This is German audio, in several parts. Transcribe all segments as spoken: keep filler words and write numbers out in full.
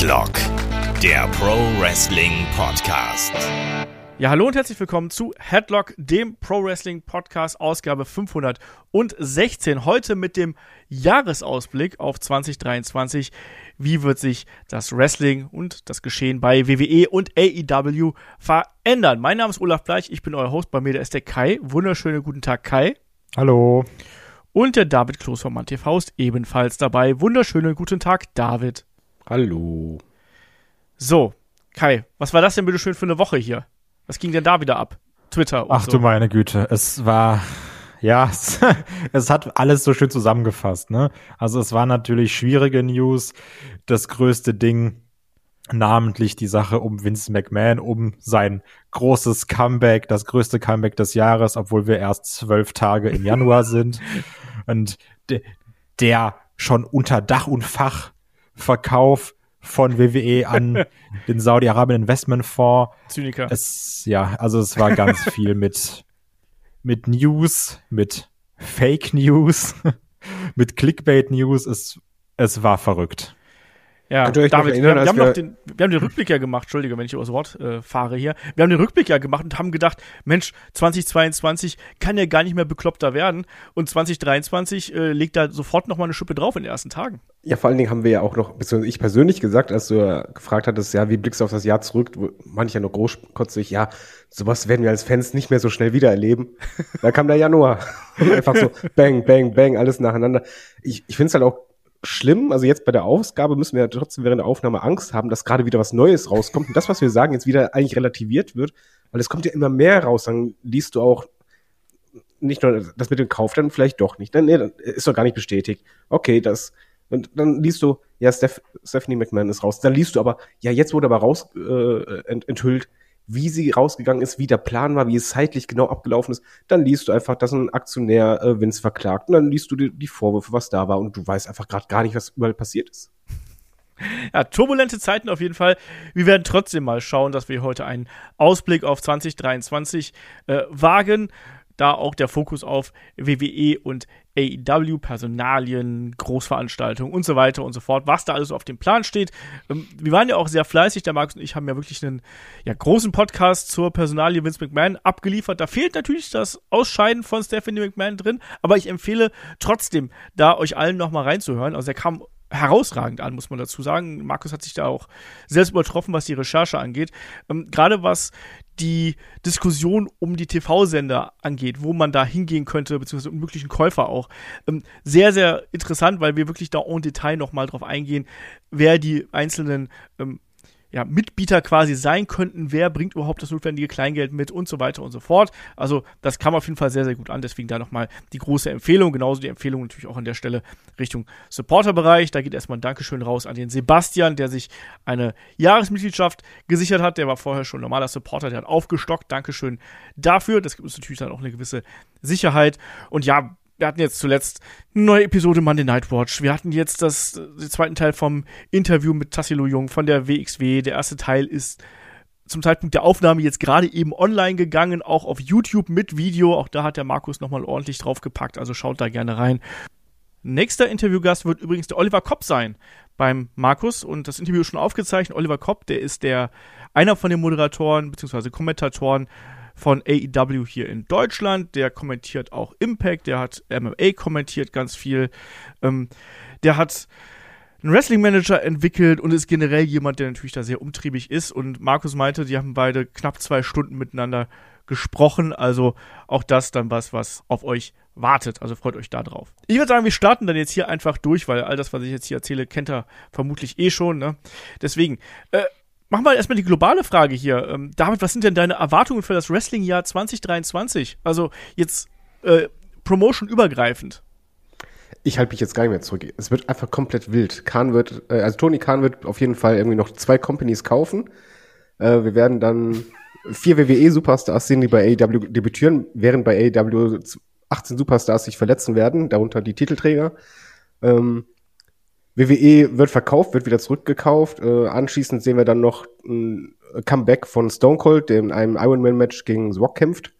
Headlock, der Pro Wrestling Podcast. Ja, hallo und herzlich willkommen zu Headlock, dem Pro Wrestling Podcast, Ausgabe fünfhundertsechzehn. Heute mit dem Jahresausblick auf zwanzig dreiundzwanzig. Wie wird sich das Wrestling und das Geschehen bei W W E und A E W verändern? Mein Name ist Olaf Bleich, ich bin euer Host. Bei mir der ist der Kai. Wunderschönen guten Tag, Kai. Hallo. Und der David Kloß von MannTV ist ebenfalls dabei. Wunderschönen guten Tag, David. Hallo. So, Kai, was war das denn bitte schön für eine Woche hier? Was ging denn da wieder ab? Twitter und Ach so. du meine Güte, es war, ja, es, es hat alles so schön zusammengefasst, ne? Also es war natürlich schwierige News, das größte Ding, namentlich die Sache um Vince McMahon, um sein großes Comeback, das größte Comeback des Jahres, obwohl wir erst zwölf Tage im Januar sind. Und de, der schon unter Dach und Fach Verkauf von W W E an den Saudi-Arabien Investmentfonds. Zyniker. Es, ja, also es war ganz viel mit, mit News, mit Fake News, mit Clickbait News. Es, es war verrückt. Ja, Könnt ihr euch noch David, erinnern, wir, wir, haben als noch den, wir haben den Rückblick ja gemacht, Entschuldige, wenn ich übers Wort äh, fahre hier. Wir haben den Rückblick ja gemacht und haben gedacht, Mensch, zwanzig zweiundzwanzig kann ja gar nicht mehr bekloppter werden und zwanzig dreiundzwanzig äh, legt da sofort nochmal eine Schippe drauf in den ersten Tagen. Ja, vor allen Dingen haben wir ja auch noch, beziehungsweise ich persönlich gesagt, als du ja gefragt hattest, ja, wie blickst du auf das Jahr zurück, wo manche noch großkotzig, ja, sowas werden wir als Fans nicht mehr so schnell wiedererleben. Da kam der Januar und einfach so bang, bang, bang, alles nacheinander. Ich, ich finde es halt auch schlimm, also jetzt bei der Ausgabe müssen wir ja trotzdem während der Aufnahme Angst haben, dass gerade wieder was Neues rauskommt und das, was wir sagen, jetzt wieder eigentlich relativiert wird, weil es kommt ja immer mehr raus, dann liest du auch nicht nur das mit dem Kauf, dann vielleicht doch nicht, dann, nee, dann ist doch gar nicht bestätigt. Okay, das, und dann liest du, ja, Steph, Stephanie McMahon ist raus, dann liest du aber, ja, jetzt wurde aber raus äh, ent, enthüllt, wie sie rausgegangen ist, wie der Plan war, wie es zeitlich genau abgelaufen ist, dann liest du einfach, dass ein Aktionär äh, Vince verklagt und dann liest du die, die Vorwürfe, was da war und du weißt einfach gerade gar nicht, was überall passiert ist. Ja, turbulente Zeiten auf jeden Fall. Wir werden trotzdem mal schauen, dass wir heute einen Ausblick auf zwanzig dreiundzwanzig äh, wagen. Da auch der Fokus auf W W E und A E W, Personalien, Großveranstaltungen und so weiter und so fort, was da alles auf dem Plan steht. Ähm, wir waren ja auch sehr fleißig, der Markus und ich haben ja wirklich einen ja, großen Podcast zur Personalie Vince McMahon abgeliefert. Da fehlt natürlich das Ausscheiden von Stephanie McMahon drin, aber ich empfehle trotzdem, da euch allen nochmal reinzuhören. Also er kam herausragend an, muss man dazu sagen. Markus hat sich da auch selbst übertroffen, was die Recherche angeht. Ähm, gerade was die Diskussion um die T V-Sender angeht, wo man da hingehen könnte, beziehungsweise um möglichen Käufer auch. Ähm, sehr, sehr interessant, weil wir wirklich da en Detail nochmal drauf eingehen, wer die einzelnen ähm, ja, Mitbieter quasi sein könnten, wer bringt überhaupt das notwendige Kleingeld mit und so weiter und so fort. Also das kam auf jeden Fall sehr, sehr gut an, deswegen da nochmal die große Empfehlung, genauso die Empfehlung natürlich auch an der Stelle Richtung Supporterbereich. Da geht erstmal ein Dankeschön raus an den Sebastian, der sich eine Jahresmitgliedschaft gesichert hat, der war vorher schon normaler Supporter, der hat aufgestockt, Dankeschön dafür, das gibt uns natürlich dann auch eine gewisse Sicherheit und ja, wir hatten jetzt zuletzt eine neue Episode Monday Night Watch. Wir hatten jetzt das, den zweiten Teil vom Interview mit Tassilo Jung von der W X W. Der erste Teil ist zum Zeitpunkt der Aufnahme jetzt gerade eben online gegangen, auch auf YouTube mit Video. Auch da hat der Markus nochmal ordentlich draufgepackt, also schaut da gerne rein. Nächster Interviewgast wird übrigens der Oliver Kopp sein beim Markus und das Interview ist schon aufgezeichnet. Oliver Kopp, der ist der einer von den Moderatoren bzw. Kommentatoren von A E W hier in Deutschland, der kommentiert auch Impact, der hat M M A kommentiert ganz viel, ähm, der hat einen Wrestling-Manager entwickelt und ist generell jemand, der natürlich da sehr umtriebig ist und Markus meinte, die haben beide knapp zwei Stunden miteinander gesprochen, also auch das dann was, was auf euch wartet, also freut euch da drauf. Ich würde sagen, wir starten dann jetzt hier einfach durch, weil all das, was ich jetzt hier erzähle, kennt ihr vermutlich eh schon, ne? Deswegen, äh, machen wir erstmal die globale Frage hier. Ähm, David, was sind denn deine Erwartungen für das Wrestling-Jahr zwanzig dreiundzwanzig? Also jetzt äh, Promotion-übergreifend. Ich halte mich jetzt gar nicht mehr zurück. Es wird einfach komplett wild. Khan wird, äh, also Tony Khan wird auf jeden Fall irgendwie noch zwei Companies kaufen. Äh, wir werden dann vier W W E-Superstars sehen, die bei A E W debütieren, während bei A E W achtzehn Superstars sich verletzen werden, darunter die Titelträger. Ähm, W W E wird verkauft, wird wieder zurückgekauft. Äh, anschließend sehen wir dann noch ein Comeback von Stone Cold, der in einem Ironman-Match gegen The Rock kämpft.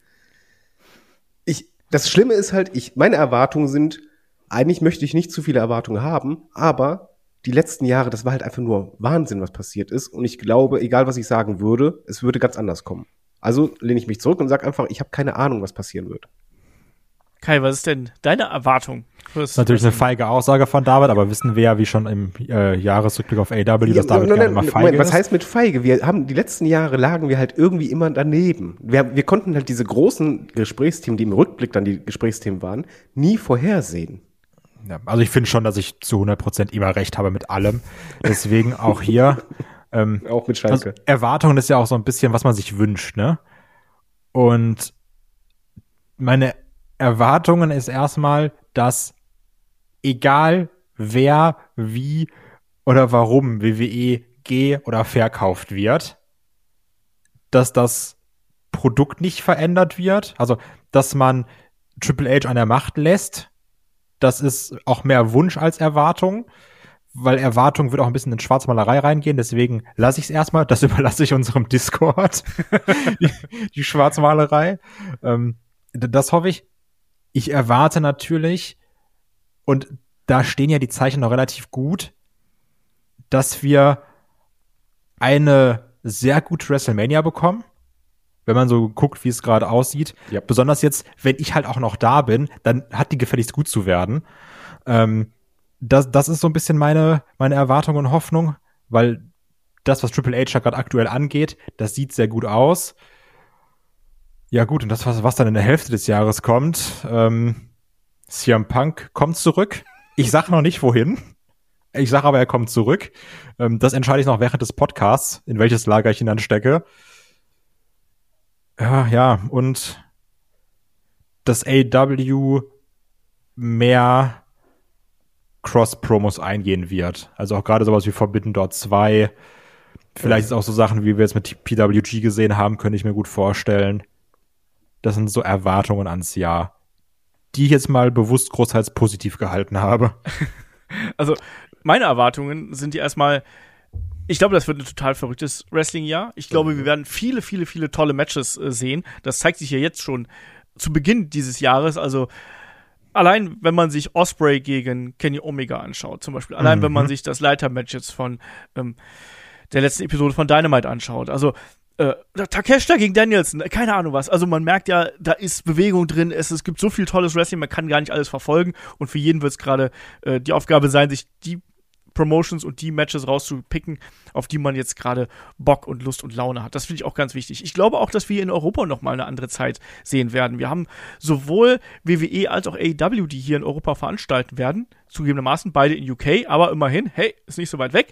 Ich, das Schlimme ist halt, ich, meine Erwartungen sind, eigentlich möchte ich nicht zu viele Erwartungen haben, aber die letzten Jahre, das war halt einfach nur Wahnsinn, was passiert ist. Und ich glaube, egal was ich sagen würde, es würde ganz anders kommen. Also lehne ich mich zurück und sage einfach, ich habe keine Ahnung, was passieren wird. Kai, was ist denn deine Erwartung? Das ist natürlich eine feige Aussage von David, aber wissen wir ja, wie schon im äh, Jahresrückblick auf A E W, dass Ja, David nein, gerne nein, mal feige Moment, was ist. heißt mit feige? Wir haben die letzten Jahre lagen wir halt irgendwie immer daneben. Wir, wir konnten halt diese großen Gesprächsthemen, die im Rückblick dann die Gesprächsthemen waren, nie vorhersehen. Ja, also ich finde schon, dass ich zu hundert Prozent immer recht habe mit allem. Deswegen auch hier. Ähm, Auch mit Schalke. Also Erwartungen ist ja auch so ein bisschen, was man sich wünscht, ne? Und meine Erwartungen ist erstmal, dass egal wer, wie oder warum W W E geh- oder verkauft wird, dass das Produkt nicht verändert wird. Also, dass man Triple H an der Macht lässt, das ist auch mehr Wunsch als Erwartung, weil Erwartung wird auch ein bisschen in Schwarzmalerei reingehen, deswegen lasse ich es erstmal, das überlasse ich unserem Discord, die, die Schwarzmalerei. Ähm, das hoffe ich. Ich erwarte natürlich, und da stehen ja die Zeichen noch relativ gut, dass wir eine sehr gute WrestleMania bekommen, wenn man so guckt, wie es gerade aussieht. Ja. Besonders jetzt, wenn ich halt auch noch da bin, dann hat die gefälligst gut zu werden. Ähm, das, das ist so ein bisschen meine, meine Erwartung und Hoffnung, weil das, was Triple H da gerade aktuell angeht, das sieht sehr gut aus. Ja gut, und das, was, was dann in der Hälfte des Jahres kommt, ähm, C M Punk kommt zurück. Ich sag noch nicht, wohin. Ich sag aber, er kommt zurück. Ähm, das entscheide ich noch während des Podcasts, in welches Lager ich ihn dann stecke. Ja, ja, und dass A E W mehr Cross-Promos eingehen wird. Also auch gerade sowas wie Forbidden Door zwei. Vielleicht ist auch so Sachen, wie wir jetzt mit P W G gesehen haben, könnte ich mir gut vorstellen. Das sind so Erwartungen ans Jahr, die ich jetzt mal bewusst großteils positiv gehalten habe. Also, meine Erwartungen sind ja erstmal, ich glaube, das wird ein total verrücktes Wrestling-Jahr. Ich glaube, wir werden viele, viele, viele tolle Matches äh, sehen. Das zeigt sich ja jetzt schon zu Beginn dieses Jahres. Also, allein, wenn man sich Ospreay gegen Kenny Omega anschaut, zum Beispiel. Allein, Mhm. wenn man sich das Leiter-Match jetzt von ähm, der letzten Episode von Dynamite anschaut. Also, äh, Takeshita gegen Danielson, keine Ahnung was. Also, man merkt ja, da ist Bewegung drin. Es, es gibt so viel tolles Wrestling, man kann gar nicht alles verfolgen. Und für jeden wird es gerade äh, die Aufgabe sein, sich die Promotions und die Matches rauszupicken, auf die man jetzt gerade Bock und Lust und Laune hat. Das finde ich auch ganz wichtig. Ich glaube auch, dass wir in Europa noch mal eine andere Zeit sehen werden. Wir haben sowohl W W E als auch A E W, die hier in Europa veranstalten werden, zugegebenermaßen beide in U K, aber immerhin, hey, ist nicht so weit weg.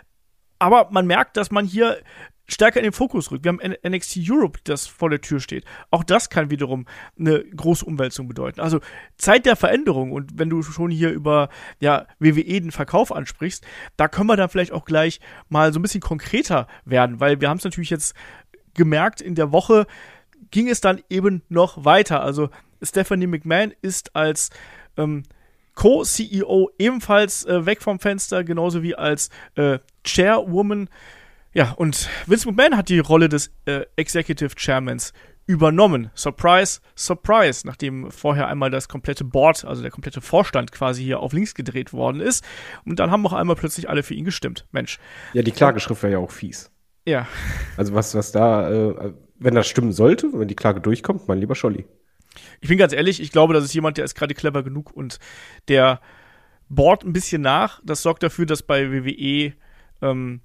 Aber man merkt, dass man hier stärker in den Fokus rückt. Wir haben N X T Europe, das vor der Tür steht. Auch das kann wiederum eine große Umwälzung bedeuten. Also Zeit der Veränderung. Und wenn du schon hier über ja, W W E den Verkauf ansprichst, da können wir dann vielleicht auch gleich mal so ein bisschen konkreter werden, weil wir haben es natürlich jetzt gemerkt, in der Woche ging es dann eben noch weiter. Also Stephanie McMahon ist als ähm, Co-C E O ebenfalls äh, weg vom Fenster, genauso wie als äh, Chairwoman. Ja, und Vince McMahon hat die Rolle des äh, Executive Chairmans übernommen. Surprise, surprise, nachdem vorher einmal das komplette Board, also der komplette Vorstand quasi hier auf links gedreht worden ist. Und dann haben auch einmal plötzlich alle für ihn gestimmt. Mensch. Ja, die Klageschrift wäre ja auch fies. Ja. Also was, was da, äh, wenn das stimmen sollte, wenn die Klage durchkommt, mein lieber Scholli. Ich bin ganz ehrlich, ich glaube, das ist jemand, der ist gerade clever genug und der bohrt ein bisschen nach. Das sorgt dafür, dass bei W W E ähm,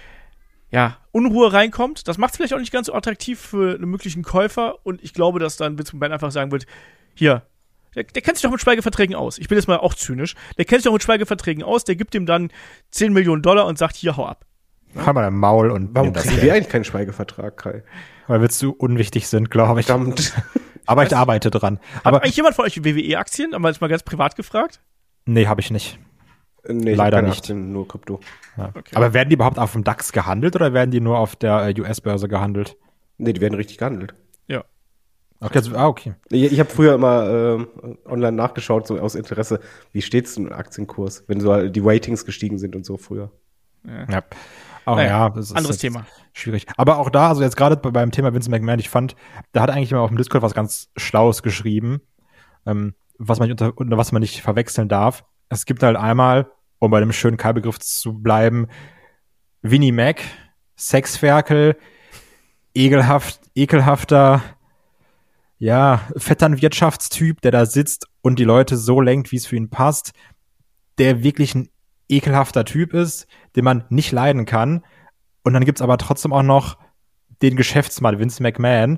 ja, Unruhe reinkommt. Das macht es vielleicht auch nicht ganz so attraktiv für einen möglichen Käufer. Und ich glaube, dass dann Vince McMahon einfach sagen wird, hier, der, der kennt sich doch mit Schweigeverträgen aus. Ich bin jetzt mal auch zynisch. Der kennt sich doch mit Schweigeverträgen aus. Der gibt ihm dann zehn Millionen Dollar und sagt, hier, hau ab. Haben wir ein Maul und Warum nehmen das kriegen Geld. wir eigentlich keinen Schweigevertrag, Kai? Weil wir zu unwichtig sind, glaube ich. Verdammt. Aber ich arbeite dran. Hat Aber eigentlich jemand von euch W W E-Aktien? Haben wir jetzt mal ganz privat gefragt? nee, habe ich nicht. Nee, ich Leider hab keine nicht. Aktien, nur Krypto. Ja. Okay. Aber werden die überhaupt auf dem DAX gehandelt oder werden die nur auf der äh, U S-Börse gehandelt? Nee, die werden richtig gehandelt. Ja. Okay, also, ah, okay. Ich, ich habe früher immer ähm, online nachgeschaut, so aus Interesse, wie steht's im Aktienkurs, wenn so die Ratings gestiegen sind und so früher. Ja. Auch Naja, ja, das ist anderes jetzt Thema. schwierig. Aber auch da, also jetzt gerade bei- beim Thema Vince McMahon, ich fand, da hat eigentlich immer auf dem Discord was ganz Schlaues geschrieben, ähm, was man nicht unter, unter was man nicht verwechseln darf. Es gibt halt einmal um bei einem schönen Keilbegriff zu bleiben, Winnie Mac, Sexferkel, ekelhaft, ekelhafter, ja, Vetternwirtschaftstyp, der da sitzt und die Leute so lenkt, wie es für ihn passt, der wirklich ein ekelhafter Typ ist, den man nicht leiden kann. Und dann gibt's aber trotzdem auch noch den Geschäftsmann Vince McMahon,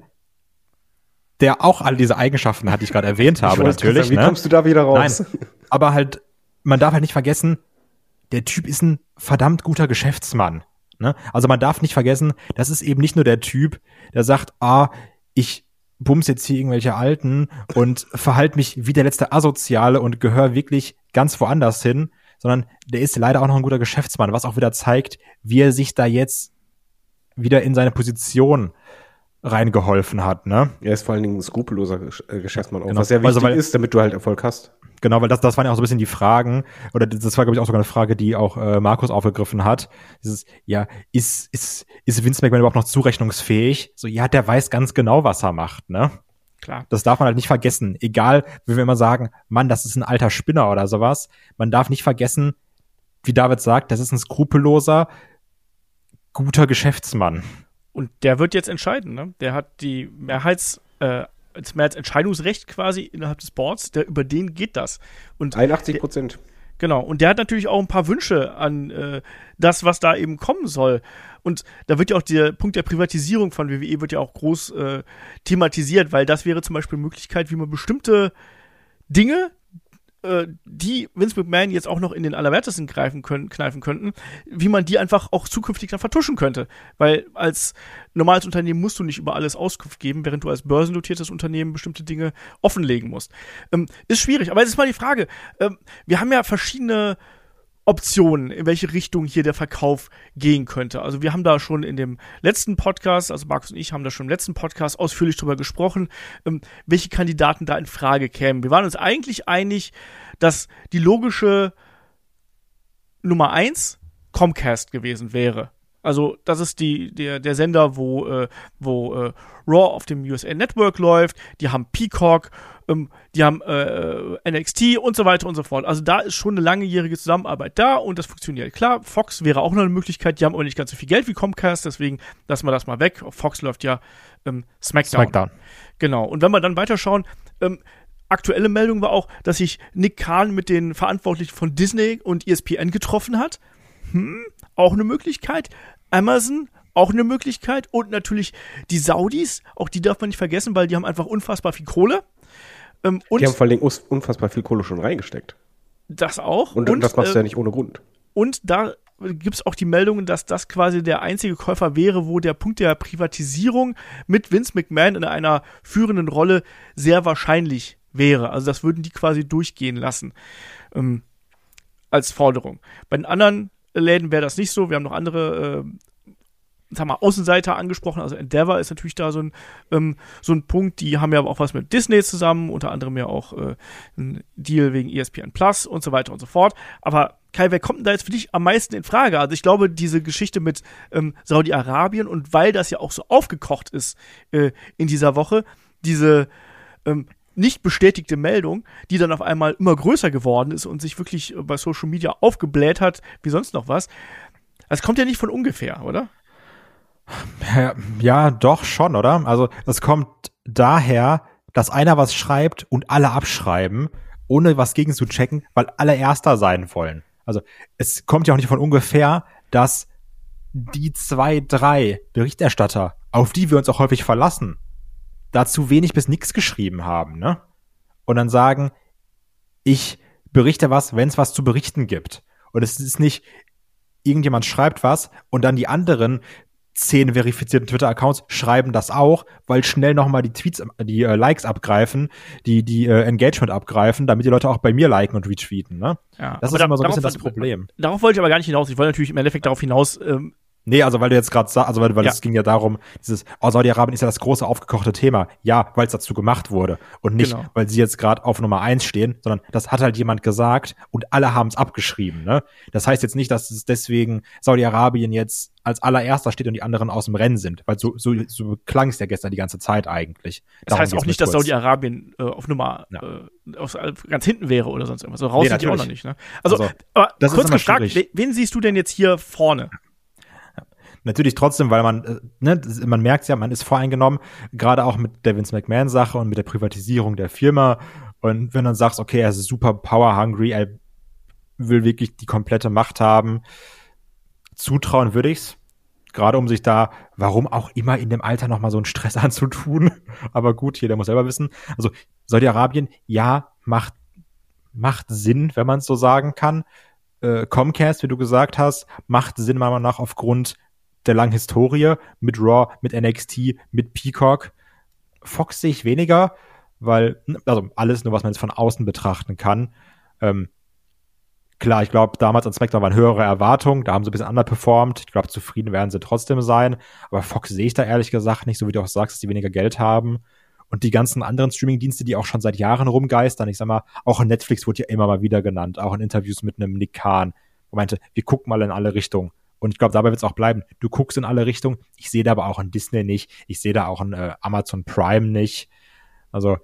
der auch all diese Eigenschaften hat, die ich gerade erwähnt habe, ich natürlich. Sagen, wie ne? kommst du da wieder raus? Nein, aber halt, man darf halt nicht vergessen, der Typ ist ein verdammt guter Geschäftsmann. Ne? Also man darf nicht vergessen, das ist eben nicht nur der Typ, der sagt, ah, ich bums jetzt hier irgendwelche Alten und verhalte mich wie der letzte Asoziale und gehöre wirklich ganz woanders hin, sondern der ist leider auch noch ein guter Geschäftsmann, was auch wieder zeigt, wie er sich da jetzt wieder in seine Position reingeholfen hat. Ne? Er ist vor allen Dingen ein skrupelloser Geschäftsmann, auch, Genau. was sehr wichtig also, weil, ist, damit du halt Erfolg hast. Genau, weil das, das waren ja auch so ein bisschen die Fragen, oder das war, glaube ich, auch sogar eine Frage, die auch äh, Markus aufgegriffen hat. Dieses, ja, ist, ist, ist Vince McMahon überhaupt noch zurechnungsfähig? So, ja, der weiß ganz genau, was er macht, ne? Klar. Das darf man halt nicht vergessen. Egal, wie wir immer sagen, Mann, das ist ein alter Spinner oder sowas. Man darf nicht vergessen, wie David sagt, das ist ein skrupelloser, guter Geschäftsmann. Und der wird jetzt entscheiden, ne? Der hat die Mehrheits, äh, das Mehrheitsentscheidungsrecht quasi innerhalb des Boards, der, über den geht das. Und einundachtzig Prozent. Genau, und der hat natürlich auch ein paar Wünsche an äh, das, was da eben kommen soll. Und da wird ja auch der Punkt der Privatisierung von W W E wird ja auch groß äh, thematisiert, weil das wäre zum Beispiel eine Möglichkeit, wie man bestimmte Dinge, äh, die Vince McMahon jetzt auch noch in den Allerwertesten greifen können, kneifen könnten, wie man die einfach auch zukünftig dann vertuschen könnte. Weil als normales Unternehmen musst du nicht über alles Auskunft geben, während du als börsennotiertes Unternehmen bestimmte Dinge offenlegen musst. Ähm, ist schwierig, aber jetzt ist mal die Frage, ähm, wir haben ja verschiedene Optionen, in welche Richtung hier der Verkauf gehen könnte. Also wir haben da schon in dem letzten Podcast, also Markus und ich haben da schon im letzten Podcast ausführlich drüber gesprochen, ähm, welche Kandidaten da in Frage kämen. Wir waren uns eigentlich einig, dass die logische Nummer eins Comcast gewesen wäre. Also das ist die der der Sender, wo äh, wo äh, Raw auf dem U S A Network läuft. Die haben Peacock, ähm, die haben äh, N X T und so weiter und so fort. Also da ist schon eine langjährige Zusammenarbeit da und das funktioniert. Klar, Fox wäre auch noch eine Möglichkeit. Die haben aber nicht ganz so viel Geld wie Comcast, deswegen lassen wir das mal weg. Auf Fox läuft ja ähm, SmackDown. SmackDown. Genau. Und wenn wir dann weiterschauen, ähm, aktuelle Meldung war auch, dass sich Nick Khan mit den Verantwortlichen von Disney und E S P N getroffen hat. Hm, auch eine Möglichkeit. Amazon, auch eine Möglichkeit. Und natürlich die Saudis, auch die darf man nicht vergessen, weil die haben einfach unfassbar viel Kohle. Ähm, und die haben vor allen Dingen unfassbar viel Kohle schon reingesteckt. Das auch. Und, und das machst äh, du ja nicht ohne Grund. Und da gibt es auch die Meldungen, dass das quasi der einzige Käufer wäre, wo der Punkt der Privatisierung mit Vince McMahon in einer führenden Rolle sehr wahrscheinlich wäre. Also das würden die quasi durchgehen lassen ähm, als Forderung. Bei den anderen Läden wäre das nicht so. Wir haben noch andere äh, sagen wir, Außenseiter angesprochen. Also Endeavor ist natürlich da so ein, ähm, so ein Punkt. Die haben ja auch was mit Disney zusammen, unter anderem ja auch äh, ein Deal wegen E S P N Plus und so weiter und so fort. Aber Kai, wer kommt denn da jetzt für dich am meisten in Frage? Also ich glaube, diese Geschichte mit ähm, Saudi-Arabien und weil das ja auch so aufgekocht ist äh, in dieser Woche, diese ähm, nicht bestätigte Meldung, die dann auf einmal immer größer geworden ist und sich wirklich bei Social Media aufgebläht hat, wie sonst noch was. Das kommt ja nicht von ungefähr, oder? Ja, ja, doch schon, oder? Also es kommt daher, dass einer was schreibt und alle abschreiben, ohne was gegen zu checken, weil alle Erster sein wollen. Also es kommt ja auch nicht von ungefähr, dass die zwei, drei Berichterstatter, auf die wir uns auch häufig verlassen, dazu wenig bis nichts geschrieben haben, ne? Und dann sagen, ich berichte was, wenn es was zu berichten gibt. Und es ist nicht, irgendjemand schreibt was und dann die anderen zehn verifizierten Twitter-Accounts schreiben das auch, weil schnell nochmal die Tweets, die äh, Likes abgreifen, die die äh, Engagement abgreifen, damit die Leute auch bei mir liken und retweeten, ne? Ja, das ist da, immer so ein bisschen darauf, das Problem. Darauf wollte ich aber gar nicht hinaus. Ich wollte natürlich im Endeffekt darauf hinaus, ähm, Nee, also weil du jetzt gerade sagst, also weil, weil Ja. es ging ja darum, dieses, oh, Saudi-Arabien ist ja das große aufgekochte Thema. Ja, weil es dazu gemacht wurde. Und nicht, Genau. weil sie jetzt gerade auf Nummer eins stehen, sondern das hat halt jemand gesagt und alle haben es abgeschrieben. Ne? Das heißt jetzt nicht, dass es deswegen Saudi-Arabien jetzt als allererster steht und die anderen aus dem Rennen sind. Weil so, so, so klang es ja gestern die ganze Zeit eigentlich. Das Darum heißt auch geht's nicht, mir dass kurz. Saudi-Arabien äh, auf Nummer Ja. äh, auf, ganz hinten wäre oder sonst irgendwas. So raus Nee, sind die auch noch natürlich. nicht. Ne? Also, Also, aber das ist kurz immer gefragt, schwierig. we- wen siehst du denn jetzt hier vorne? Natürlich trotzdem, weil man, äh, ne, das- man merkt ja, man ist voreingenommen, gerade auch mit der Vince McMahon-Sache und mit der Privatisierung der Firma. Und wenn du dann sagst, okay, er ist super power-hungry, er will wirklich die komplette Macht haben, zutrauen würde ich's. Gerade um sich da, warum auch immer in dem Alter noch mal so einen Stress anzutun. Aber gut, jeder muss selber wissen. Also Saudi-Arabien, ja, macht, macht Sinn, wenn man es so sagen kann. Äh, Comcast, wie du gesagt hast, macht Sinn, meiner Meinung nach, aufgrund der langen Historie mit Raw, mit N X T, mit Peacock. Fox sehe ich weniger, weil, also alles nur, was man jetzt von außen betrachten kann. Ähm, klar, ich glaube, damals an SmackDown waren höhere Erwartungen, da haben sie ein bisschen underperformed. Ich glaube, zufrieden werden sie trotzdem sein. Aber Fox sehe ich da ehrlich gesagt nicht, so wie du auch sagst, dass die weniger Geld haben. Und die ganzen anderen Streaming-Dienste, die auch schon seit Jahren rumgeistern, ich sag mal, auch in Netflix wurde ja immer mal wieder genannt, auch in Interviews mit einem Nick Khan, wo meinte, wir gucken mal in alle Richtungen. Und ich glaube, dabei wird es auch bleiben. Du guckst in alle Richtungen. Ich sehe da aber auch in Disney nicht. Ich sehe da auch in äh, Amazon Prime nicht. Also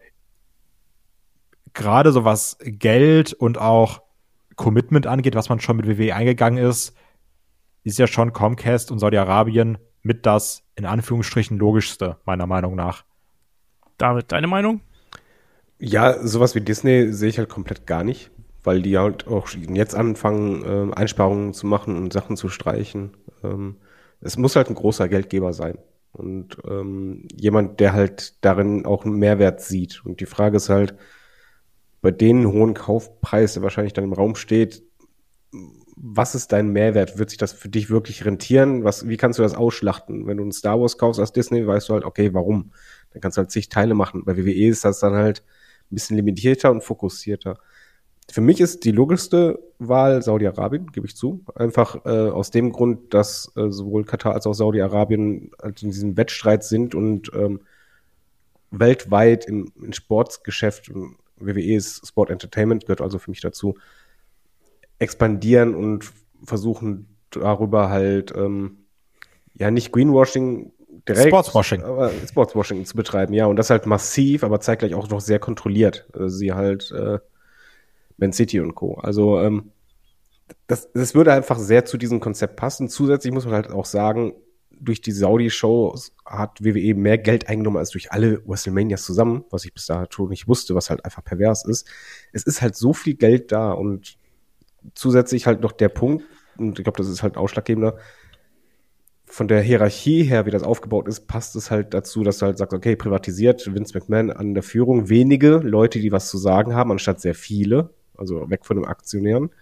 gerade so was Geld und auch Commitment angeht, was man schon mit W W E eingegangen ist, ist ja schon Comcast und Saudi-Arabien mit das in Anführungsstrichen logischste, meiner Meinung nach. David, deine Meinung? Ja, sowas wie Disney sehe ich halt komplett gar nicht, weil die halt auch jetzt anfangen, ähm, Einsparungen zu machen und Sachen zu streichen. Ähm, es muss halt ein großer Geldgeber sein und ähm, jemand, der halt darin auch einen Mehrwert sieht. Und die Frage ist halt, bei den hohen Kaufpreis, der wahrscheinlich dann im Raum steht, was ist dein Mehrwert? Wird sich das für dich wirklich rentieren? Was, wie kannst du das ausschlachten? Wenn du ein Star Wars kaufst aus Disney, weißt du halt, okay, warum? Dann kannst du halt zig Teile machen. Bei W W E ist das dann halt ein bisschen limitierter und fokussierter. Für mich ist die logischste Wahl Saudi-Arabien, gebe ich zu. Einfach äh, aus dem Grund, dass äh, sowohl Katar als auch Saudi-Arabien halt in diesem Wettstreit sind und ähm, weltweit im, im Sportsgeschäft, im W W E ist Sport Entertainment, gehört also für mich dazu, expandieren und versuchen darüber halt ähm, ja nicht Greenwashing direkt, Sportswashing. aber Sportswashing zu betreiben, ja, und das halt massiv, aber zeitgleich auch noch sehr kontrolliert. Also sie halt äh, Man City und Co. Also ähm, das, das würde einfach sehr zu diesem Konzept passen. Zusätzlich muss man halt auch sagen, durch die Saudi-Shows hat W W E mehr Geld eingenommen als durch alle WrestleManias zusammen, was ich bis dato nicht wusste, was halt einfach pervers ist. Es ist halt so viel Geld da und zusätzlich halt noch der Punkt, und ich glaube, das ist halt ausschlaggebender, von der Hierarchie her, wie das aufgebaut ist, passt es halt dazu, dass du halt sagst, okay, privatisiert, Vince McMahon an der Führung, wenige Leute, die was zu sagen haben, anstatt sehr viele, also weg von den Aktionären.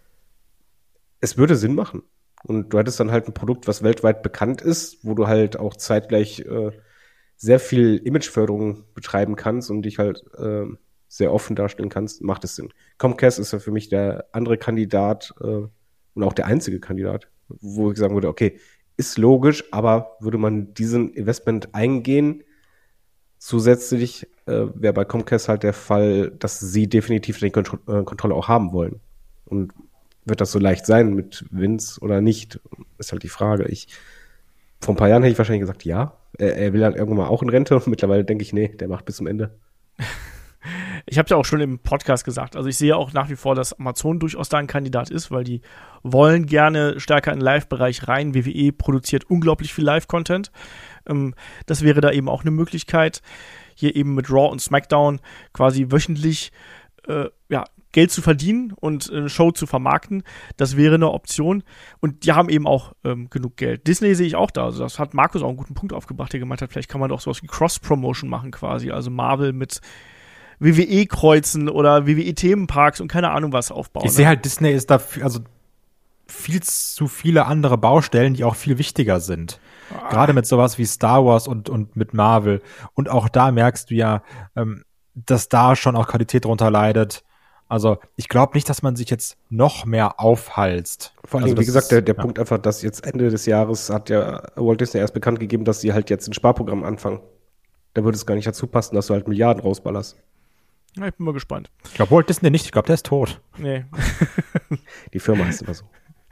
Es würde Sinn machen. Und du hättest dann halt ein Produkt, was weltweit bekannt ist, wo du halt auch zeitgleich äh, sehr viel Imageförderung betreiben kannst und dich halt äh, sehr offen darstellen kannst, macht es Sinn. Comcast ist ja für mich der andere Kandidat äh, und auch der einzige Kandidat, wo ich sagen würde, okay, ist logisch, aber würde man diesen Investment eingehen, zusätzlich äh, wäre bei Comcast halt der Fall, dass sie definitiv die Kont- äh, Kontrolle auch haben wollen. Und wird das so leicht sein mit Vince oder nicht, ist halt die Frage. Ich, vor ein paar Jahren hätte ich wahrscheinlich gesagt, ja, er, er will halt irgendwann mal auch in Rente und mittlerweile denke ich, nee, der macht bis zum Ende. Ich habe ja auch schon im Podcast gesagt, also ich sehe auch nach wie vor, dass Amazon durchaus da ein Kandidat ist, weil die wollen gerne stärker in den Live-Bereich rein. W W E produziert unglaublich viel Live-Content. Ähm, das wäre da eben auch eine Möglichkeit, hier eben mit Raw und SmackDown quasi wöchentlich äh, ja, Geld zu verdienen und eine Show zu vermarkten. Das wäre eine Option. Und die haben eben auch ähm, genug Geld. Disney sehe ich auch da. Also das hat Markus auch einen guten Punkt aufgebracht, der gemeint hat, vielleicht kann man doch sowas wie Cross-Promotion machen quasi. Also Marvel mit W W E-Kreuzen oder W W E-Themenparks und keine Ahnung was aufbauen. Ich sehe halt, Disney ist da f- also viel zu viele andere Baustellen, die auch viel wichtiger sind. Ah. Gerade mit sowas wie Star Wars und, und mit Marvel. Und auch da merkst du ja, ähm, dass da schon auch Qualität drunter leidet. Also ich glaube nicht, dass man sich jetzt noch mehr aufhalst. Vor allem, also, wie gesagt, der, der ja. Punkt einfach, dass jetzt Ende des Jahres hat ja Walt Disney erst bekannt gegeben, dass sie halt jetzt ein Sparprogramm anfangen. Da würde es gar nicht dazu passen, dass du halt Milliarden rausballerst. Ja, ich bin mal gespannt. Ich glaube Walt Disney nicht, ich glaube, der ist tot. Nee. Die Firma heißt immer so.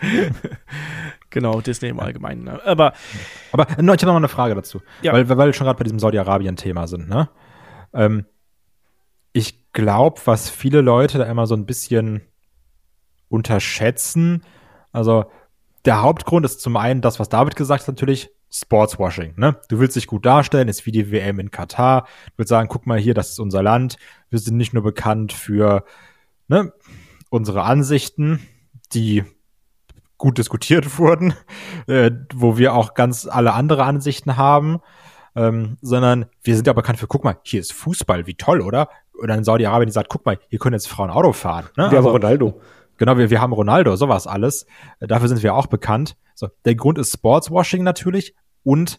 Genau, Disney im Allgemeinen. Ne? Aber, Aber no, ich habe noch mal eine Frage dazu, Ja. weil, weil wir schon gerade bei diesem Saudi-Arabien-Thema sind. Ne? Ähm, ich glaube, was viele Leute da immer so ein bisschen unterschätzen, also der Hauptgrund ist zum einen das, was David gesagt hat, natürlich Sportswashing. Ne? Du willst dich gut darstellen, ist wie die W M in Katar. Du willst sagen, guck mal hier, das ist unser Land. Wir sind nicht nur bekannt für ne, unsere Ansichten, die gut diskutiert wurden, äh, wo wir auch ganz alle andere Ansichten haben, ähm, sondern wir sind ja bekannt für, guck mal, hier ist Fußball, wie toll, oder? Oder in Saudi-Arabien, die sagt, guck mal, hier können jetzt Frauen Auto fahren. Ne? Wir haben Also, Ronaldo. Genau, wir, wir haben Ronaldo, sowas alles. Äh, dafür sind wir auch bekannt. So, der Grund ist Sportswashing natürlich und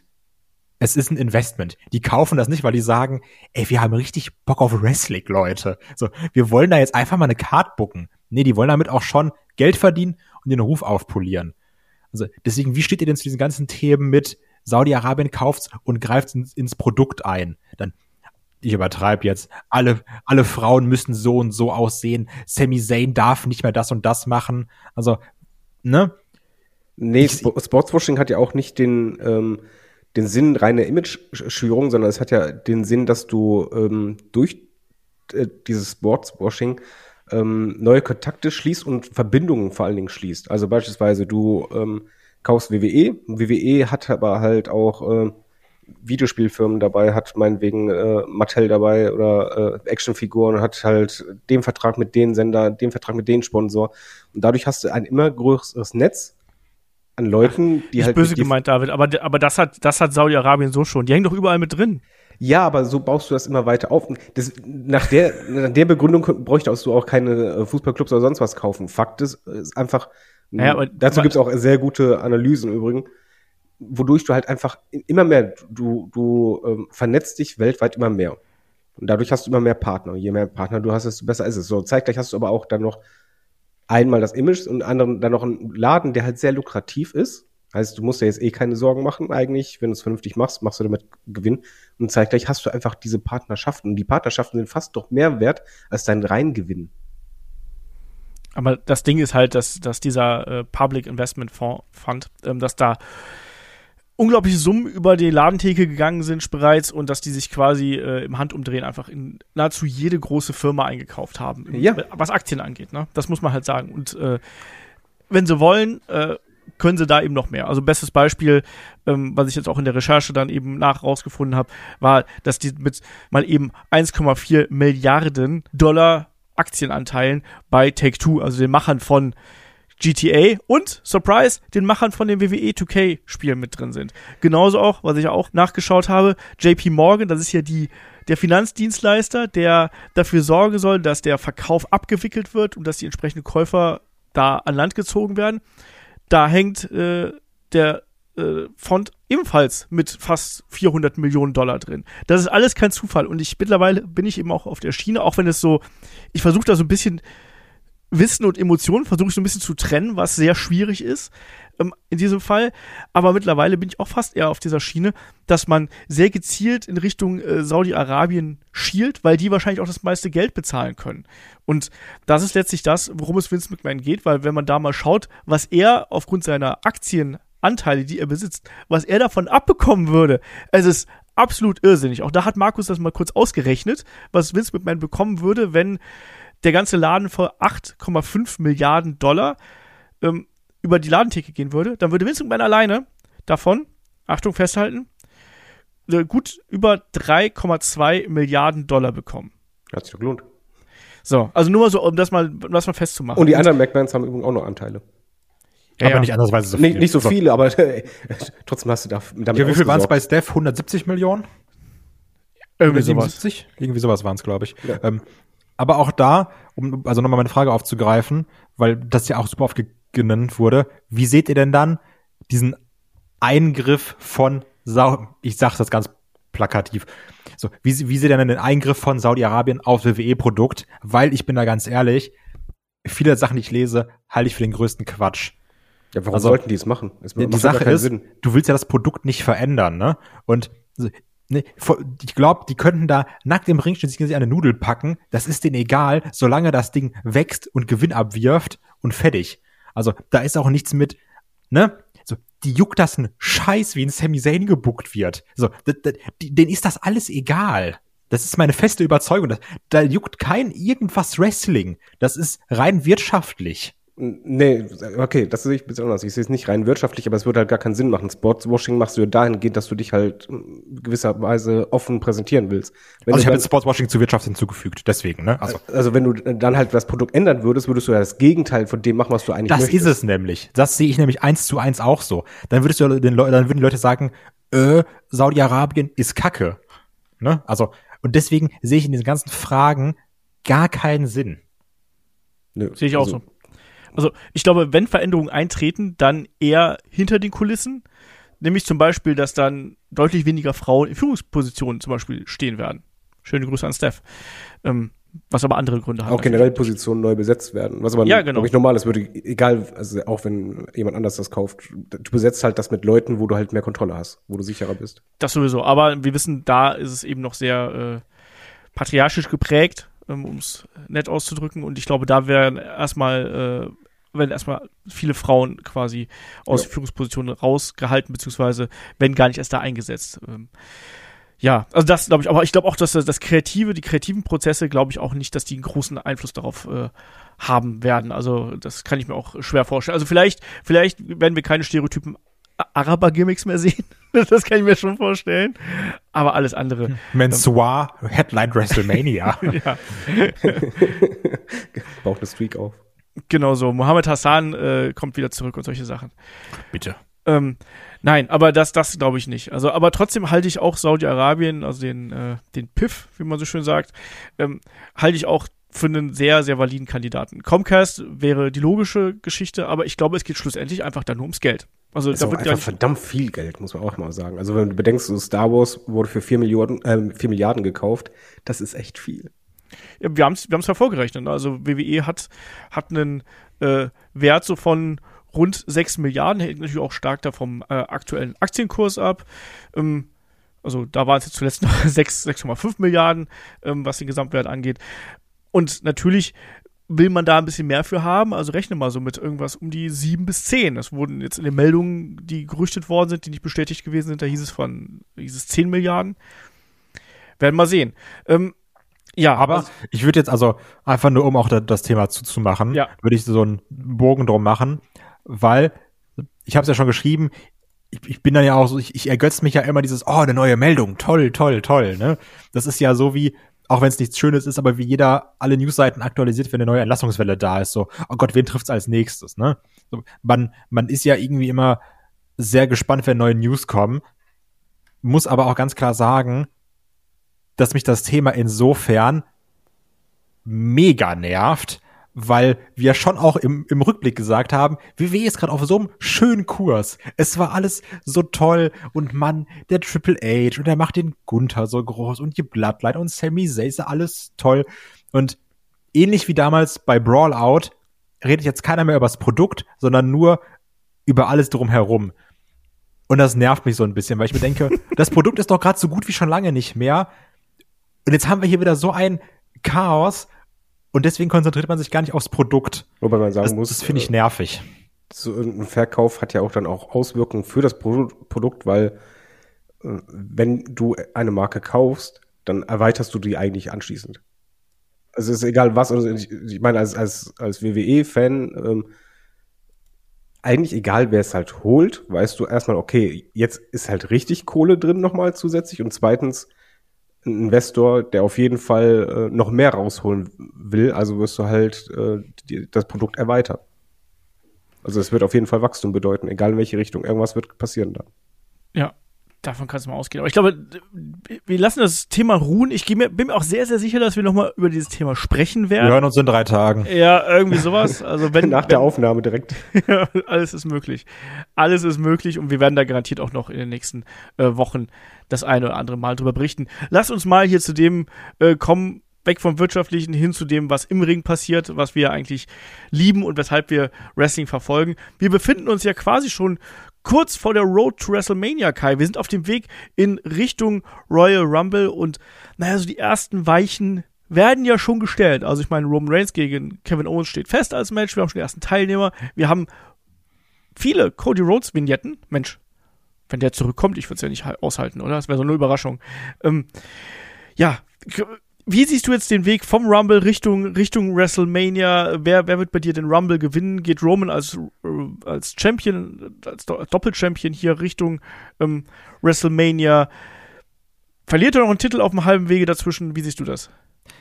es ist ein Investment. Die kaufen das nicht, weil die sagen, ey, wir haben richtig Bock auf Wrestling, Leute. So, wir wollen da jetzt einfach mal eine Card booken. Nee, die wollen damit auch schon Geld verdienen und den Ruf aufpolieren. Also deswegen, wie steht ihr denn zu diesen ganzen Themen mit Saudi-Arabien kauft's und greift ins, ins Produkt ein? Dann, ich übertreibe jetzt, alle, alle Frauen müssen so und so aussehen. Sami Zayn darf nicht mehr das und das machen. Also, ne? Nee, Ich- Sp- Sportswashing hat ja auch nicht den, ähm, den Sinn reine Image-Schürung, sondern es hat ja den Sinn, dass du ähm, durch äh, dieses Sportswashing ähm, neue Kontakte schließt und Verbindungen vor allen Dingen schließt. Also beispielsweise du ähm, kaufst W W E, W W E hat aber halt auch äh, Videospielfirmen dabei, hat meinetwegen äh, Mattel dabei oder äh, Actionfiguren, hat halt den Vertrag mit den Sender, den Vertrag mit den Sponsor und dadurch hast du ein immer größeres Netz an Leuten, die nicht halt böse mit dir- gemeint, David, aber, aber das hat, das hat Saudi-Arabien so schon. Die hängen doch überall mit drin. Ja, aber so baust du das immer weiter auf. Das, nach, der, nach der Begründung bräuchtest du auch keine äh, Fußballclubs oder sonst was kaufen. Fakt ist, ist einfach, Ja, aber- dazu aber- gibt's auch sehr gute Analysen übrigens, wodurch du halt einfach immer mehr, du, du ähm, vernetzt dich weltweit immer mehr. Und dadurch hast du immer mehr Partner. Je mehr Partner du hast, desto besser ist es. So, zeitgleich hast du aber auch dann noch einmal das Image und anderen dann noch einen Laden, der halt sehr lukrativ ist. Heißt, du musst dir jetzt eh keine Sorgen machen eigentlich. Wenn du es vernünftig machst, machst du damit Gewinn. Und zeitgleich hast du einfach diese Partnerschaften. Und die Partnerschaften sind fast doch mehr wert als dein Reingewinn. Aber das Ding ist halt, dass, dass dieser äh, Public Investment Fonds Fund, ähm, dass da unglaubliche Summen über die Ladentheke gegangen sind bereits und dass die sich quasi äh, im Handumdrehen einfach in nahezu jede große Firma eingekauft haben, im- Ja. was Aktien angeht. Ne? Das muss man halt sagen. Und äh, wenn sie wollen, äh, können sie da eben noch mehr. Also bestes Beispiel, ähm, was ich jetzt auch in der Recherche dann eben nach rausgefunden habe, war, dass die mit mal eben eins Komma vier Milliarden Dollar Aktienanteilen bei Take-Two, also den Machern von G T A und, Surprise, den Machern von den W W E zwei K-Spielen mit drin sind. Genauso auch, was ich auch nachgeschaut habe, J P Morgan, das ist ja die, der Finanzdienstleister, der dafür sorgen soll, dass der Verkauf abgewickelt wird und dass die entsprechenden Käufer da an Land gezogen werden. Da hängt äh, der äh, Fond ebenfalls mit fast vierhundert Millionen Dollar drin. Das ist alles kein Zufall und ich mittlerweile bin ich eben auch auf der Schiene, auch wenn es so, ich versuche da so ein bisschen Wissen und Emotionen, versuche ich so ein bisschen zu trennen, was sehr schwierig ist ähm, in diesem Fall, aber mittlerweile bin ich auch fast eher auf dieser Schiene, dass man sehr gezielt in Richtung äh, Saudi-Arabien schielt, weil die wahrscheinlich auch das meiste Geld bezahlen können. Und das ist letztlich das, worum es Vince McMahon geht, weil wenn man da mal schaut, was er aufgrund seiner Aktienanteile, die er besitzt, was er davon abbekommen würde, es ist absolut irrsinnig. Auch da hat Markus das mal kurz ausgerechnet, was Vince McMahon bekommen würde, wenn der ganze Laden für acht Komma fünf Milliarden Dollar ähm, über die Ladentheke gehen würde, dann würde Vince McMahon alleine davon, Achtung, festhalten, äh, gut über drei Komma zwei Milliarden Dollar bekommen. Hat sich doch gelohnt. So, also nur mal so, um das mal, um das mal festzumachen. Und die anderen McMahons haben übrigens auch noch Anteile. Ja, aber ja. nicht andersweise so viel. Nicht, nicht so viele, aber äh, trotzdem hast du da damit Ja, wie viel waren es ausgesorgt. bei Steph? hundertsiebzig Millionen? Irgendwie sowas. siebenundsiebzig? Irgendwie sowas waren es, glaube ich. Ja. Ähm, aber auch da, um also nochmal meine Frage aufzugreifen, weil das ja auch super oft ge- genannt wurde, wie seht ihr denn dann diesen Eingriff von, Sau- ich sage das ganz plakativ. So, wie sie, wie sie denn den Eingriff von Saudi-Arabien auf W W E-Produkt, weil ich bin da ganz ehrlich, viele Sachen, die ich lese, halte ich für den größten Quatsch. Ja, warum Also, sollten die es machen? Es Die, macht die ja gar Sache keinen ist, Sinn. du willst ja das Produkt nicht verändern, ne? Und ne, ich glaube, die könnten da nackt im Ring stehen, sich eine Nudel packen. Das ist denen egal, solange das Ding wächst und Gewinn abwirft und fertig. Also da ist auch nichts mit, ne? So, die juckt das ein Scheiß, wie ein Sami Zayn gebuckt wird. So, d- d- die- denen ist das alles egal. Das ist meine feste Überzeugung. Da, da juckt kein irgendwas Wrestling. Das ist rein wirtschaftlich. Nee, okay, das sehe ich ein bisschen anders. Ich sehe es nicht rein wirtschaftlich, aber es würde halt gar keinen Sinn machen. Sportswashing machst du ja dahingehend, dass du dich halt gewisserweise offen präsentieren willst. Wenn Also ich du habe dann, jetzt Sportswashing zur Wirtschaft hinzugefügt, deswegen, ne? Also also wenn du dann halt das Produkt ändern würdest, würdest du ja das Gegenteil von dem machen, was du eigentlich das möchtest. ist es nämlich. Das sehe ich nämlich eins zu eins auch so. Dann würdest du den Leu- dann würden die Leute sagen, äh, Saudi-Arabien ist Kacke. Ne? Also, und deswegen sehe ich in diesen ganzen Fragen gar keinen Sinn. Nö, Sehe ich auch also, so. Also ich glaube, wenn Veränderungen eintreten, dann eher hinter den Kulissen. Nämlich zum Beispiel, dass dann deutlich weniger Frauen in Führungspositionen zum Beispiel stehen werden. Schöne Grüße an Steph. Ähm, was aber andere Gründe hat. Auch generell Positionen neu besetzt werden. Was aber, Ja, genau. glaube ich, normal ist, würde, egal, also auch wenn jemand anders das kauft, du besetzt halt das mit Leuten, wo du halt mehr Kontrolle hast, wo du sicherer bist. Das sowieso. Aber wir wissen, da ist es eben noch sehr äh, patriarchisch geprägt, ähm, um es nett auszudrücken. Und ich glaube, da werden erstmal äh, werden erstmal viele Frauen quasi aus Ja. Führungspositionen rausgehalten, beziehungsweise werden gar nicht erst da eingesetzt. Ähm, ja, also das glaube ich, aber ich glaube auch, dass das, das Kreative, die kreativen Prozesse, glaube ich auch nicht, dass die einen großen Einfluss darauf äh, haben werden. Also das kann ich mir auch schwer vorstellen. Also vielleicht, vielleicht werden wir keine Stereotypen A- Araber-Gimmicks mehr sehen. Das kann ich mir schon vorstellen. Aber alles andere. Mansoir, Headline WrestleMania. Ja, Baut eine Streak auf. genau so. Mohammed Hassan äh, kommt wieder zurück und solche Sachen. Bitte. Ähm, nein, aber das, das glaube ich nicht. Also, aber trotzdem halte ich auch Saudi-Arabien, also den, äh, den P I F, wie man so schön sagt, ähm, halte ich auch für einen sehr, sehr validen Kandidaten. Comcast wäre die logische Geschichte, aber ich glaube, es geht schlussendlich einfach dann nur ums Geld. Also, Das ist da auch wird ja einfach nicht, verdammt viel Geld, muss man auch mal sagen. Also wenn du bedenkst, so Star Wars wurde für vier Milliarden, äh, vier Milliarden gekauft, das ist echt viel. ja, wir haben es wir haben's ja vorgerechnet. Ne? Also, W W E hat, hat einen äh, Wert so von rund sechs Milliarden, hängt natürlich auch stark da vom äh, aktuellen Aktienkurs ab. Ähm, also da waren es jetzt zuletzt noch sechs Komma fünf Milliarden, ähm, was den Gesamtwert angeht. Und natürlich will man da ein bisschen mehr für haben, also rechne mal so mit irgendwas um die sieben bis zehn. Das wurden jetzt in den Meldungen, die gerüchtet worden sind, die nicht bestätigt gewesen sind, da hieß es von, hieß es zehn Milliarden. Werden wir sehen. Ähm, ja, Aber also, ich würde jetzt also einfach nur, um auch da, das Thema zuzumachen, Ja. würde ich so einen Bogen drum machen, weil ich habe es ja schon geschrieben, ich, ich bin dann ja auch so, ich, ich ergötze mich ja immer dieses, oh, eine neue Meldung, toll, toll, toll, ne? Das ist ja so wie, auch wenn es nichts Schönes ist, aber wie jeder alle Newsseiten aktualisiert, wenn eine neue Entlassungswelle da ist, so, oh Gott, wen trifft's als nächstes, ne? So, man, man ist ja irgendwie immer sehr gespannt, wenn neue News kommen, muss aber auch ganz klar sagen, dass mich das Thema insofern mega nervt, weil wir schon auch im, im Rückblick gesagt haben, W W E ist gerade auf so einem schönen Kurs. Es war alles so toll und Mann, der Triple H und der macht den Gunther so groß und die Bloodline und Sami Zayn ist alles toll. Und ähnlich wie damals bei Brawl Out redet jetzt keiner mehr über das Produkt, sondern nur über alles drumherum. Und das nervt mich so ein bisschen, weil ich mir denke, das Produkt ist doch gerade so gut wie schon lange nicht mehr. Und jetzt haben wir hier wieder so ein Chaos und deswegen konzentriert man sich gar nicht aufs Produkt. Wobei man sagen Das, muss, das finde ich äh, nervig. so ein Verkauf hat ja auch dann auch Auswirkungen für das Pro Produkt, weil äh, wenn du eine Marke kaufst, dann erweiterst du die eigentlich anschließend. Also es ist egal was, also ich, ich meine, als, als, als W W E-Fan, ähm, eigentlich egal, wer es halt holt, weißt du erstmal, okay, jetzt ist halt richtig Kohle drin nochmal zusätzlich und zweitens ein Investor, der auf jeden Fall äh, noch mehr rausholen will, also wirst du halt äh, die, das Produkt erweitern. Also es wird auf jeden Fall Wachstum bedeuten, egal in welche Richtung. Irgendwas wird passieren dann. ja, Davon kannst du mal ausgehen. Aber ich glaube, wir lassen das Thema ruhen. Ich bin mir auch sehr, sehr sicher, dass wir nochmal über dieses Thema sprechen werden. Wir hören uns in drei Tagen. Ja, irgendwie sowas. Also wenn Nach wenn, der Aufnahme direkt. Ja, alles ist möglich. Alles ist möglich und wir werden da garantiert auch noch in den nächsten äh, Wochen das eine oder andere Mal drüber berichten. Lass uns mal hier zu dem äh, kommen, weg vom Wirtschaftlichen hin zu dem, was im Ring passiert, was wir eigentlich lieben und weshalb wir Wrestling verfolgen. Wir befinden uns ja quasi schon kurz vor der Road to WrestleMania, Kai. Wir sind auf dem Weg in Richtung Royal Rumble und naja, so die ersten Weichen werden ja schon gestellt. Also ich meine, Roman Reigns gegen Kevin Owens steht fest als Match. Wir haben schon die ersten Teilnehmer. Wir haben viele Cody Rhodes Vignetten. Mensch, wenn der zurückkommt, ich würde es ja nicht aushalten, oder? Das wäre so eine Überraschung. Ähm, ja, wie siehst du jetzt den Weg vom Rumble Richtung, Richtung WrestleMania? Wer, wer wird bei dir den Rumble gewinnen? Geht Roman als, äh, als Champion, als Do- Doppelchampion hier Richtung ähm, WrestleMania? Verliert er noch einen Titel auf dem halben Wege dazwischen? Wie siehst du das?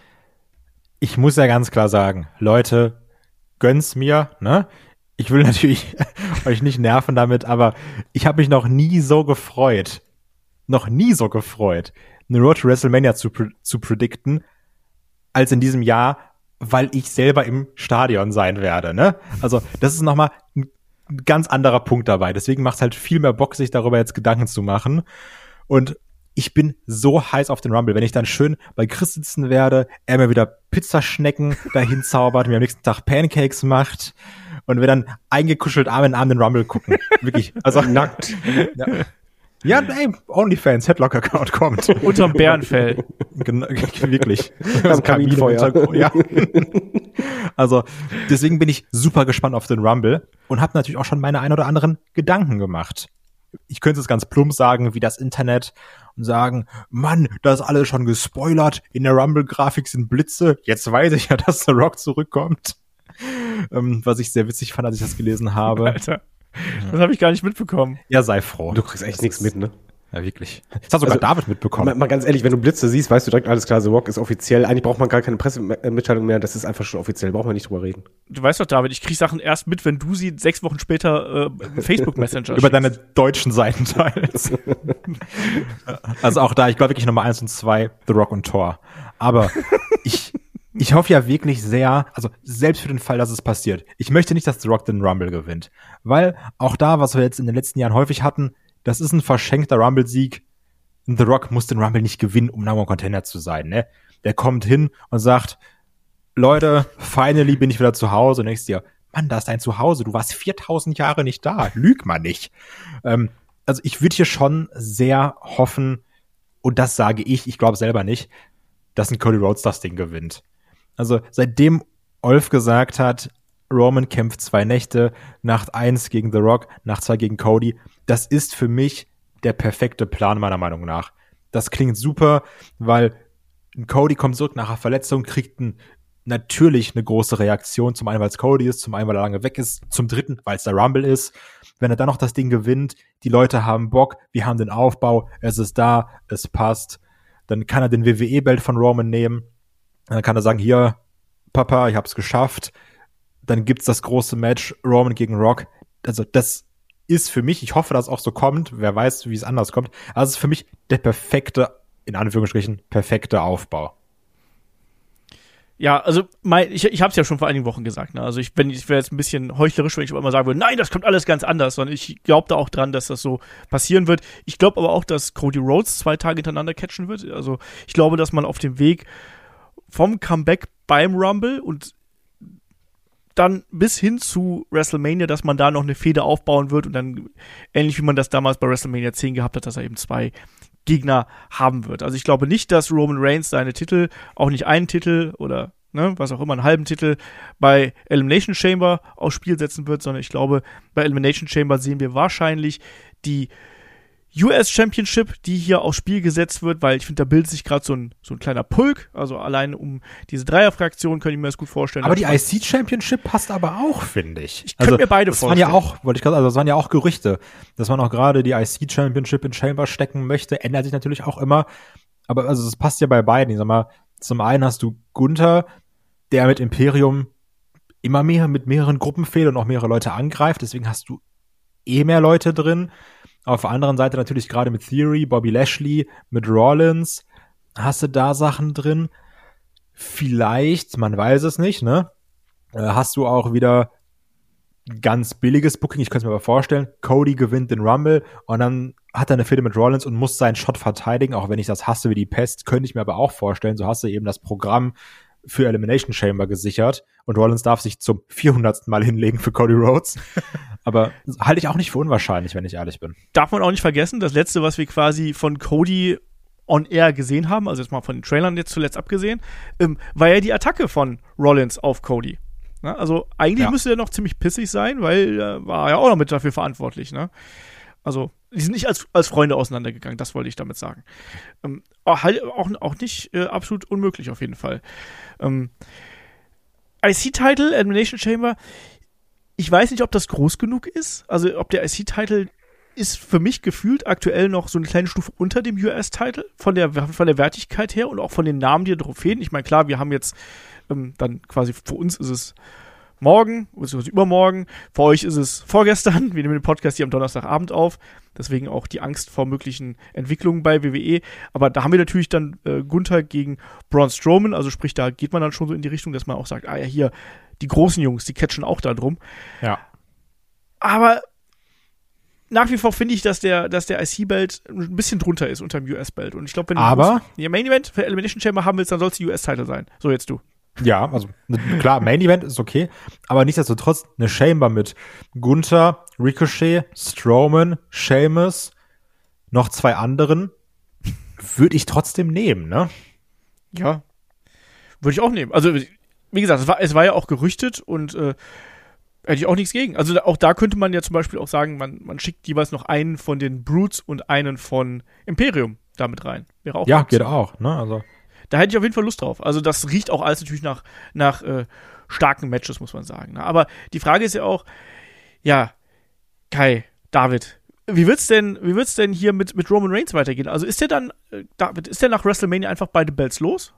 Ich muss ja ganz klar sagen, Leute, gönn's mir, ne? Ich will natürlich euch nicht nerven damit, aber ich habe mich noch nie so gefreut, noch nie so gefreut, eine Road to WrestleMania zu, zu predikten, als in diesem Jahr, weil ich selber im Stadion sein werde, ne? Also, das ist nochmal ein ganz anderer Punkt dabei. Deswegen macht es halt viel mehr Bock, sich darüber jetzt Gedanken zu machen. Und ich bin so heiß auf den Rumble, wenn ich dann schön bei Chris sitzen werde, er mir wieder Pizzaschnecken dahin zaubert, mir am nächsten Tag Pancakes macht und wir dann eingekuschelt Arm in Arm den Rumble gucken. Wirklich. Also nackt. Ja. Ja, ey, OnlyFans, Headlock-Account kommt. Unterm Bärenfell. Genau, wirklich. Am Kaminfeuer. Ja. Also, deswegen bin ich super gespannt auf den Rumble und habe natürlich auch schon meine ein oder anderen Gedanken gemacht. Ich könnte es ganz plump sagen, wie das Internet und sagen, Mann, das ist alles schon gespoilert, in der Rumble-Grafik sind Blitze, jetzt weiß ich ja, dass The Rock zurückkommt. Ähm, was ich sehr witzig fand, als ich das gelesen habe. Alter. Das habe ich gar nicht mitbekommen. Ja, sei froh. Du kriegst echt nichts mit, ne? Ja, wirklich. Das hat sogar Also, David mitbekommen. Mal, mal ganz ehrlich, wenn du Blitze siehst, weißt du direkt, alles klar, The Rock ist offiziell. Eigentlich braucht man gar keine Pressemitteilung mehr, das ist einfach schon offiziell, braucht man nicht drüber reden. Du weißt doch, David, ich krieg Sachen erst mit, wenn du sie sechs Wochen später äh, Facebook Messenger über deine deutschen Seiten teilst. Also auch da, ich glaube wirklich Nummer eins und zwei, The Rock und Thor. Aber ich Ich hoffe ja wirklich sehr, also selbst für den Fall, dass es passiert. Ich möchte nicht, dass The Rock den Rumble gewinnt. Weil auch da, was wir jetzt in den letzten Jahren häufig hatten, das ist ein verschenkter Rumble-Sieg. The Rock muss den Rumble nicht gewinnen, um Number One Contender zu sein, ne? Der kommt hin und sagt, Leute, finally bin ich wieder zu Hause. Und denkst dir, Mann, da ist dein Zuhause. Du warst viertausend Jahre nicht da. Lüg mal nicht. Ähm, also ich würde hier schon sehr hoffen, und das sage ich, ich glaube selber nicht, dass ein Cody Rhodes das Ding gewinnt. Also seitdem Olf gesagt hat, Roman kämpft zwei Nächte, Nacht eins gegen The Rock, Nacht zwei gegen Cody, das ist für mich der perfekte Plan meiner Meinung nach. Das klingt super, weil Cody kommt zurück nach einer Verletzung, kriegt ein, natürlich eine große Reaktion, zum einen, weil es Cody ist, zum einen, weil er lange weg ist, zum dritten, weil es der Rumble ist. Wenn er dann noch das Ding gewinnt, die Leute haben Bock, wir haben den Aufbau, es ist da, es passt, dann kann er den W W E-Belt von Roman nehmen. Dann kann er sagen, hier, Papa, ich hab's geschafft. Dann gibt's das große Match Roman gegen Rock. Also das ist für mich, ich hoffe, dass es auch so kommt. Wer weiß, wie es anders kommt. Also es ist für mich der perfekte, in Anführungsstrichen, perfekte Aufbau. Ja, also mein, ich, ich habe es ja schon vor einigen Wochen gesagt. Ne? Also ich, wenn ich wäre jetzt ein bisschen heuchlerisch, wenn ich immer sagen würde, nein, das kommt alles ganz anders. Sondern ich glaube da auch dran, dass das so passieren wird. Ich glaube aber auch, dass Cody Rhodes zwei Tage hintereinander catchen wird. Also ich glaube, dass man auf dem Weg vom Comeback beim Rumble und dann bis hin zu WrestleMania, dass man da noch eine Fehde aufbauen wird und dann, ähnlich wie man das damals bei WrestleMania zehn gehabt hat, dass er eben zwei Gegner haben wird. Also ich glaube nicht, dass Roman Reigns seine Titel, auch nicht einen Titel oder ne, was auch immer, einen halben Titel bei Elimination Chamber aufs Spiel setzen wird, sondern ich glaube, bei Elimination Chamber sehen wir wahrscheinlich die U S Championship, die hier aufs Spiel gesetzt wird, weil ich finde, da bildet sich gerade so ein, so ein kleiner Pulk, also allein um diese Dreierfraktion könnte ich mir das gut vorstellen. Aber die I C Championship passt aber auch, finde ich. Ich könnte also, mir beide das vorstellen. Waren ja auch, wollte ich gerade, also das waren ja auch Gerüchte, dass man auch gerade die I C Championship in Chamber stecken möchte, ändert sich natürlich auch immer, aber also das passt ja bei beiden. Ich sag mal, zum einen hast du Gunther, der mit Imperium immer mehr mit mehreren Gruppenfehlen und auch mehrere Leute angreift, deswegen hast du eh mehr Leute drin. Auf der anderen Seite natürlich gerade mit Theory, Bobby Lashley, mit Rollins, hast du da Sachen drin. Vielleicht, man weiß es nicht, ne? Äh, hast du auch wieder ganz billiges Booking, ich könnte es mir aber vorstellen, Cody gewinnt den Rumble und dann hat er eine Fehde mit Rollins und muss seinen Shot verteidigen, auch wenn ich das hasse wie die Pest, könnte ich mir aber auch vorstellen, so hast du eben das Programm für Elimination Chamber gesichert und Rollins darf sich zum vierhundertsten Mal hinlegen für Cody Rhodes. Aber halte ich auch nicht für unwahrscheinlich, wenn ich ehrlich bin. Darf man auch nicht vergessen, das letzte, was wir quasi von Cody on air gesehen haben, also jetzt mal von den Trailern jetzt zuletzt abgesehen, ähm, war ja die Attacke von Rollins auf Cody. Na, also eigentlich ja. müsste er noch ziemlich pissig sein, weil er äh, war ja auch noch mit dafür verantwortlich. Ne? Also die sind nicht als, als Freunde auseinandergegangen, das wollte ich damit sagen. Ähm, auch, halt, auch, auch nicht äh, absolut unmöglich auf jeden Fall. Ähm, I C-Title, Elimination Chamber, ich weiß nicht, ob das groß genug ist. Also ob der I C-Title ist für mich gefühlt aktuell noch so eine kleine Stufe unter dem U S-Title von der, von der Wertigkeit her und auch von den Namen, die darauf fehlen. Ich meine, klar, wir haben jetzt ähm, dann quasi, für uns ist es morgen, beziehungsweise übermorgen, für euch ist es vorgestern. Wir nehmen den Podcast hier am Donnerstagabend auf, deswegen auch die Angst vor möglichen Entwicklungen bei W W E. Aber da haben wir natürlich dann äh, Gunther gegen Braun Strowman, also sprich, da geht man dann schon so in die Richtung, dass man auch sagt, ah ja, hier, die großen Jungs, die catchen auch da drum. Ja. Aber nach wie vor finde ich, dass der, dass der I C-Belt ein bisschen drunter ist unter dem U S-Belt. Und ich glaube, wenn du Aber ja, Main Event für Elimination Chamber haben willst, dann soll es die U S-Title sein. So, jetzt du. Ja, also klar, Main Event ist okay, aber nichtsdestotrotz eine Chamber mit Gunther, Ricochet, Strowman, Sheamus, noch zwei anderen, würde ich trotzdem nehmen, ne? Ja, würde ich auch nehmen. Also, wie gesagt, es war, es war ja auch gerüchtet und äh, hätte ich auch nichts gegen. Also auch da könnte man ja zum Beispiel auch sagen, man, man schickt jeweils noch einen von den Brutes und einen von Imperium damit rein. Wäre auch ja, geht auch, ne? Also da hätte ich auf jeden Fall Lust drauf. Also das riecht auch alles natürlich nach, nach äh, starken Matches, muss man sagen. Ne? Aber die Frage ist ja auch, ja, Kai, David, wie wird's denn, wie wird's denn hier mit, mit Roman Reigns weitergehen? Also ist der dann, äh, David, ist der nach WrestleMania einfach beide Belts los?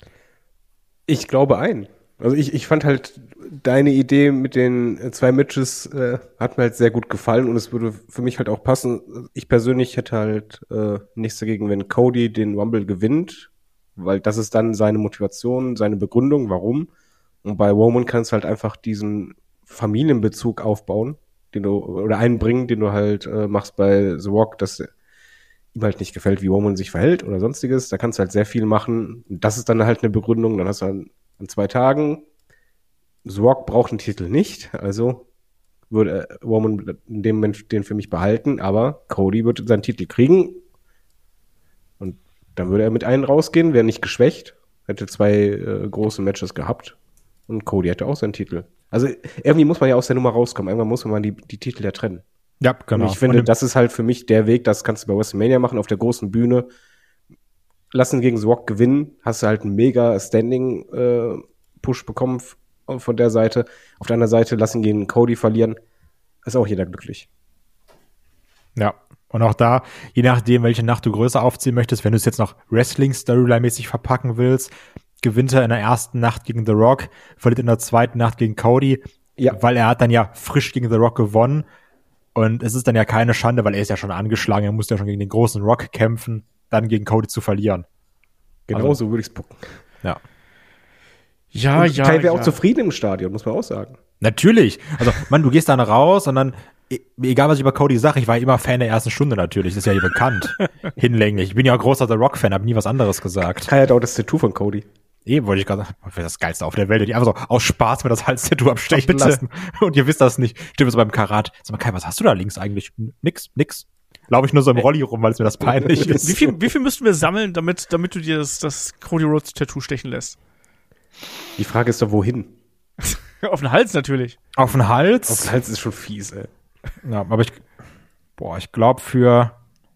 Ich glaube ein. Also ich, ich fand halt deine Idee mit den äh, zwei Matches äh, hat mir halt sehr gut gefallen und es würde für mich halt auch passen. Ich persönlich hätte halt äh, nichts dagegen, wenn Cody den Rumble gewinnt, weil das ist dann seine Motivation, seine Begründung, warum. Und bei Roman kannst du halt einfach diesen Familienbezug aufbauen, den du, oder einbringen, den du halt äh, machst bei The Rock, dass ihm halt nicht gefällt, wie Roman sich verhält oder sonstiges. Da kannst du halt sehr viel machen. Und das ist dann halt eine Begründung. Dann hast du an, an zwei Tagen, The Rock braucht einen Titel nicht, also würde äh, Roman in dem Moment den für mich behalten, aber Cody wird seinen Titel kriegen. Und dann würde er mit einem rausgehen, wäre nicht geschwächt, hätte zwei äh, große Matches gehabt und Cody hätte auch seinen Titel. Also irgendwie muss man ja aus der Nummer rauskommen. Irgendwann muss man die, die Titel ja trennen. Ja, genau. Und ich finde, und das ist halt für mich der Weg, das kannst du bei WrestleMania machen, auf der großen Bühne. Lass ihn gegen The Rock gewinnen, hast du halt einen mega Standing-Push äh, bekommen f- von der Seite. Auf der anderen Seite, lass ihn gegen Cody verlieren. Ist auch jeder glücklich. Ja. Und auch da, je nachdem, welche Nacht du größer aufziehen möchtest, wenn du es jetzt noch Wrestling-Storyline-mäßig verpacken willst, gewinnt er in der ersten Nacht gegen The Rock, verliert in der zweiten Nacht gegen Cody, Ja. weil er hat dann ja frisch gegen The Rock gewonnen und es ist dann ja keine Schande, weil er ist ja schon angeschlagen, er muss ja schon gegen den großen Rock kämpfen, dann gegen Cody zu verlieren. Genau Also, so würde ich es pucken. Ja. Ja, Und ja, Kai wäre ja. auch zufrieden im Stadion, muss man auch sagen. Natürlich. Also, Mann, du gehst dann raus und dann, e- egal was ich über Cody sage, ich war immer Fan der ersten Stunde natürlich, das ist ja hier bekannt. Hinlänglich. Ich bin ja auch großer The Rock-Fan, habe nie was anderes gesagt. Kai hat auch das Tattoo von Cody. Eh, wollte ich gerade sagen, das wäre das Geilste auf der Welt. Die einfach so aus Spaß mir das Hals-Tattoo abstechen bitte. lassen. Und ihr wisst das nicht. Stimmt so beim Karat. Sag mal, Kai, was hast du da links eigentlich? Nix, nix. Laufe ich nur so im Rolli rum, weil es mir das peinlich ist. Wie viel, wie viel müssten wir sammeln, damit, damit du dir das, das Cody Rhodes Tattoo stechen lässt? Die Frage ist doch, wohin? Auf den Hals natürlich. Auf den Hals? Auf den Hals ist schon fies, ey. Ja, aber ich, boah, ich glaube für,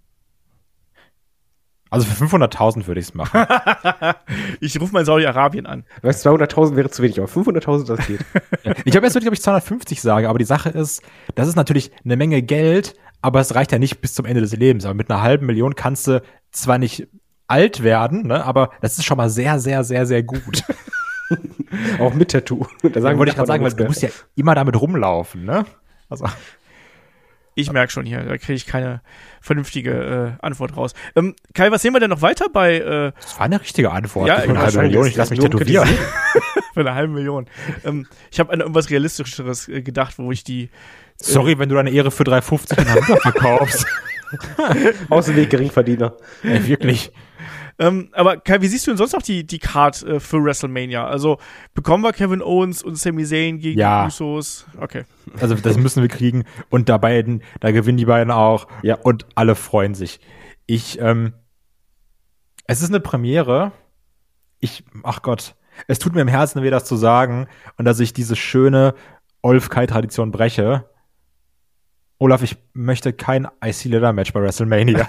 also für fünfhunderttausend würde ich es machen. Ich rufe mal in Saudi-Arabien an. Weißt du, zweihunderttausend wäre zu wenig, aber fünfhunderttausend, das geht. Ich habe jetzt wirklich, ob ich zweihundertfünfzig sage, aber die Sache ist, das ist natürlich eine Menge Geld, aber es reicht ja nicht bis zum Ende des Lebens. Aber mit einer halben Million kannst du zwar nicht alt werden, ne, aber das ist schon mal sehr, sehr, sehr, sehr gut. Auch mit Tattoo. Da Sagen wollte ich gerade sagen, weil nichts du mehr. musst ja immer damit rumlaufen, ne? Also, Ich merke schon hier, da kriege ich keine vernünftige äh, Antwort raus. Ähm, Kai, was sehen wir denn noch weiter bei äh, Das war eine richtige Antwort. Ja, für eine halbe wahrscheinlich Million. ist Ich lasse mich das nur tätowieren. für eine halbe Million? Ähm, ich habe an irgendwas Realistischeres äh, gedacht, wo ich die Sorry, wenn du deine Ehre für drei fünfzig in Hamburg verkaufst. Außenweg Geringverdiener. Ey, wirklich. Ähm, aber Kai, wie siehst du denn sonst noch die, die Card äh, für WrestleMania? Also bekommen wir Kevin Owens und Sami Zayn gegen Ja. die Usos? Okay. Also das müssen wir kriegen. Und da beiden, da gewinnen die beiden auch. Ja. Und alle freuen sich. Ich, ähm, es ist eine Premiere. Ich, ach Gott, es tut mir im Herzen weh, das zu sagen. Und dass ich diese schöne Olf-Kai-Tradition breche. Olaf, ich möchte kein I C-Leather-Match bei WrestleMania.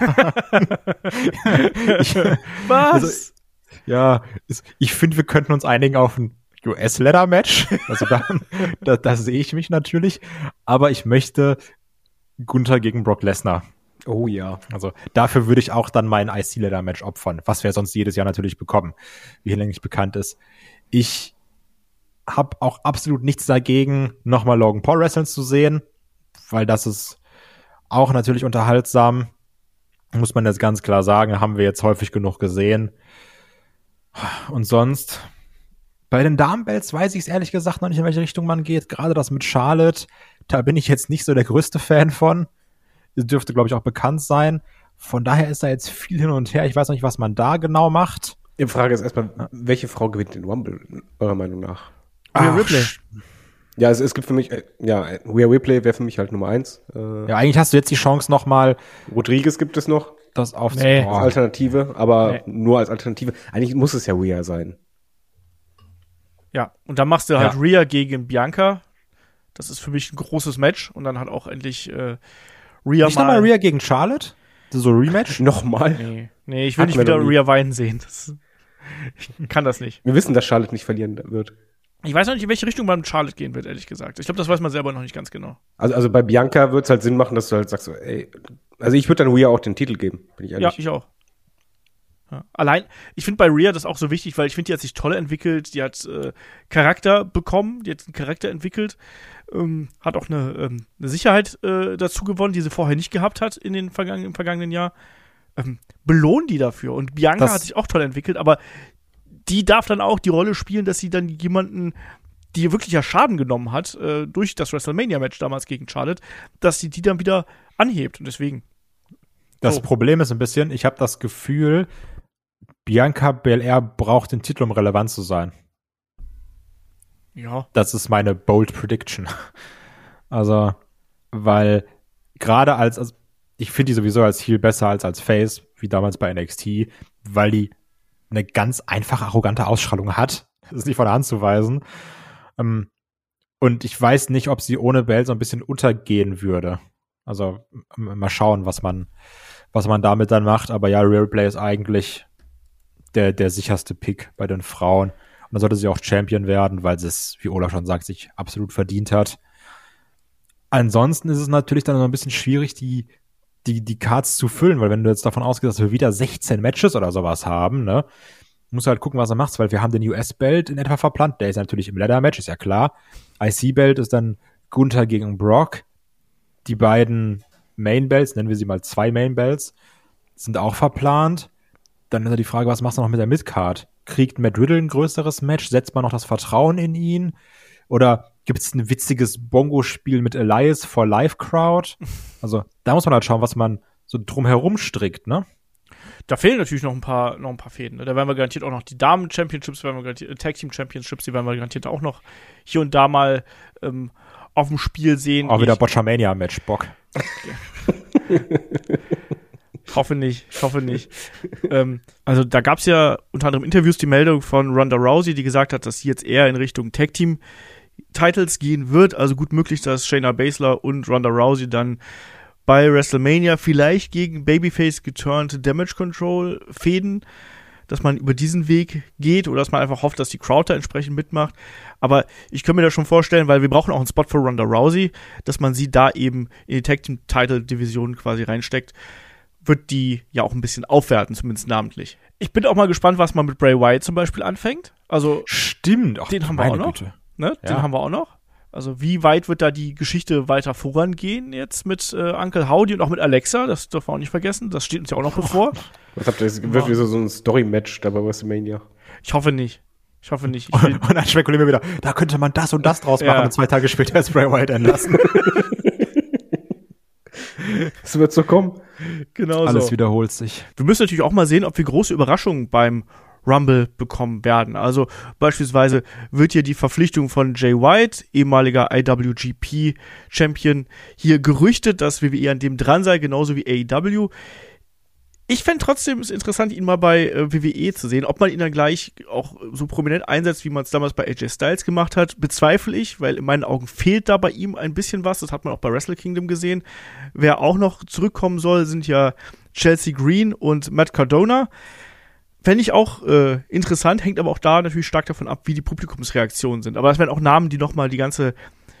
ich, Was? Also, ja, es- ich finde, wir könnten uns einigen auf ein U S-Leather-Match. Also da, da, da sehe ich mich natürlich. Aber ich möchte Gunther gegen Brock Lesnar. Oh ja. Also dafür würde ich auch dann mein I C-Leather-Match opfern, was wir sonst jedes Jahr natürlich bekommen, wie hinlänglich bekannt ist. Ich habe auch absolut nichts dagegen, nochmal Logan Paul wrestlen zu sehen, weil das ist auch natürlich unterhaltsam, muss man jetzt ganz klar sagen, haben wir jetzt häufig genug gesehen. Und sonst, bei den Damenbelts weiß ich es ehrlich gesagt noch nicht, in welche Richtung man geht. Gerade das mit Charlotte, da bin ich jetzt nicht so der größte Fan von. Das dürfte, glaube ich, auch bekannt sein. Von daher ist da jetzt viel hin und her. Ich weiß noch nicht, was man da genau macht. Die Frage ist erstmal, welche Frau gewinnt den Rumble, eurer Meinung nach? Rhea Ach, Ripley. Ja, es, es gibt für mich, äh, ja, Rhea Ripley wäre für mich halt Nummer eins. Äh, Ja, eigentlich hast du jetzt die Chance, nochmal Rodriguez gibt es noch das Nee. aufzubauen. als Alternative, aber Nee. nur als Alternative. Eigentlich muss es ja Rhea sein. Ja, und dann machst du halt Ja. Rhea gegen Bianca. Das ist für mich ein großes Match. Und dann hat auch endlich äh, Rhea Nicht mal... nochmal Rhea gegen Charlotte? So ein Rematch? Nochmal. Nee, nee, ich will Hatten nicht wir wieder noch nie. Rhea weinen sehen. Das, ich kann das nicht. Wir wissen, dass Charlotte nicht verlieren wird. Ich weiß noch nicht, in welche Richtung man mit Charlotte gehen wird, ehrlich gesagt. Ich glaube, das weiß man selber noch nicht ganz genau. Also, also bei Bianca wird es halt Sinn machen, dass du halt sagst, so, ey, also ich würde dann Rhea auch den Titel geben, bin ich Ja, ehrlich. ich auch. Ja. Allein, ich finde bei Rhea das auch so wichtig, weil ich finde, die hat sich toll entwickelt, die hat äh, Charakter bekommen, die hat einen Charakter entwickelt, ähm, hat auch eine, ähm, eine Sicherheit äh, dazu gewonnen, die sie vorher nicht gehabt hat in den vergangenen, im vergangenen Jahr. Ähm, belohnen die dafür. Und Bianca Das- hat sich auch toll entwickelt, aber die darf dann auch die Rolle spielen, dass sie dann jemanden, die ihr wirklich ja Schaden genommen hat, äh, durch das WrestleMania-Match damals gegen Charlotte, dass sie die dann wieder anhebt. Und deswegen. Das So. Problem ist ein bisschen, ich habe das Gefühl, Bianca Belair braucht den Titel, um relevant zu sein. Ja. Das ist meine bold Prediction. Also, weil gerade als, also ich finde die sowieso als Heel besser als als Face, wie damals bei N X T, weil die eine ganz einfache, arrogante Ausstrahlung hat. Das ist nicht von der Hand zu weisen. Ähm, Und ich weiß nicht, ob sie ohne Bell so ein bisschen untergehen würde. Also m- mal schauen, was man, was man damit dann macht. Aber ja, Rhea Ripley ist eigentlich der, der sicherste Pick bei den Frauen. Und dann sollte sie auch Champion werden, weil sie es, wie Olaf schon sagt, sich absolut verdient hat. Ansonsten ist es natürlich dann noch ein bisschen schwierig, die, die, die Cards zu füllen, weil wenn du jetzt davon ausgehst, dass wir wieder sechzehn Matches oder sowas haben, ne, musst du halt gucken, was er macht, weil wir haben den U S-Belt in etwa verplant, der ist natürlich im Ladder-Match, ist ja klar. I C-Belt ist dann Gunther gegen Brock. Die beiden Main-Belts, nennen wir sie mal zwei Main-Belts, sind auch verplant. Dann ist ja die Frage, was machst du noch mit der Midcard? Kriegt Matt Riddle ein größeres Match? Setzt man noch das Vertrauen in ihn? Oder gibt es ein witziges Bongo-Spiel mit Elias for Live-Crowd? Also da muss man halt schauen, was man so drumherum strickt, ne? Da fehlen natürlich noch ein paar, noch ein paar Fäden. Ne? Da werden wir garantiert auch noch die Damen-Championships, werden wir garantiert, äh, Tag-Team-Championships, die werden wir garantiert auch noch hier und da mal ähm, auf dem Spiel sehen. Auch wieder Ich Botchamania-Match, Bock. hoffe nicht, ich hoffe nicht. ähm, also da gab es ja unter anderem Interviews, die Meldung von Ronda Rousey, die gesagt hat, dass sie jetzt eher in Richtung Tag-Team-Titles gehen wird. Also gut möglich, dass Shayna Baszler und Ronda Rousey dann bei WrestleMania vielleicht gegen Babyface geturnt Damage Control fäden, dass man über diesen Weg geht oder dass man einfach hofft, dass die Crowd da entsprechend mitmacht. Aber ich kann mir das schon vorstellen, weil wir brauchen auch einen Spot für Ronda Rousey, dass man sie da eben in die Tag Team Title Division quasi reinsteckt, wird die ja auch ein bisschen aufwerten, zumindest namentlich. Ich bin auch mal gespannt, was man mit Bray Wyatt zum Beispiel anfängt. Also Stimmt. Ach, Den haben wir meine auch noch. Güte. Ne? Ja. Den haben wir auch noch. Also wie weit wird da die Geschichte weiter vorangehen jetzt mit äh, Uncle Howdy und auch mit Alexa? Das dürfen wir auch nicht vergessen. Das steht uns ja auch noch bevor. Was habt ihr, es wird wie so, so ein Story-Match da bei WrestleMania. Ich hoffe nicht. Ich hoffe nicht. Ich und, und dann spekulieren wir wieder, da könnte man das und das draus machen Ja. und zwei Tage später ist Bray Wyatt entlassen. Es wird so kommen. Genau Alles so. wiederholt sich. Wir müssen natürlich auch mal sehen, ob wir große Überraschungen beim Rumble bekommen werden. Also beispielsweise wird hier die Verpflichtung von Jay White, ehemaliger I W G P-Champion, hier gerüchtet, dass W W E an dem dran sei, genauso wie A E W. Ich fände trotzdem es interessant, ihn mal bei äh, W W E zu sehen. Ob man ihn dann gleich auch so prominent einsetzt, wie man es damals bei A J Styles gemacht hat, bezweifle ich, weil in meinen Augen fehlt da bei ihm ein bisschen was. Das hat man auch bei Wrestle Kingdom gesehen. Wer auch noch zurückkommen soll, sind ja Chelsea Green und Matt Cardona. Fände ich auch äh, interessant, hängt aber auch da natürlich stark davon ab, wie die Publikumsreaktionen sind. Aber das wären auch Namen, die nochmal die ganze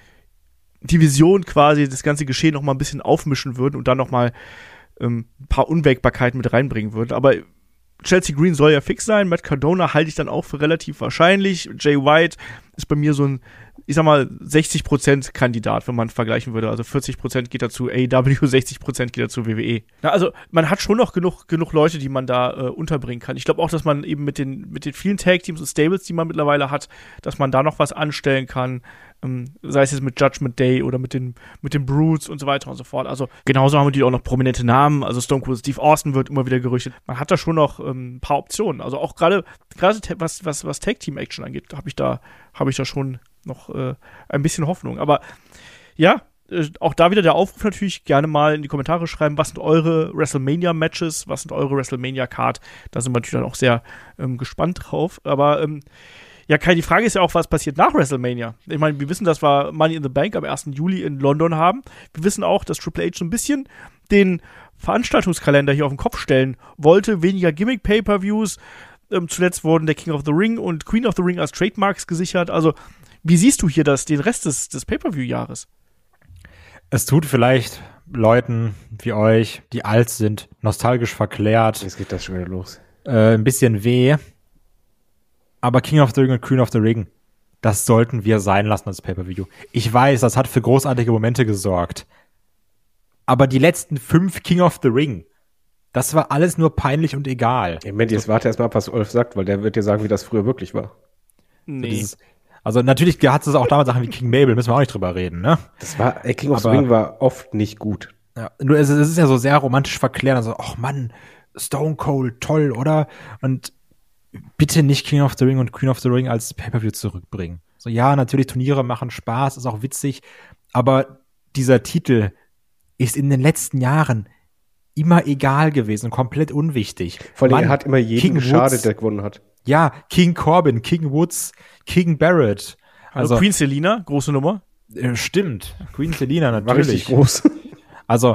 Division quasi, das ganze Geschehen nochmal ein bisschen aufmischen würden und dann nochmal ähm, ein paar Unwägbarkeiten mit reinbringen würden. Aber Chelsea Green soll ja fix sein, Matt Cardona halte ich dann auch für relativ wahrscheinlich. Jay White ist bei mir so ein, ich sag mal, sechzig Prozent Kandidat, wenn man vergleichen würde. Also vierzig Prozent geht er zu A E W, sechzig Prozent geht er zu W W E. Na, also man hat schon noch genug, genug Leute, die man da äh, unterbringen kann. Ich glaube auch, dass man eben mit den, mit den vielen Tag-Teams und Stables, die man mittlerweile hat, dass man da noch was anstellen kann. Ähm, sei es jetzt mit Judgment Day oder mit den, mit den Brutes und so weiter und so fort. Also genauso haben wir die auch noch prominente Namen. Also Stone Cold Steve Austin wird immer wieder gerüchtet. Man hat da schon noch ähm, ein paar Optionen. Also auch gerade gerade was, was, was Tag-Team-Action angeht, habe ich da habe ich da schon noch äh, ein bisschen Hoffnung. Aber ja, äh, auch da wieder der Aufruf natürlich, gerne mal in die Kommentare schreiben, was sind eure WrestleMania-Matches, was sind eure WrestleMania-Card. Da sind wir natürlich dann auch sehr ähm, gespannt drauf. Aber ähm, ja, Kai, die Frage ist ja auch, was passiert nach WrestleMania? Ich meine, wir wissen, dass wir Money in the Bank am ersten Juli in London haben. Wir wissen auch, dass Triple H so ein bisschen den Veranstaltungskalender hier auf den Kopf stellen wollte. Weniger Gimmick-Pay-Per-Views. Ähm, zuletzt wurden der King of the Ring und Queen of the Ring als Trademarks gesichert. Also, wie siehst du hier das, den Rest des, des Pay-Per-View-Jahres? Es tut vielleicht Leuten wie euch, die alt sind, nostalgisch verklärt, Jetzt geht das schon wieder los. äh, ein bisschen weh. Aber King of the Ring und Queen of the Ring, das sollten wir sein lassen als Pay-Per-View. Ich weiß, das hat für großartige Momente gesorgt. Aber die letzten fünf King of the Ring, das war alles nur peinlich und egal. Ja, Moment, jetzt warte erst mal ab, was Ulf sagt, weil der wird dir sagen, wie das früher wirklich war. Nee. Dieses, also natürlich hat es auch damals Sachen wie King Mabel, müssen wir auch nicht drüber reden, ne? Das war, ey, King of the Aber- Ring war oft nicht gut. Ja, nur es, es ist ja so sehr romantisch verklärt. Also, ach Mann, Stone Cold, toll, oder? Und bitte nicht King of the Ring und Queen of the Ring als Pay-Per-View zurückbringen. So, ja, natürlich, Turniere machen Spaß, ist auch witzig, aber dieser Titel ist in den letzten Jahren immer egal gewesen, komplett unwichtig. Vor allem, Mann, er hat immer jeden King geschadet, Woods, der gewonnen hat. ja, King Corbin, King Woods, King Barrett. Also, Also, Queen Selina, große Nummer. äh, stimmt. Queen Selina War richtig natürlich. groß. Also,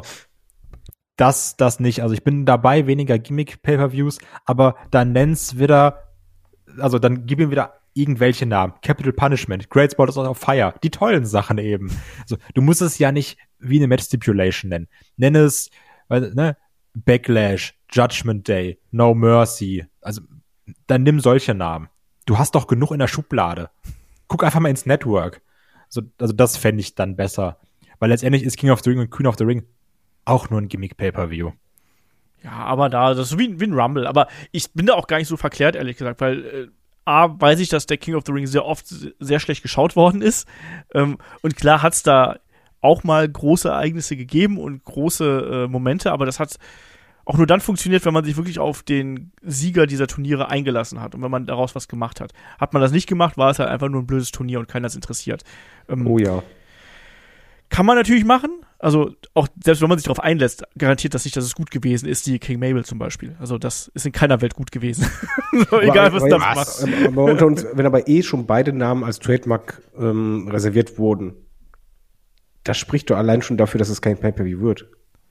das, das nicht. Also, ich bin dabei, weniger Gimmick-Pay-Per-Views, aber dann nenn's wieder, also dann gib ihm wieder irgendwelche Namen. Capital Punishment, Great Spot of Fire, die tollen Sachen eben. Also, du musst es ja nicht wie eine Match Stipulation nennen. Nenn es, weil, ne, Backlash, Judgment Day, No Mercy. Also, dann nimm solche Namen. Du hast doch genug in der Schublade. Guck einfach mal ins Network. Also, also das fände ich dann besser. Weil letztendlich ist King of the Ring und Queen of the Ring auch nur ein Gimmick-Pay-Per-View. Ja, aber da, das ist so wie, wie ein Rumble. Aber ich bin da auch gar nicht so verklärt, ehrlich gesagt, weil äh, A, weiß ich, dass der King of the Ring sehr oft sehr schlecht geschaut worden ist. Ähm, und klar hat's da auch mal große Ereignisse gegeben und große äh, Momente, aber das hat auch nur dann funktioniert, wenn man sich wirklich auf den Sieger dieser Turniere eingelassen hat und wenn man daraus was gemacht hat. Hat man das nicht gemacht, war es halt einfach nur ein blödes Turnier und keiner ist interessiert. Ähm, Oh ja. Kann man natürlich machen. Also auch selbst wenn man sich darauf einlässt, garantiert das nicht, dass es gut gewesen ist, die King Mabel zum Beispiel. Also das ist in keiner Welt gut gewesen. so, egal, was aber, du aber, machst. aber, aber unter uns, wenn aber eh schon beide Namen als Trademark ähm, reserviert wurden, das spricht doch allein schon dafür, dass es kein Pay-Per-View wird.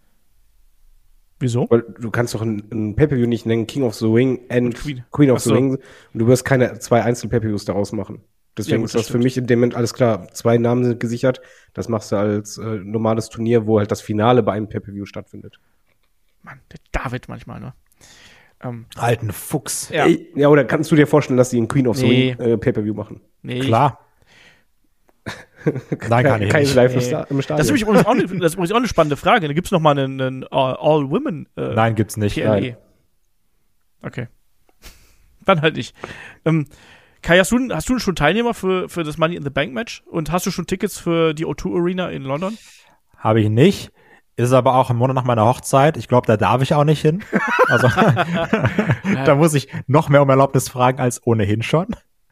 Wieso? Weil du kannst doch ein, ein Pay-Per-View nicht nennen, King of the Ring and Queen. Queen, of Ach so. the Ring, und du wirst keine zwei einzelnen Pay-Per-Views daraus machen. Deswegen Ja, gut, ist das das für stimmt. mich in dem Moment alles klar. Zwei Namen sind gesichert. Das machst du als äh, normales Turnier, wo halt das Finale bei einem Pay-Per-View stattfindet. Mann, der David manchmal, ne? Ähm, Alten Fuchs. ja, Ey, ja, oder kannst du dir vorstellen, dass sie ein Queen of the Nee. Ring äh, Pay-Per-View machen? nee. Klar. Nein, kann ich Kein nicht. live Nee. im Stadion. Das ist übrigens auch eine, das ist übrigens auch eine spannende Frage. Da gibt es nochmal einen, einen All-Women äh, Nein, gibt's nicht. P L E. Okay. Dann halt nicht. Ähm, Kai, hast du, hast du schon Teilnehmer für, für das Money in the Bank Match? Und hast du schon Tickets für die O zwei Arena in London? Habe ich nicht. Ist aber auch im Monat nach meiner Hochzeit. Ich glaube, da darf ich auch nicht hin. Also da muss ich noch mehr um Erlaubnis fragen als ohnehin schon.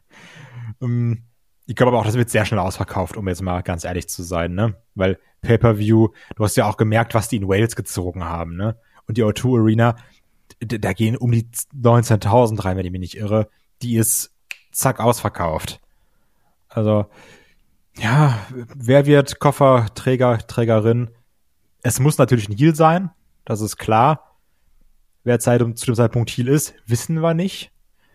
Ähm, Ich glaube aber auch, das wird sehr schnell ausverkauft, um jetzt mal ganz ehrlich zu sein, ne? Weil Pay-Per-View, du hast ja auch gemerkt, was die in Wales gezogen haben, ne? Und die O zwei Arena, d- da gehen um die neunzehntausend rein, wenn ich mich nicht irre. Die ist zack ausverkauft. Also, ja, wer wird Kofferträger, Trägerin? Es muss natürlich ein Heel sein, das ist klar. Wer Zeit um, zu dem Zeitpunkt Heel ist, wissen wir nicht.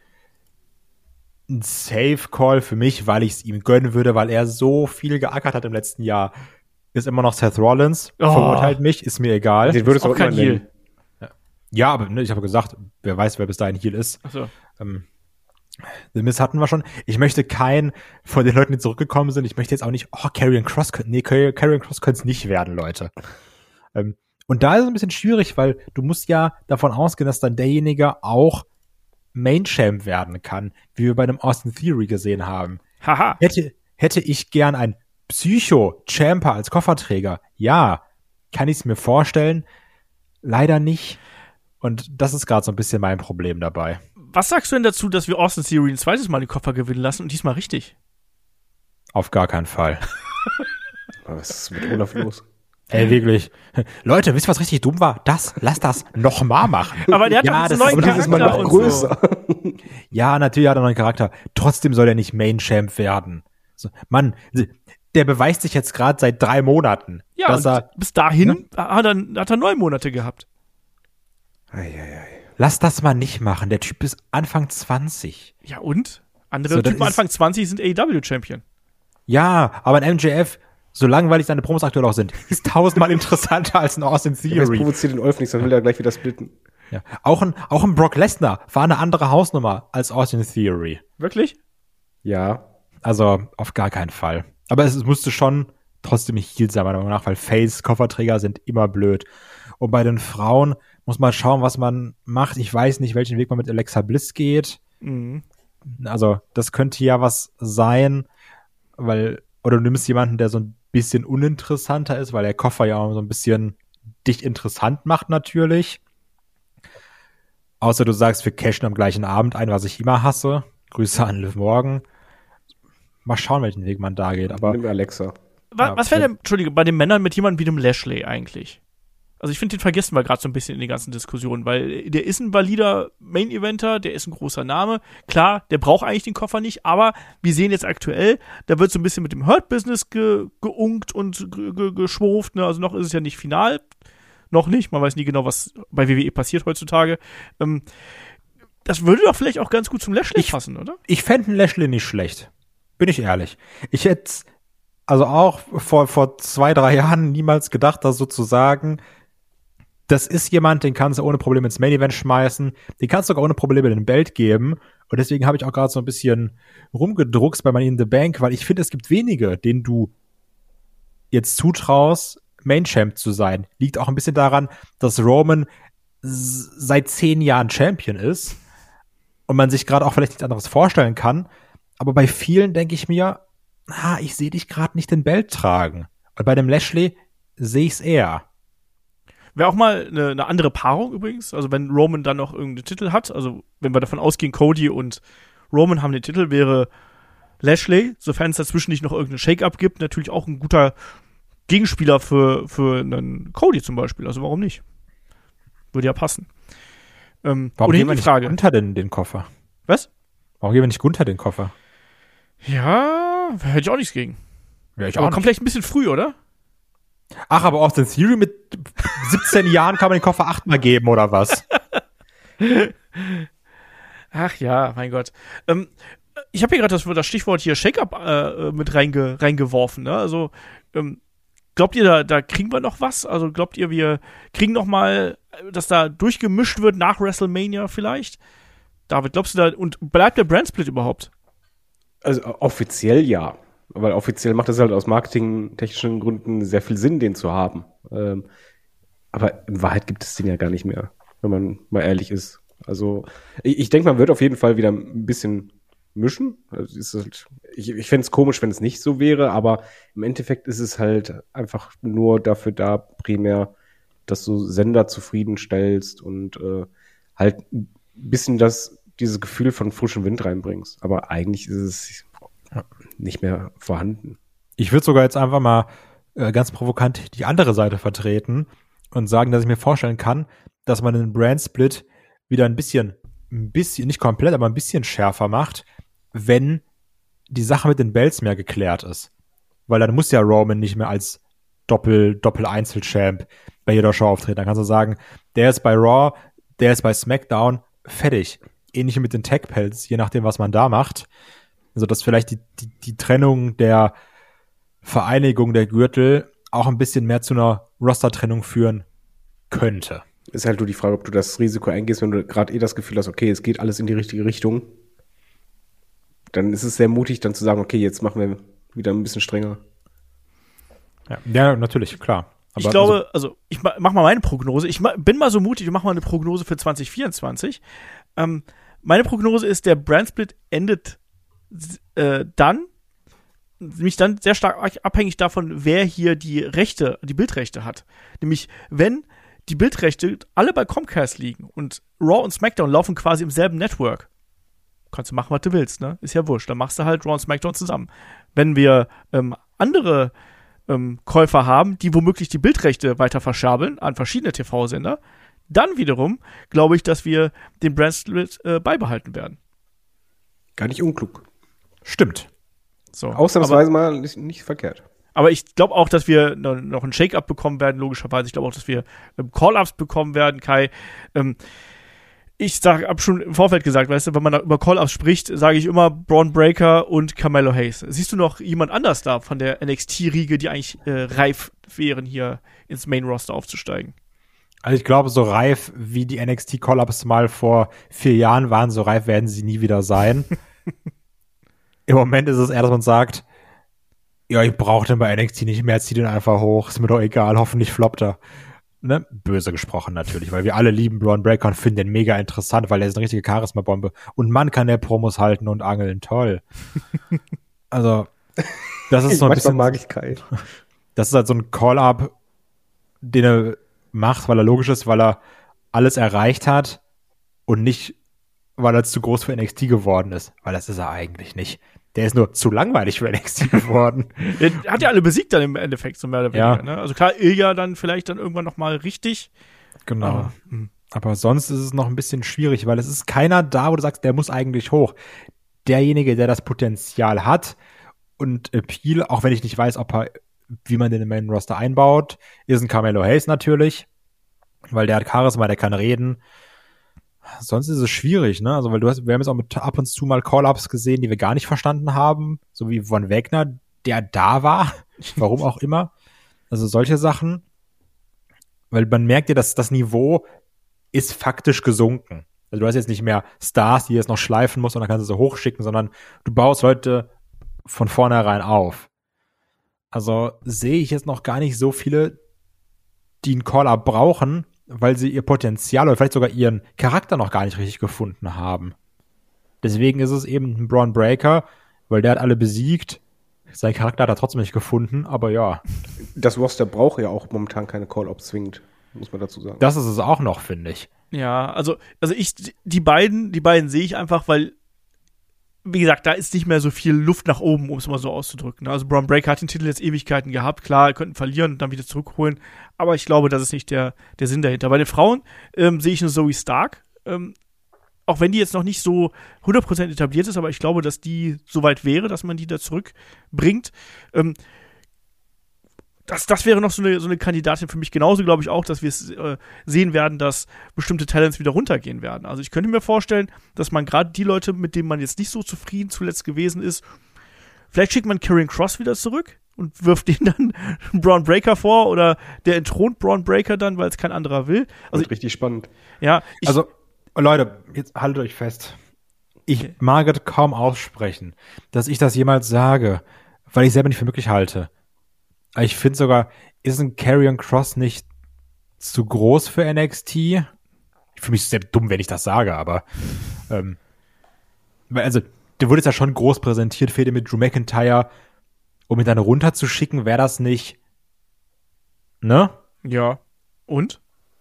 Ein Safe-Call für mich, weil ich es ihm gönnen würde, weil er so viel geackert hat im letzten Jahr, ist immer noch Seth Rollins. Oh. Verurteilt mich, ist mir egal. Den würdest du auch auch immer kein Heel. nennen. Ja, aber ne, ich habe gesagt, wer weiß, wer bis dahin Heel ist. Achso. Ähm, The Miz hatten wir schon. Ich möchte keinen von den Leuten, die zurückgekommen sind, ich möchte jetzt auch nicht, oh, Karrion Cross, nee, Karrion Cross könnte es nicht werden, Leute. Ähm, und da ist es ein bisschen schwierig, weil du musst ja davon ausgehen, dass dann derjenige auch Main Champ werden kann, wie wir bei dem Austin Theory gesehen haben. Haha. Hätte, hätte ich gern ein Psycho-Champer als Kofferträger? Ja. Kann ich es mir vorstellen? Leider nicht. Und das ist gerade so ein bisschen mein Problem dabei. Was sagst du denn dazu, dass wir Austin Theory ein zweites Mal den Koffer gewinnen lassen und diesmal richtig? Auf gar keinen Fall. Aber was ist mit Olaf los? Ey, wirklich. Leute, wisst ihr, was richtig dumm war? Das, lass das noch mal machen. Aber der hat Ja, doch das einen neuen ist- Aber dieses Mal Charakter noch und größer. so. Ja, natürlich hat er einen neuen Charakter. Trotzdem soll er nicht Main Champ werden. So, Mann, der beweist sich jetzt gerade seit drei Monaten, Ja, dass und er, bis dahin hat, er, hat er neun Monate gehabt. Eieiei. lass das mal nicht machen. Der Typ ist Anfang zwanzig. Ja, und? Andere So, das Typen ist- Anfang zwanzig sind A E W-Champion. Ja, aber ein M J F, so langweilig seine Promos aktuell auch sind, ist tausendmal interessanter als ein Austin Jetzt Theory. provoziert den Olf nicht, sonst will er gleich wieder splitten. Ja. Auch ein, auch ein Brock Lesnar war eine andere Hausnummer als Austin Theory. Wirklich? Ja. Also auf gar keinen Fall. Aber es, es musste schon trotzdem nicht Heel sein, meiner Meinung nach, weil Face-Kofferträger sind immer blöd. Und bei den Frauen muss man schauen, was man macht. Ich weiß nicht, welchen Weg man mit Alexa Bliss geht. Mhm. Also das könnte ja was sein, weil, oder du nimmst jemanden, der so ein bisschen uninteressanter ist, weil der Koffer ja auch so ein bisschen dich interessant macht natürlich. Außer du sagst, wir cashen am gleichen Abend ein, was ich immer hasse. Grüße an Liv Morgan. Mal schauen, welchen Weg man da geht. Aber Nimm Alexa. Was, Ja, was wäre denn, Entschuldige, bei den Männern mit jemandem wie dem Lashley eigentlich? Also ich finde, den vergessen wir gerade so ein bisschen in den ganzen Diskussionen, weil der ist ein valider Main-Eventer, der ist ein großer Name. Klar, der braucht eigentlich den Koffer nicht, aber wir sehen jetzt aktuell, da wird so ein bisschen mit dem Hurt-Business ge geunkt und ge ge geschwurft. Ne? Also noch ist es ja nicht final. Noch nicht. Man weiß nie genau, was bei W W E passiert heutzutage. Ähm, das würde doch vielleicht auch ganz gut zum Lashley Ich- passen, oder? ich fände einen Lashley nicht schlecht. Bin ich ehrlich. Ich hätte also auch vor, vor zwei, drei Jahren niemals gedacht, das sozusagen, das ist jemand, den kannst du ohne Probleme ins Main Event schmeißen, den kannst du sogar ohne Probleme den Belt geben. Und deswegen habe ich auch gerade so ein bisschen rumgedruckst bei Money in the Bank, weil ich finde, es gibt wenige, denen du jetzt zutraust, Main Champ zu sein. Liegt auch ein bisschen daran, dass Roman s- seit zehn Jahren Champion ist und man sich gerade auch vielleicht nichts anderes vorstellen kann. Aber bei vielen denke ich mir, ah, ich sehe dich gerade nicht den Belt tragen. Und bei dem Lashley sehe ich es eher. Wäre auch mal eine, eine andere Paarung übrigens. Also wenn Roman dann noch irgendeinen Titel hat, also wenn wir davon ausgehen, Cody und Roman haben den Titel, wäre Lashley, sofern es dazwischen nicht noch irgendeinen Shake-Up gibt, natürlich auch ein guter Gegenspieler für, für einen Cody zum Beispiel. Also warum nicht? Würde ja passen. Ähm, Warum ohnehin geben wir die nicht Frage. Gunther denn den Koffer? Was? Warum geben wir nicht Gunther den Koffer? Ja, hätte ich auch nichts gegen. Ja, ich Aber kommt vielleicht ein bisschen früh, oder? Ach, aber Austin Theory mit siebzehn Jahren kann man den Koffer achtmal geben, oder was? Ach ja, mein Gott. Ähm, ich habe hier gerade das, das Stichwort hier Shake-Up äh, mit reinge, reingeworfen. Ne? Also ähm, glaubt ihr, da, da kriegen wir noch was? Also glaubt ihr, wir kriegen noch mal, dass da durchgemischt wird nach WrestleMania vielleicht? David, glaubst du da, und bleibt der Brandsplit überhaupt? Also offiziell ja. weil offiziell macht es halt aus marketingtechnischen Gründen sehr viel Sinn, den zu haben. Ähm, aber in Wahrheit gibt es den ja gar nicht mehr, wenn man mal ehrlich ist. Also ich, ich denke, man wird auf jeden Fall wieder ein bisschen mischen. Also ist halt, ich ich fände es komisch, wenn es nicht so wäre, aber im Endeffekt ist es halt einfach nur dafür da, primär, dass du Sender zufriedenstellst und äh, halt ein bisschen das, dieses Gefühl von frischem Wind reinbringst. Aber eigentlich ist es nicht mehr vorhanden. Ich würde sogar jetzt einfach mal äh, ganz provokant die andere Seite vertreten und sagen, dass ich mir vorstellen kann, dass man den Brand-Split wieder ein bisschen, ein bisschen, nicht komplett, aber ein bisschen schärfer macht, wenn die Sache mit den Belts mehr geklärt ist. Weil dann muss ja Roman nicht mehr als Doppel, Doppel-Einzel-Champ bei jeder Show auftreten. Dann kannst du sagen, der ist bei Raw, der ist bei SmackDown, fertig. Ähnlich mit den Tag-Pelts, je nachdem, was man da macht. Also, dass vielleicht die, die, die Trennung der Vereinigung der Gürtel auch ein bisschen mehr zu einer Roster-Trennung führen könnte. Ist halt nur die Frage, ob du das Risiko eingehst, wenn du gerade eh das Gefühl hast, okay, es geht alles in die richtige Richtung. Dann ist es sehr mutig, dann zu sagen, okay, jetzt machen wir wieder ein bisschen strenger. Ja, ja natürlich, klar. Aber ich glaube, also, also ich mach mal meine Prognose. Ich bin mal so mutig und mach mal eine Prognose für zwanzig vierundzwanzig. Ähm, meine Prognose ist, der Brandsplit endet äh, dann, nämlich dann sehr stark abhängig davon, wer hier die Rechte, die Bildrechte hat. Nämlich, wenn die Bildrechte alle bei Comcast liegen und Raw und SmackDown laufen quasi im selben Network, kannst du machen, was du willst, ne? Ist ja wurscht. Dann machst du halt Raw und SmackDown zusammen. Wenn wir ähm, andere ähm, Käufer haben, die womöglich die Bildrechte weiter verschabeln an verschiedene T V-Sender, dann wiederum glaube ich, dass wir den Brandsplit äh, beibehalten werden. Gar nicht unklug. Stimmt. So, ausnahmsweise aber, mal nicht, nicht verkehrt. Aber ich glaube auch, dass wir noch ein Shake-Up bekommen werden, logischerweise. Ich glaube auch, dass wir ähm, Call-Ups bekommen werden, Kai. Ähm, ich sage, hab schon im Vorfeld gesagt, weißt du, wenn man da über Call-Ups spricht, sage ich immer Braun Breaker und Carmelo Hayes. Siehst du noch jemand anders da von der N X T-Riege, die eigentlich äh, reif wären, hier ins Main-Roster aufzusteigen? Also ich glaube, so reif wie die N X T Call-Ups mal vor vier Jahren waren, so reif werden sie nie wieder sein. Im Moment ist es eher, dass man sagt, ja, ich brauche den bei N X T nicht mehr, zieh den einfach hoch, ist mir doch egal, hoffentlich floppt er. Ne? Böse gesprochen natürlich, weil wir alle lieben Braun Breaker und finden den mega interessant, weil er ist eine richtige Charisma-Bombe. Und Mann kann der Promos halten und angeln, toll. Also, das ist so ein bisschen... mag ich Kai. Das ist halt so ein Call-Up, den er macht, weil er logisch ist, weil er alles erreicht hat und nicht, weil er zu groß für N X T geworden ist. Weil das ist er eigentlich nicht. Der ist nur zu langweilig für N X T geworden. Der hat ja alle besiegt dann im Endeffekt, so mehr oder weniger. Ja. Ne? Also klar, Ilja dann vielleicht dann irgendwann noch mal richtig. Genau. Aber, Aber sonst ist es noch ein bisschen schwierig, weil es ist keiner da, wo du sagst, der muss eigentlich hoch. Derjenige, der das Potenzial hat und Appeal, auch wenn ich nicht weiß, ob er, wie man den im Main Roster einbaut, ist ein Carmelo Hayes natürlich, weil der hat Charisma, der kann reden. Sonst ist es schwierig, ne? Also, weil du hast, wir haben jetzt auch mit ab und zu mal Call-Ups gesehen, die wir gar nicht verstanden haben, so wie Von Wagner, der da war, warum auch immer. Also solche Sachen, weil man merkt ja, dass das Niveau ist faktisch gesunken. Also du hast jetzt nicht mehr Stars, die jetzt noch schleifen musst und dann kannst du sie hochschicken, sondern du baust Leute von vornherein auf. Also sehe ich jetzt noch gar nicht so viele, die einen Call-Up brauchen, weil sie ihr Potenzial oder vielleicht sogar ihren Charakter noch gar nicht richtig gefunden haben. Deswegen ist es eben ein Braun Breaker, weil der hat alle besiegt. Sein Charakter hat er trotzdem nicht gefunden, aber ja. Das Roster braucht ja auch momentan keine Call-Ups zwingend, muss man dazu sagen. Das ist es auch noch, finde ich. Ja, also, also ich, die beiden, die beiden sehe ich einfach, weil, wie gesagt, da ist nicht mehr so viel Luft nach oben, um es mal so auszudrücken. Also Braun Breaker hat den Titel jetzt Ewigkeiten gehabt, klar, könnten verlieren und dann wieder zurückholen, aber ich glaube, das ist nicht der, der Sinn dahinter. Bei den Frauen ähm, sehe ich eine Zoe Stark, ähm, auch wenn die jetzt noch nicht so hundert Prozent etabliert ist, aber ich glaube, dass die so weit wäre, dass man die da zurückbringt. Ähm, das, das wäre noch so eine, so eine Kandidatin für mich. Genauso glaube ich auch, dass wir es äh, sehen werden, dass bestimmte Talents wieder runtergehen werden. Also ich könnte mir vorstellen, dass man gerade die Leute, mit denen man jetzt nicht so zufrieden zuletzt gewesen ist, vielleicht schickt man Karrion Kross wieder zurück und wirft den dann Braun Breaker vor oder der entthront Braun Breaker dann, weil es kein anderer will. Also ich, richtig spannend. Ja, ich, also Leute, jetzt haltet euch fest. Ich okay. mag es kaum aussprechen, dass ich das jemals sage. weil ich selber nicht für möglich halte. Aber ich finde sogar, ist ein Karrion Kross nicht zu groß für N X T? Ich fühle mich sehr dumm, wenn ich das sage, aber ähm, weil also, der wurde jetzt ja schon groß präsentiert, fehlt mit Drew McIntyre, um ihn dann runterzuschicken, wäre das nicht, ne? Ja. Und?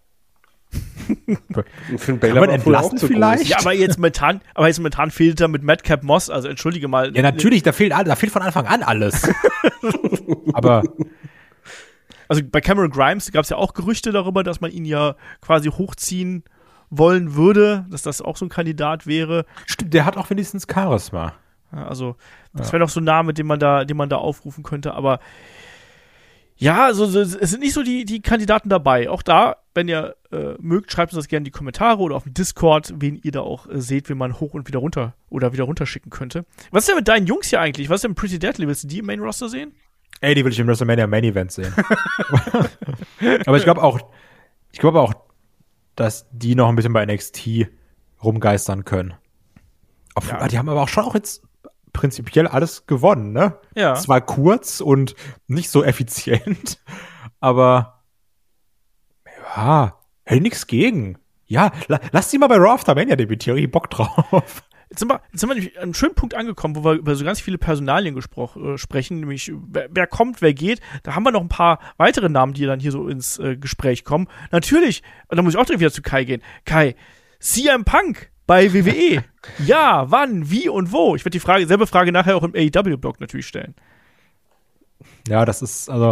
Ich finde, Kann man entlassen vielleicht? Ja, aber jetzt momentan, aber jetzt momentan fehlt er mit Madcap Moss, also entschuldige mal. Ja, natürlich, da fehlt, da fehlt von Anfang an alles. Aber also bei Cameron Grimes gab es ja auch Gerüchte darüber, dass man ihn ja quasi hochziehen wollen würde, dass das auch so ein Kandidat wäre. Stimmt, der hat auch wenigstens Charisma. Ja, also das Ja. wäre doch so ein Name, den man da, den man da aufrufen könnte, aber ja, also so, es sind nicht so die, die Kandidaten dabei. Auch da, wenn ihr äh, mögt, schreibt uns das gerne in die Kommentare oder auf dem Discord, wen ihr da auch äh, seht, wen man hoch und wieder runter oder wieder runterschicken könnte. Was ist denn mit deinen Jungs hier eigentlich? Was ist denn mit Pretty Deadly? Willst du die im Main Roster sehen? Ey, die will ich im WrestleMania Main Event sehen. Aber ich glaube auch, ich glaube auch, dass die noch ein bisschen bei N X T rumgeistern können. Auf, Ja. Die haben aber auch schon auch jetzt prinzipiell alles gewonnen, ne? Ja. Zwar kurz und nicht so effizient, aber ja, hätte nichts gegen. Ja, la, lass die mal bei Raw After Mania debütieren, ich hab Bock drauf. Jetzt sind wir, jetzt sind wir nämlich an einem schönen Punkt angekommen, wo wir über so ganz viele Personalien gespro- äh, sprechen, nämlich wer, wer kommt, wer geht. Da haben wir noch ein paar weitere Namen, die dann hier so ins äh, Gespräch kommen. Natürlich, und da muss ich auch direkt wieder zu Kai gehen. Kai, C M Punk bei W W E. Ja, wann, wie und wo? Ich werde die Frage, selbe Frage nachher auch im A E W-Blog natürlich stellen. Ja, das ist, also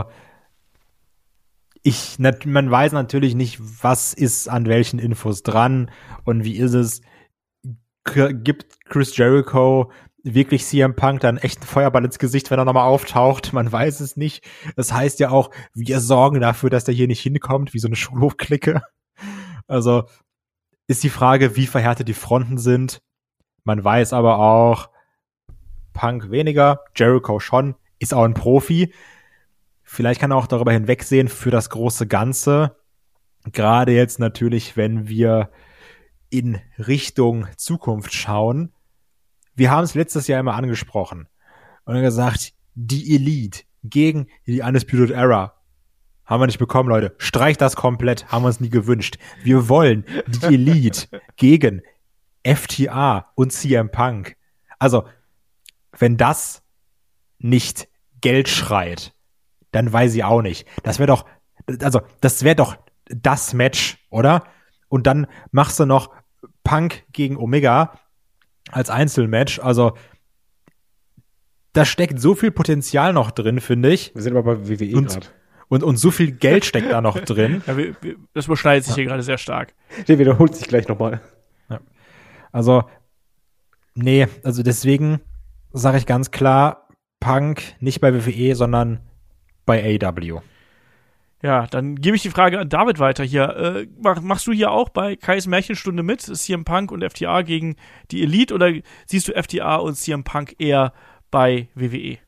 ich, nat- man weiß natürlich nicht, was ist an welchen Infos dran und wie ist es. K- gibt Chris Jericho wirklich C M Punk dann echt einen Feuerball ins Gesicht, wenn er nochmal auftaucht? Man weiß es nicht. Das heißt ja auch, wir sorgen dafür, dass der hier nicht hinkommt, wie so eine Schulhofklicke. Also ist die Frage, wie verhärtet die Fronten sind. Man weiß aber auch, Punk weniger, Jericho schon, ist auch ein Profi. Vielleicht kann er auch darüber hinwegsehen für das große Ganze. Gerade jetzt natürlich, wenn wir in Richtung Zukunft schauen. Wir haben es letztes Jahr immer angesprochen und gesagt, die Elite gegen die Undisputed Era haben wir nicht bekommen, Leute. Streicht das komplett, haben wir uns nie gewünscht. Wir wollen die Elite gegen F T R und C M Punk. Also, wenn das nicht Geld schreit, dann weiß ich auch nicht. Das wäre doch, also, das wäre doch das Match, oder? Und dann machst du noch Punk gegen Omega als Einzelmatch. Also, da steckt so viel Potenzial noch drin, finde ich. Wir sind aber bei W W E Und- gerade. Und, und so viel Geld steckt da noch drin. Ja, wir, wir, das überschneidet sich hier gerade sehr stark. Der wiederholt sich gleich nochmal. Also, nee, also deswegen sage ich ganz klar, Punk nicht bei W W E, sondern bei A E W. Ja, dann gebe ich die Frage an David weiter hier. Äh, mach, machst du hier auch bei Kais Märchenstunde mit, C M Punk und F T R gegen die Elite, oder siehst du F T R und C M Punk eher bei W W E?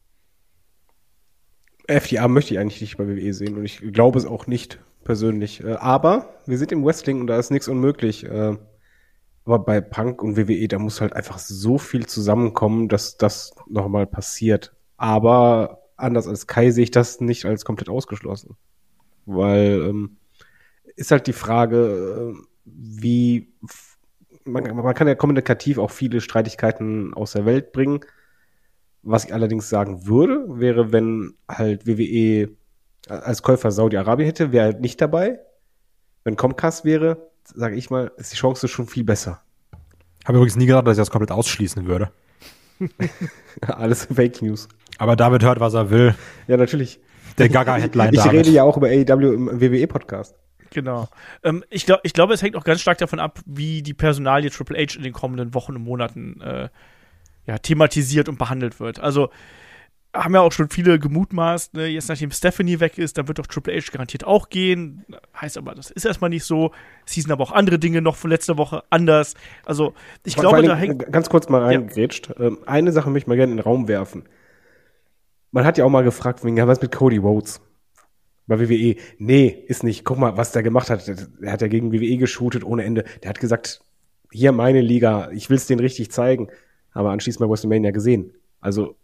F T R möchte ich eigentlich nicht bei W W E sehen und ich glaube es auch nicht persönlich. Äh, Aber wir sind im Wrestling und da ist nichts unmöglich. Äh, Aber bei Punk und W W E, da muss halt einfach so viel zusammenkommen, dass das nochmal passiert. Aber anders als Kai sehe ich das nicht als komplett ausgeschlossen. Weil ähm, ist halt die Frage, äh, wie f- man, man kann ja kommunikativ auch viele Streitigkeiten aus der Welt bringen. Was ich allerdings sagen würde, wäre, wenn halt W W E als Käufer Saudi-Arabien hätte, wäre halt nicht dabei. Wenn Comcast wäre, sage ich mal, ist die Chance schon viel besser. Habe übrigens nie gedacht, dass ich das komplett ausschließen würde. Alles Fake News. Aber David hört, was er will. Ja, natürlich. Der Gaga-Headline Ich David. rede ja auch über A E W im W W E-Podcast. Genau. Ähm, ich, glaub, ich glaube, es hängt auch ganz stark davon ab, wie die Personalie Triple H in den kommenden Wochen und Monaten äh, ja, thematisiert und behandelt wird. Also haben ja auch schon viele gemutmaßt, ne? Jetzt nachdem Stephanie weg ist, dann wird doch Triple H garantiert auch gehen. Heißt aber, das ist erstmal nicht so. Es hießen aber auch andere Dinge noch von letzter Woche anders. Also ich Vor- glaube, vor da allem, hängt... äh, Ganz kurz mal reingrätscht. Ähm, eine Sache möchte ich mal gerne in den Raum werfen. Man hat ja auch mal gefragt, wegen, ja, was mit Cody Rhodes? Bei W W E. Nee, ist nicht. Guck mal, was der gemacht hat. Der hat ja gegen W W E geshootet ohne Ende. Der hat gesagt, hier meine Liga, ich will es denen richtig zeigen. Aber anschließend bei WrestleMania gesehen. Also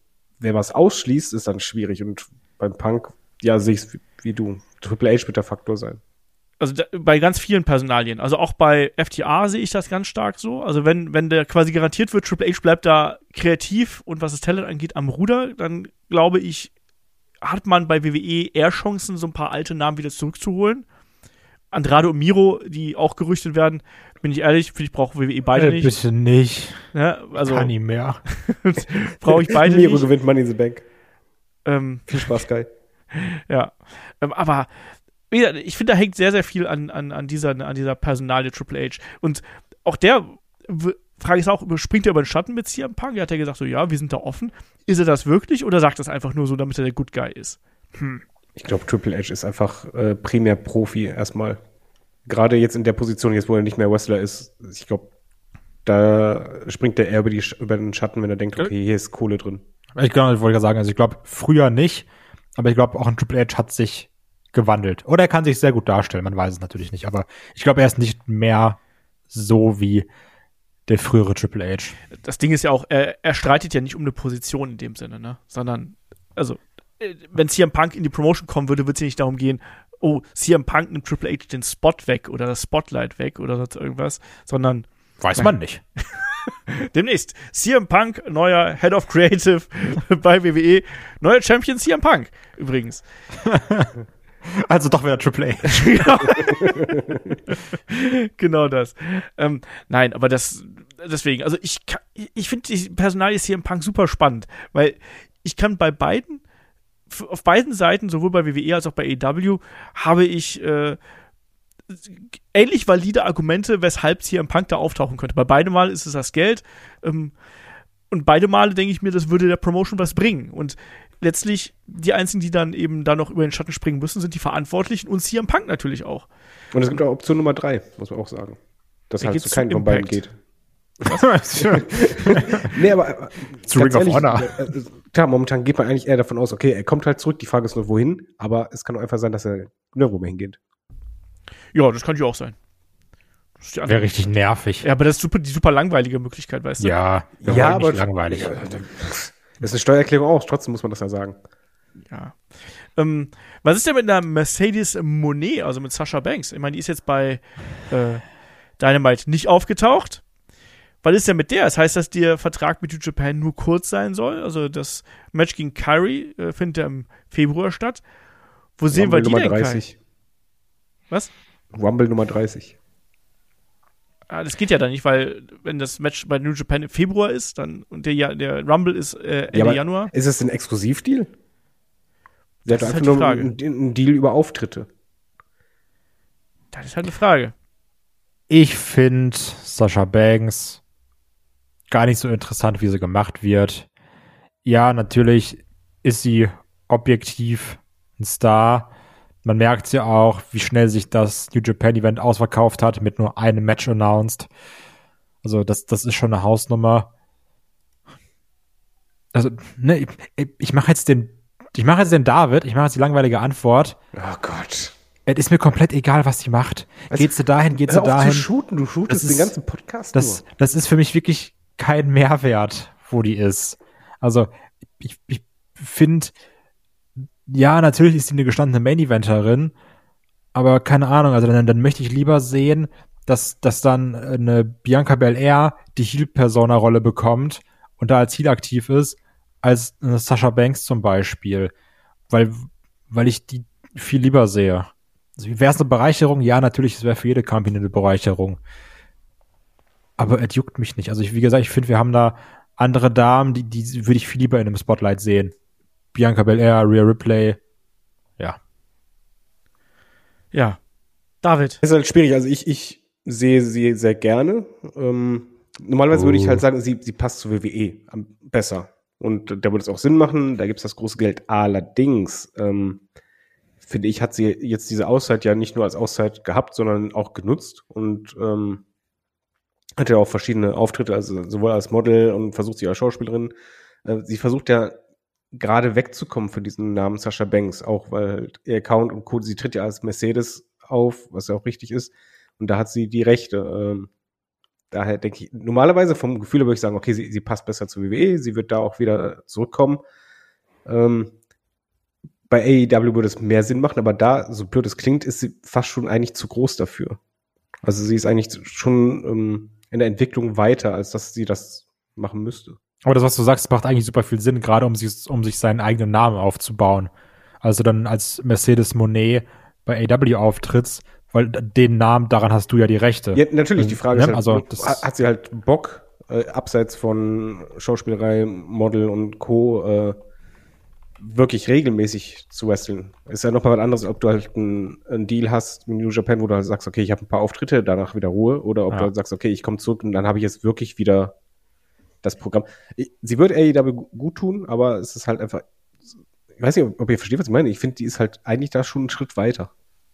wer was ausschließt, ist dann schwierig. Und beim Punk, ja, sehe ich es wie, wie du. Triple H wird der Faktor sein. Also da, bei ganz vielen Personalien. Also auch bei F T R sehe ich das ganz stark so. Also wenn, wenn der quasi garantiert wird, Triple H bleibt da kreativ und was das Talent angeht am Ruder, dann glaube ich, hat man bei W W E eher Chancen, so ein paar alte Namen wieder zurückzuholen. Andrade und Miro, die auch gerüchtet werden, bin ich ehrlich, finde ich, brauche W W E beide Äh, nicht. Bitte nicht. Ja, also Kann nie mehr. brauche ich beide Miro nicht. gewinnt Money in the Bank. Ähm, Viel Spaß, Kai. ja, ähm, aber wie gesagt, ich finde, da hängt sehr, sehr viel an, an, an, dieser, an dieser Personalie Triple H. Und auch der, w- frage ich es auch, springt er über den Schatten mit C M Punk? Er hat ja gesagt, so, ja, wir sind da offen. Ist er das wirklich oder sagt das einfach nur so, damit er der Good Guy ist? Hm. Ich glaube, Triple H ist einfach äh, primär Profi erstmal. Gerade jetzt in der Position, jetzt wo er nicht mehr Wrestler ist, ich glaube, da springt er eher über, die, über den Schatten, wenn er denkt, okay, hier ist Kohle drin. Ich glaube, ich wollte gerade sagen, also ich glaube, früher nicht, aber ich glaube, auch ein Triple H hat sich gewandelt. Oder er kann sich sehr gut darstellen, man weiß es natürlich nicht, aber ich glaube, er ist nicht mehr so wie der frühere Triple H. Das Ding ist ja auch, er, er streitet ja nicht um eine Position in dem Sinne, ne? Sondern, also, äh, wenn C M Punk in die Promotion kommen würde, würde es ja nicht darum gehen, oh, C M Punk nimmt Triple H den Spot weg oder das Spotlight weg oder sonst irgendwas, sondern Weiß man nicht. demnächst C M Punk, neuer Head of Creative bei W W E, neuer Champion C M Punk übrigens. Also doch wieder Triple H. genau. genau das. Ähm, nein, aber das, deswegen, also ich, kann- ich finde die Personalie C M Punk super spannend, weil ich kann bei beiden, f- auf beiden Seiten, sowohl bei W W E als auch bei A E W, habe ich äh, ähnlich valide Argumente, weshalb C M Punk da auftauchen könnte. Bei beiden Mal ist es das Geld ähm, und beide Male denke ich mir, das würde der Promotion was bringen und letztlich die einzigen, die dann eben da noch über den Schatten springen müssen, sind die Verantwortlichen und C M Punk natürlich auch. Und es gibt auch Option Nummer drei, muss man auch sagen. Dass Da halt geht's zu keinem zum von beiden Impact. geht. Nee, aber Zu ganz Ring of Honor. äh, äh, klar, momentan geht man eigentlich eher davon aus, okay, er kommt halt zurück, die Frage ist nur, wohin, aber es kann auch einfach sein, dass er nirgendwo mehr hingeht. Ja, das könnte ja auch sein. Das ist die andere- Wäre richtig nervig. Ja, aber das ist super, die super langweilige Möglichkeit, weißt du? Ja, wir Ja, wollen nicht aber- langweilig. Ja, das ist eine Steuererklärung auch, trotzdem muss man das ja sagen. Ja. Ähm, was ist denn mit einer Mercedes Monet, also mit Sasha Banks? Ich meine, die ist jetzt bei äh, Dynamite nicht aufgetaucht. Was ist denn mit der? Das heißt, dass der Vertrag mit New Japan nur kurz sein soll. Also das Match gegen Kyrie äh, findet ja im Februar statt. Wo sehen Rumble wir die Nummer denn, Kai? dreißig. Was? Rumble Nummer dreißig. Ah, das geht ja dann nicht, weil wenn das Match bei New Japan im Februar ist, dann und der, Ja- der Rumble ist äh, Ende Ja, aber Januar. Ist es ein Exklusivdeal? Sie hat Das ist einfach halt die nur Frage. einen, einen Deal über Auftritte. Das ist halt eine Frage. Ich finde Sasha Banks gar nicht so interessant, wie sie gemacht wird. Ja, natürlich ist sie objektiv ein Star. Man merkt ja auch, wie schnell sich das New Japan Event ausverkauft hat, mit nur einem Match announced. Also das, das ist schon eine Hausnummer. Also, ne, ich, ich mache jetzt den, ich mache jetzt den David, ich mache jetzt die langweilige Antwort. Oh Gott. Es ist mir komplett egal, was sie macht. Was? Geht sie dahin, geht sie Hör auf dahin. zu shooten, du shootest Das den ist- ganzen Podcast Das, nur. das ist für mich wirklich kein Mehrwert, wo die ist. Also, ich, ich finde, ja, natürlich ist sie eine gestandene Main-Eventerin, aber keine Ahnung, also dann, dann möchte ich lieber sehen, dass, dass dann eine Bianca Belair die Heel-Persona-Rolle bekommt und da als Heel aktiv ist, als eine Sasha Banks zum Beispiel. Weil, weil ich die viel lieber sehe. Also, wäre es eine Bereicherung? Ja, natürlich, es wäre für jede Company eine Bereicherung. Aber es juckt mich nicht. Also ich, wie gesagt, ich finde, wir haben da andere Damen, die, die würde ich viel lieber in einem Spotlight sehen. Bianca Belair, Rhea Ripley. Ja. Ja. David. Ist halt schwierig. Also ich, ich sehe sie sehr gerne. Ähm, normalerweise Oh. würde ich halt sagen, sie, sie passt zu W W E am, besser. Und da würde es auch Sinn machen. Da gibt es das große Geld. Allerdings, ähm, finde ich, hat sie jetzt diese Auszeit ja nicht nur als Auszeit gehabt, sondern auch genutzt und ähm, hat ja auch verschiedene Auftritte, also sowohl als Model und versucht sie als Schauspielerin. Äh, sie versucht ja gerade wegzukommen von diesem Namen Sasha Banks, auch weil halt ihr Account und Co., sie tritt ja als Mercedes auf, was ja auch richtig ist, und da hat sie die Rechte. Ähm, daher denke ich, normalerweise vom Gefühl her würde ich sagen, okay, sie, sie passt besser zu W W E, sie wird da auch wieder zurückkommen, Ähm, bei A E W würde es mehr Sinn machen, aber da, so blöd es klingt, ist sie fast schon eigentlich zu groß dafür. Also sie ist eigentlich schon ähm, in der Entwicklung weiter, als dass sie das machen müsste. Aber das, was du sagst, macht eigentlich super viel Sinn, gerade um sich, um sich seinen eigenen Namen aufzubauen. Also dann als Mercedes Monet bei A E W auftrittst, weil den Namen, daran hast du ja die Rechte. Ja, natürlich, die Frage ja, ist halt, also das hat sie halt Bock, äh, abseits von Schauspielerei, Model und Co., äh, wirklich regelmäßig zu wresteln. Ist ja noch mal was anderes, ob du halt einen, einen Deal hast mit New Japan, wo du halt sagst, okay, ich habe ein paar Auftritte, danach wieder Ruhe, oder ob Ja. du halt sagst, okay, ich komme zurück und dann habe ich jetzt wirklich wieder das Programm. Ich, sie wird A E W gut tun, aber es ist halt einfach, ich weiß nicht, ob ihr versteht, was ich meine. Ich finde, die ist halt eigentlich da schon einen Schritt weiter.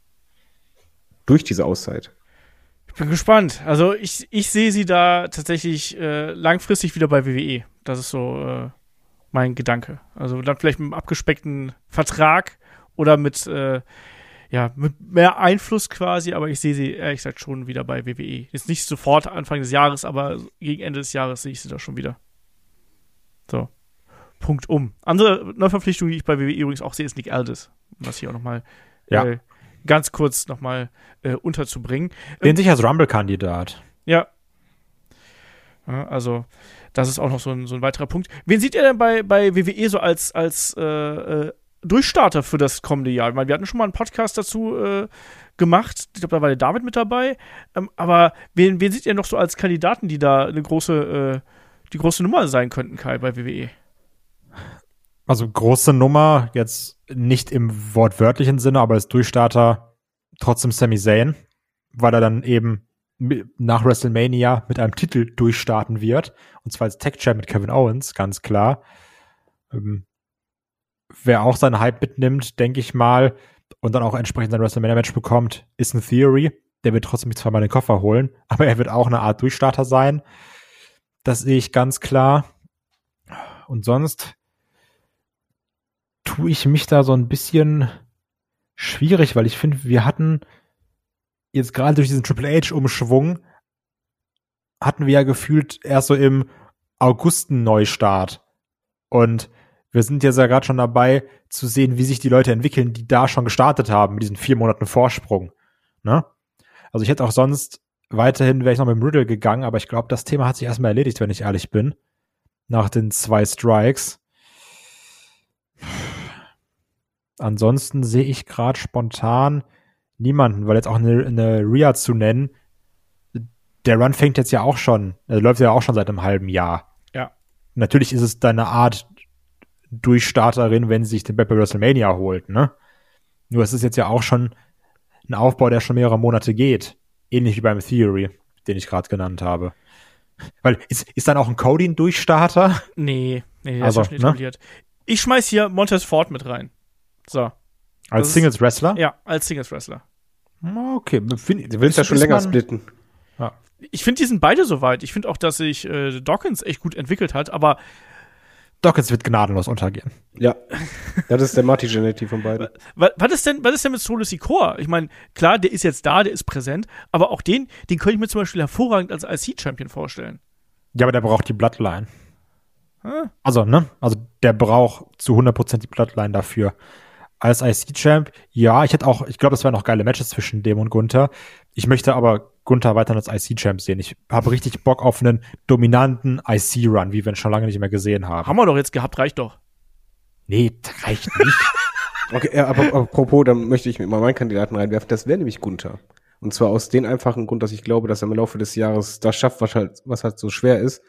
Durch diese Auszeit. Ich bin gespannt. Also ich, ich sehe sie da tatsächlich äh, langfristig wieder bei W W E. Das ist so äh, mein Gedanke. Also dann vielleicht mit einem abgespeckten Vertrag oder mit, äh, ja, mit mehr Einfluss quasi, aber ich sehe sie ehrlich gesagt schon wieder bei W W E. Jetzt nicht sofort Anfang des Jahres, aber gegen Ende des Jahres sehe ich sie da schon wieder. So. Punkt um. Andere Neuverpflichtung, die ich bei W W E übrigens auch sehe, ist Nick Aldis. Um das hier auch nochmal Ja. äh, ganz kurz nochmal äh, unterzubringen. den sich als Rumble-Kandidat. Ja. ja. Also, das ist auch noch so ein, so ein weiterer Punkt. Wen seht ihr denn bei, bei W W E so als, als äh, äh, Durchstarter für das kommende Jahr? Ich meine, wir hatten schon mal einen Podcast dazu äh, gemacht. Ich glaube, da war der David mit dabei. Ähm, aber wen, wen seht ihr noch so als Kandidaten, die da eine große, äh, die große Nummer sein könnten, Kai, bei W W E? Also große Nummer, jetzt nicht im wortwörtlichen Sinne, aber als Durchstarter trotzdem Sami Zayn, weil er dann eben nach WrestleMania mit einem Titel durchstarten wird. Und zwar als Tag-Champ mit Kevin Owens, ganz klar. Ähm, wer auch seinen Hype mitnimmt, denke ich mal, und dann auch entsprechend ein WrestleMania-Match bekommt, ist ein Theory. Der wird trotzdem nicht zweimal den Koffer holen, aber er wird auch eine Art Durchstarter sein. Das sehe ich ganz klar. Und sonst tue ich mich da so ein bisschen schwierig, weil ich finde, wir hatten jetzt gerade durch diesen Triple H-Umschwung hatten wir ja gefühlt erst so im August einen Neustart. Und wir sind jetzt ja gerade schon dabei zu sehen, wie sich die Leute entwickeln, die da schon gestartet haben, mit diesen vier Monaten Vorsprung. Ne? Also ich hätte auch sonst weiterhin, wäre ich noch mit dem Riddle gegangen, aber ich glaube, das Thema hat sich erstmal erledigt, wenn ich ehrlich bin. Nach den zwei Strikes. Ansonsten sehe ich gerade spontan niemanden, weil jetzt auch eine, eine Rhea zu nennen, der Run fängt jetzt ja auch schon, also läuft ja auch schon seit einem halben Jahr. Ja. Natürlich ist es deine Art Durchstarterin, wenn sie sich den Battle bei WrestleMania holt, ne? Nur es ist jetzt ja auch schon ein Aufbau, der schon mehrere Monate geht. Ähnlich wie beim Theory, den ich gerade genannt habe. Weil, ist, ist dann auch ein Cody ein Durchstarter? Nee, nee, der Also, ist ja schon ne? etabliert. Ich schmeiß hier Montez Ford mit rein. So. Als ist- Singles-Wrestler? Ja, als Singles-Wrestler. Okay. Find, Du willst ja schon ist länger man- splitten. Ich finde, die sind beide soweit. Ich finde auch, dass sich äh, Dawkins echt gut entwickelt hat, aber Dawkins wird gnadenlos untergehen. Ja. Das ist der Marty-Genetti von beiden. wa- was ist denn, was ist denn mit Solo Sikoa? Ich meine, klar, der ist jetzt da, der ist präsent, aber auch den, den könnte ich mir zum Beispiel hervorragend als I C-Champion vorstellen. Ja, aber der braucht die Bloodline. Hm? Also, ne? Also, der braucht zu hundert Prozent die Bloodline dafür. Als I C-Champ, ja, ich hätte auch, ich glaube, es wären noch geile Matches zwischen dem und Gunther. Ich möchte aber Gunther weiterhin als I C-Champ sehen. Ich habe richtig Bock auf einen dominanten I C-Run, wie wir ihn schon lange nicht mehr gesehen haben. Haben wir doch jetzt gehabt, reicht doch. Nee, das reicht nicht. Okay, ja, aber apropos, dann möchte ich mal meinen Kandidaten reinwerfen. Das wäre nämlich Gunther. Und zwar aus dem einfachen Grund, dass ich glaube, dass er im Laufe des Jahres das schafft, was halt, was halt so schwer ist,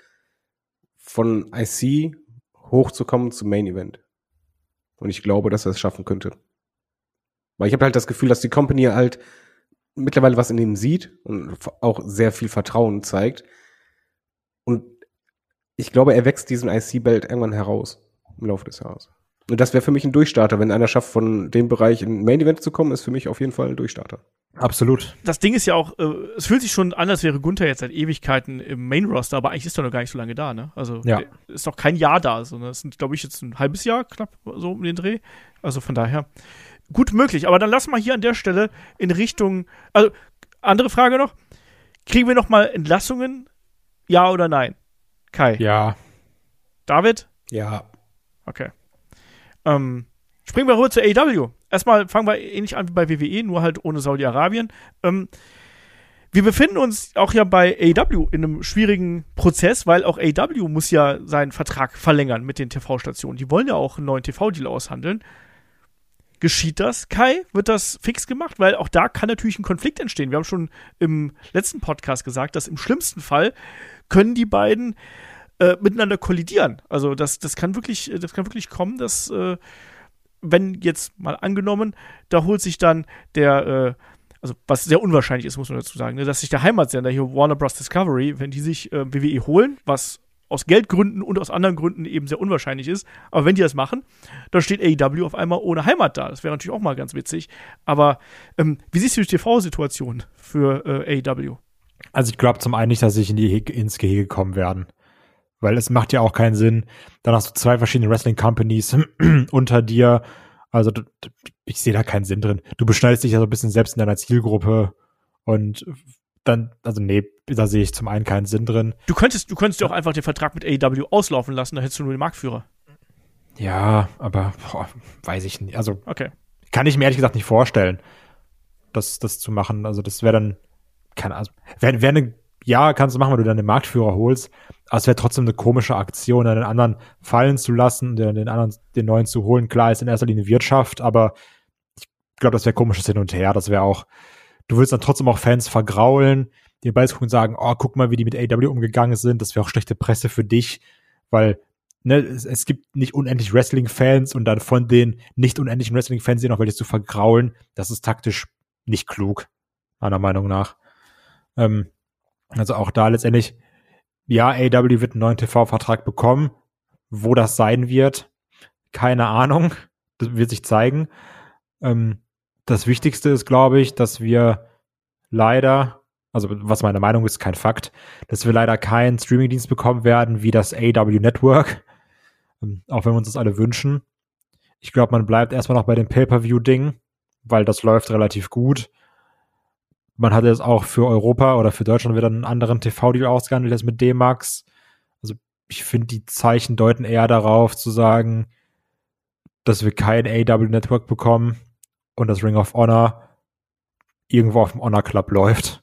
von I C hochzukommen zum Main Event. Und ich glaube, dass er es schaffen könnte. Weil ich habe halt das Gefühl, dass die Company halt mittlerweile was in ihm sieht und auch sehr viel Vertrauen zeigt. Und ich glaube, er wächst diesen I C-Belt irgendwann heraus im Laufe des Jahres. Und das wäre für mich ein Durchstarter. Wenn einer schafft, von dem Bereich in Main Event zu kommen, ist für mich auf jeden Fall ein Durchstarter. Absolut. Das Ding ist ja auch, äh, es fühlt sich schon an, als wäre Gunther jetzt seit Ewigkeiten im Main-Roster, aber eigentlich ist er noch gar nicht so lange da, ne? Also, Ja. der ist noch kein Jahr da, sondern es sind, glaube ich, jetzt ein halbes Jahr knapp so um den Dreh. Also von daher, gut möglich. Aber dann lass mal hier an der Stelle in Richtung, also, andere Frage noch. Kriegen wir noch mal Entlassungen? Ja oder nein? Kai? Ja. David? Ja. Okay. Ähm, springen wir rüber zu A E W. Erstmal fangen wir ähnlich an wie bei W W E, nur halt ohne Saudi-Arabien. Ähm, wir befinden uns auch ja bei A E W in einem schwierigen Prozess, weil auch A E W muss ja seinen Vertrag verlängern mit den T V-Stationen. Die wollen ja auch einen neuen T V-Deal aushandeln. Geschieht das, Kai? Wird das fix gemacht? Weil auch da kann natürlich ein Konflikt entstehen. Wir haben schon im letzten Podcast gesagt, dass im schlimmsten Fall können die beiden äh, miteinander kollidieren. Also das, das kann wirklich, das kann wirklich kommen, dass äh, wenn jetzt mal angenommen, da holt sich dann der, äh, also was sehr unwahrscheinlich ist, muss man dazu sagen, ne, dass sich der Heimatsender hier Warner Bros. Discovery, wenn die sich äh, W W E holen, was aus Geldgründen und aus anderen Gründen eben sehr unwahrscheinlich ist, aber wenn die das machen, dann steht A E W auf einmal ohne Heimat da. Das wäre natürlich auch mal ganz witzig. Aber ähm, wie siehst du die T V-Situation für äh, A E W? Also ich glaube zum einen nicht, dass sie in die He- ins Gehege kommen werden. Weil es macht ja auch keinen Sinn. Dann hast du zwei verschiedene Wrestling-Companies unter dir. Also ich sehe da keinen Sinn drin. Du beschneidest dich ja so ein bisschen selbst in deiner Zielgruppe und dann, also nee, da sehe ich zum einen keinen Sinn drin. Du könntest, du könntest ja auch einfach den Vertrag mit A E W auslaufen lassen, da hättest du nur den Marktführer. Ja, aber boah, weiß ich nicht. Also okay. Kann ich mir ehrlich gesagt nicht vorstellen, das, das zu machen. Also das wäre dann, keine Ahnung, wäre wär eine, ja, kannst du machen, wenn du dann den Marktführer holst, aber es wäre trotzdem eine komische Aktion, den anderen fallen zu lassen, den, den anderen, den neuen zu holen. Klar, ist in erster Linie Wirtschaft, aber ich glaube, das wäre komisches Hin und Her. Das wäre auch, du willst dann trotzdem auch Fans vergraulen, die bei gucken und sagen, oh, guck mal, wie die mit A E W umgegangen sind. Das wäre auch schlechte Presse für dich, weil ne, es, es gibt nicht unendlich Wrestling-Fans und dann von den nicht unendlichen Wrestling-Fans noch welche zu vergraulen. Das ist taktisch nicht klug, meiner Meinung nach. Ähm, also auch da letztendlich, ja, A E W wird einen neuen T V-Vertrag bekommen. Wo das sein wird, keine Ahnung. Das wird sich zeigen. Ähm, das Wichtigste ist, glaube ich, dass wir leider, also was meine Meinung ist, kein Fakt, dass wir leider keinen Streamingdienst bekommen werden wie das A E W Network. Ähm, auch wenn wir uns das alle wünschen. Ich glaube, man bleibt erstmal noch bei dem Pay-Per-View-Ding, weil das läuft relativ gut. Man hat jetzt auch für Europa oder für Deutschland wieder einen anderen T V-Deal ausgehandelt, jetzt mit D-Max. Also ich finde, die Zeichen deuten eher darauf zu sagen, dass wir kein A E W-Network bekommen und das Ring of Honor irgendwo auf dem Honor Club läuft.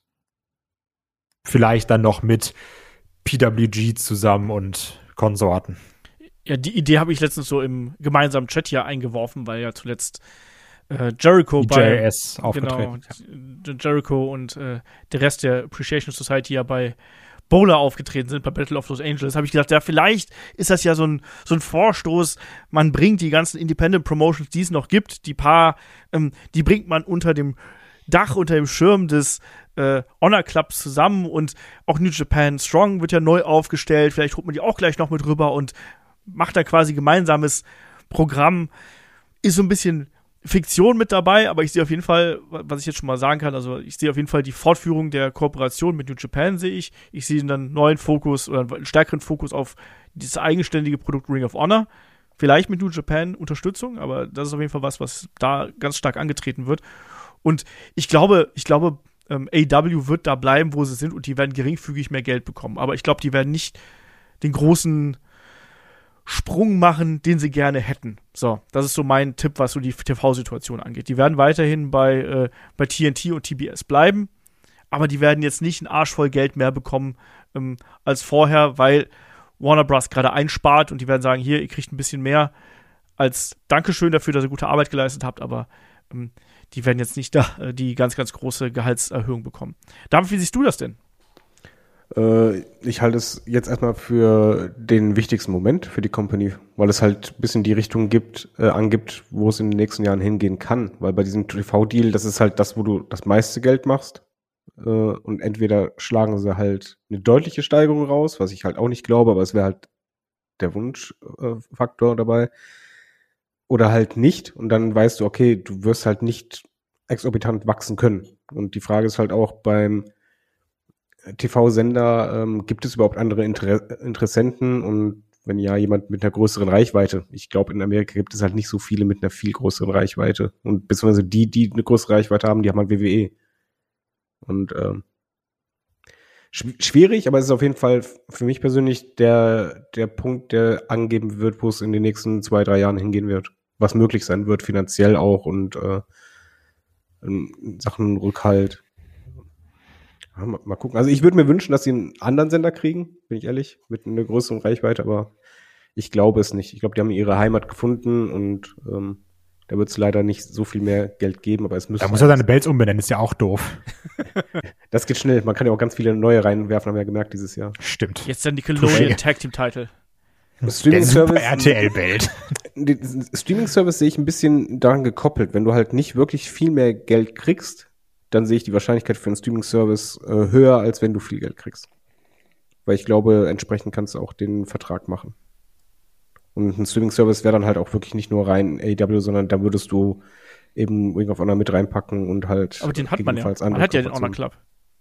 Vielleicht dann noch mit P W G zusammen und Konsorten. Ja, die Idee habe ich letztens so im gemeinsamen Chat hier eingeworfen, weil ja zuletzt äh, Jericho die bei J S aufgetreten. Genau, Jericho und äh, der Rest der Appreciation Society ja bei Bowler aufgetreten sind, bei Battle of Los Angeles, habe ich gedacht, ja, vielleicht ist das ja so ein, so ein Vorstoß, man bringt die ganzen Independent Promotions, die es noch gibt, die paar, ähm, die bringt man unter dem Dach, unter dem Schirm des äh, Honor Clubs zusammen und auch New Japan Strong wird ja neu aufgestellt, vielleicht holt man die auch gleich noch mit rüber und macht da quasi gemeinsames Programm, ist so ein bisschen Fiktion mit dabei, aber ich sehe auf jeden Fall, was ich jetzt schon mal sagen kann, also ich sehe auf jeden Fall die Fortführung der Kooperation mit New Japan sehe ich. Ich sehe einen neuen Fokus oder einen stärkeren Fokus auf dieses eigenständige Produkt Ring of Honor. Vielleicht mit New Japan Unterstützung, aber das ist auf jeden Fall was, was da ganz stark angetreten wird. Und ich glaube, ich glaube, ähm, A E W wird da bleiben, wo sie sind und die werden geringfügig mehr Geld bekommen. Aber ich glaube, die werden nicht den großen Sprung machen, den sie gerne hätten. So, das ist so mein Tipp, was so die T V-Situation angeht. Die werden weiterhin bei, äh, bei T N T und T B S bleiben, aber die werden jetzt nicht einen Arsch voll Geld mehr bekommen ähm, als vorher, weil Warner Bros. Gerade einspart und die werden sagen, hier, ihr kriegt ein bisschen mehr als Dankeschön dafür, dass ihr gute Arbeit geleistet habt, aber ähm, die werden jetzt nicht da äh, die ganz, ganz große Gehaltserhöhung bekommen. David, wie siehst du das denn? Ich halte es jetzt erstmal für den wichtigsten Moment für die Company, weil es halt ein bisschen die Richtung gibt, äh, angibt, wo es in den nächsten Jahren hingehen kann. Weil bei diesem T V-Deal, das ist halt das, wo du das meiste Geld machst. Äh, und entweder schlagen sie halt eine deutliche Steigerung raus, was ich halt auch nicht glaube, aber es wäre halt der Wunschfaktor äh, dabei. Oder halt nicht. Und dann weißt du, okay, du wirst halt nicht exorbitant wachsen können. Und die Frage ist halt auch beim T V-Sender, ähm, gibt es überhaupt andere Inter- Interessenten und wenn ja, jemand mit einer größeren Reichweite? Ich glaube, in Amerika gibt es halt nicht so viele mit einer viel größeren Reichweite und beziehungsweise die, die eine größere Reichweite haben, die haben halt W W E. Und ähm, sch- schwierig, aber es ist auf jeden Fall für mich persönlich der, der Punkt, der angeben wird, wo es in den nächsten zwei, drei Jahren hingehen wird. was möglich sein wird, finanziell auch und äh, in Sachen Rückhalt. Ja, mal, mal gucken. Also ich würde mir wünschen, dass sie einen anderen Sender kriegen, bin ich ehrlich, mit einer größeren Reichweite, aber ich glaube es nicht. Ich glaube, die haben ihre Heimat gefunden und ähm, da wird es leider nicht so viel mehr Geld geben, aber es müsste. Da muss er seine Bells umbenennen, ist ja auch doof. Das geht schnell. Man kann ja auch ganz viele neue reinwerfen, haben wir ja gemerkt dieses Jahr. Stimmt. Jetzt der Nickelodeon Tag Team Title. Streaming-Service. R T L-Belt. Streaming-Service sehe ich ein bisschen daran gekoppelt. Wenn du halt nicht wirklich viel mehr Geld kriegst, dann sehe ich die Wahrscheinlichkeit für einen Streaming-Service äh, höher, als wenn du viel Geld kriegst. Weil ich glaube, entsprechend kannst du auch den Vertrag machen. Und ein Streaming-Service wäre dann halt auch wirklich nicht nur rein A E W, sondern da würdest du eben Ring of Honor mit reinpacken und halt. Aber den hat man ja. Man hat ja den Honor Club.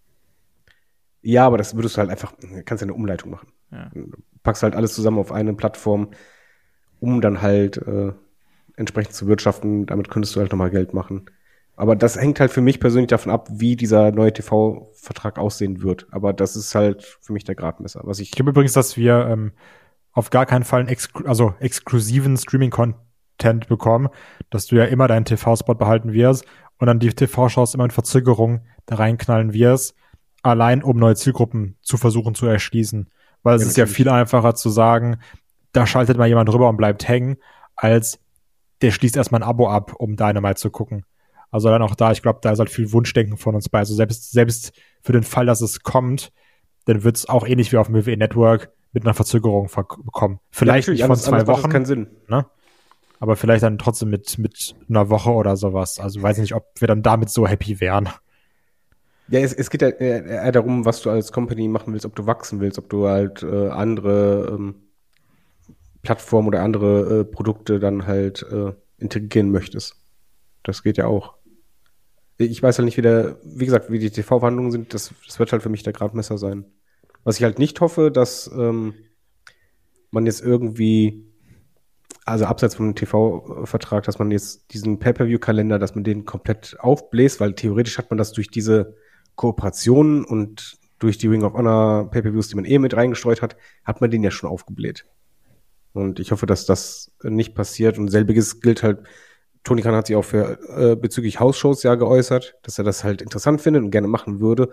Ja, aber das würdest du halt einfach, kannst ja eine Umleitung machen. Ja. Du packst halt alles zusammen auf eine Plattform, um dann halt äh, entsprechend zu wirtschaften. Damit könntest du halt nochmal Geld machen. Aber das hängt halt für mich persönlich davon ab, wie dieser neue T V-Vertrag aussehen wird. Aber das ist halt für mich der Gradmesser. Was ich Ich glaube übrigens, dass wir ähm, auf gar keinen Fall einen exklu- also exklusiven Streaming-Content bekommen, dass du ja immer deinen T V-Spot behalten wirst und dann die T V-Shows immer in Verzögerung da reinknallen wirst, allein um neue Zielgruppen zu versuchen zu erschließen. Weil es Ja, ist ja natürlich. viel einfacher zu sagen, da schaltet mal jemand rüber und bleibt hängen, als der schließt erstmal ein Abo ab, um Dynamite zu gucken. Also dann auch da, ich glaube, da ist halt viel Wunschdenken von uns bei. Also selbst, selbst für den Fall, dass es kommt, dann wird es auch ähnlich wie auf dem W W E Network mit einer Verzögerung ver- bekommen. Vielleicht Ja, nicht von anders- zwei anders macht das Wochen, keinen Sinn. ne? Aber vielleicht dann trotzdem mit, mit einer Woche oder sowas. Also weiß nicht, ob wir dann damit so happy wären. Ja, es, es geht ja eher, eher darum, was du als Company machen willst, ob du wachsen willst, ob du halt äh, andere ähm, Plattformen oder andere äh, Produkte dann halt äh, integrieren möchtest. Das geht ja auch. Ich weiß halt nicht, wie der, wie gesagt, wie die T V-Verhandlungen sind, das, das wird halt für mich der Gradmesser sein. Was ich halt nicht hoffe, dass ähm, man jetzt irgendwie, also abseits von dem T V-Vertrag, dass man jetzt diesen Pay-Per-View-Kalender, dass man den komplett aufbläst, weil theoretisch hat man das durch diese Kooperationen und durch die Ring of Honor Pay-Per-Views, die man eh mit reingestreut hat, hat man den ja schon aufgebläht. Und ich hoffe, dass das nicht passiert. Und selbiges gilt halt, Tony Khan hat sich auch für äh, bezüglich House-Shows ja geäußert, dass er das halt interessant findet und gerne machen würde.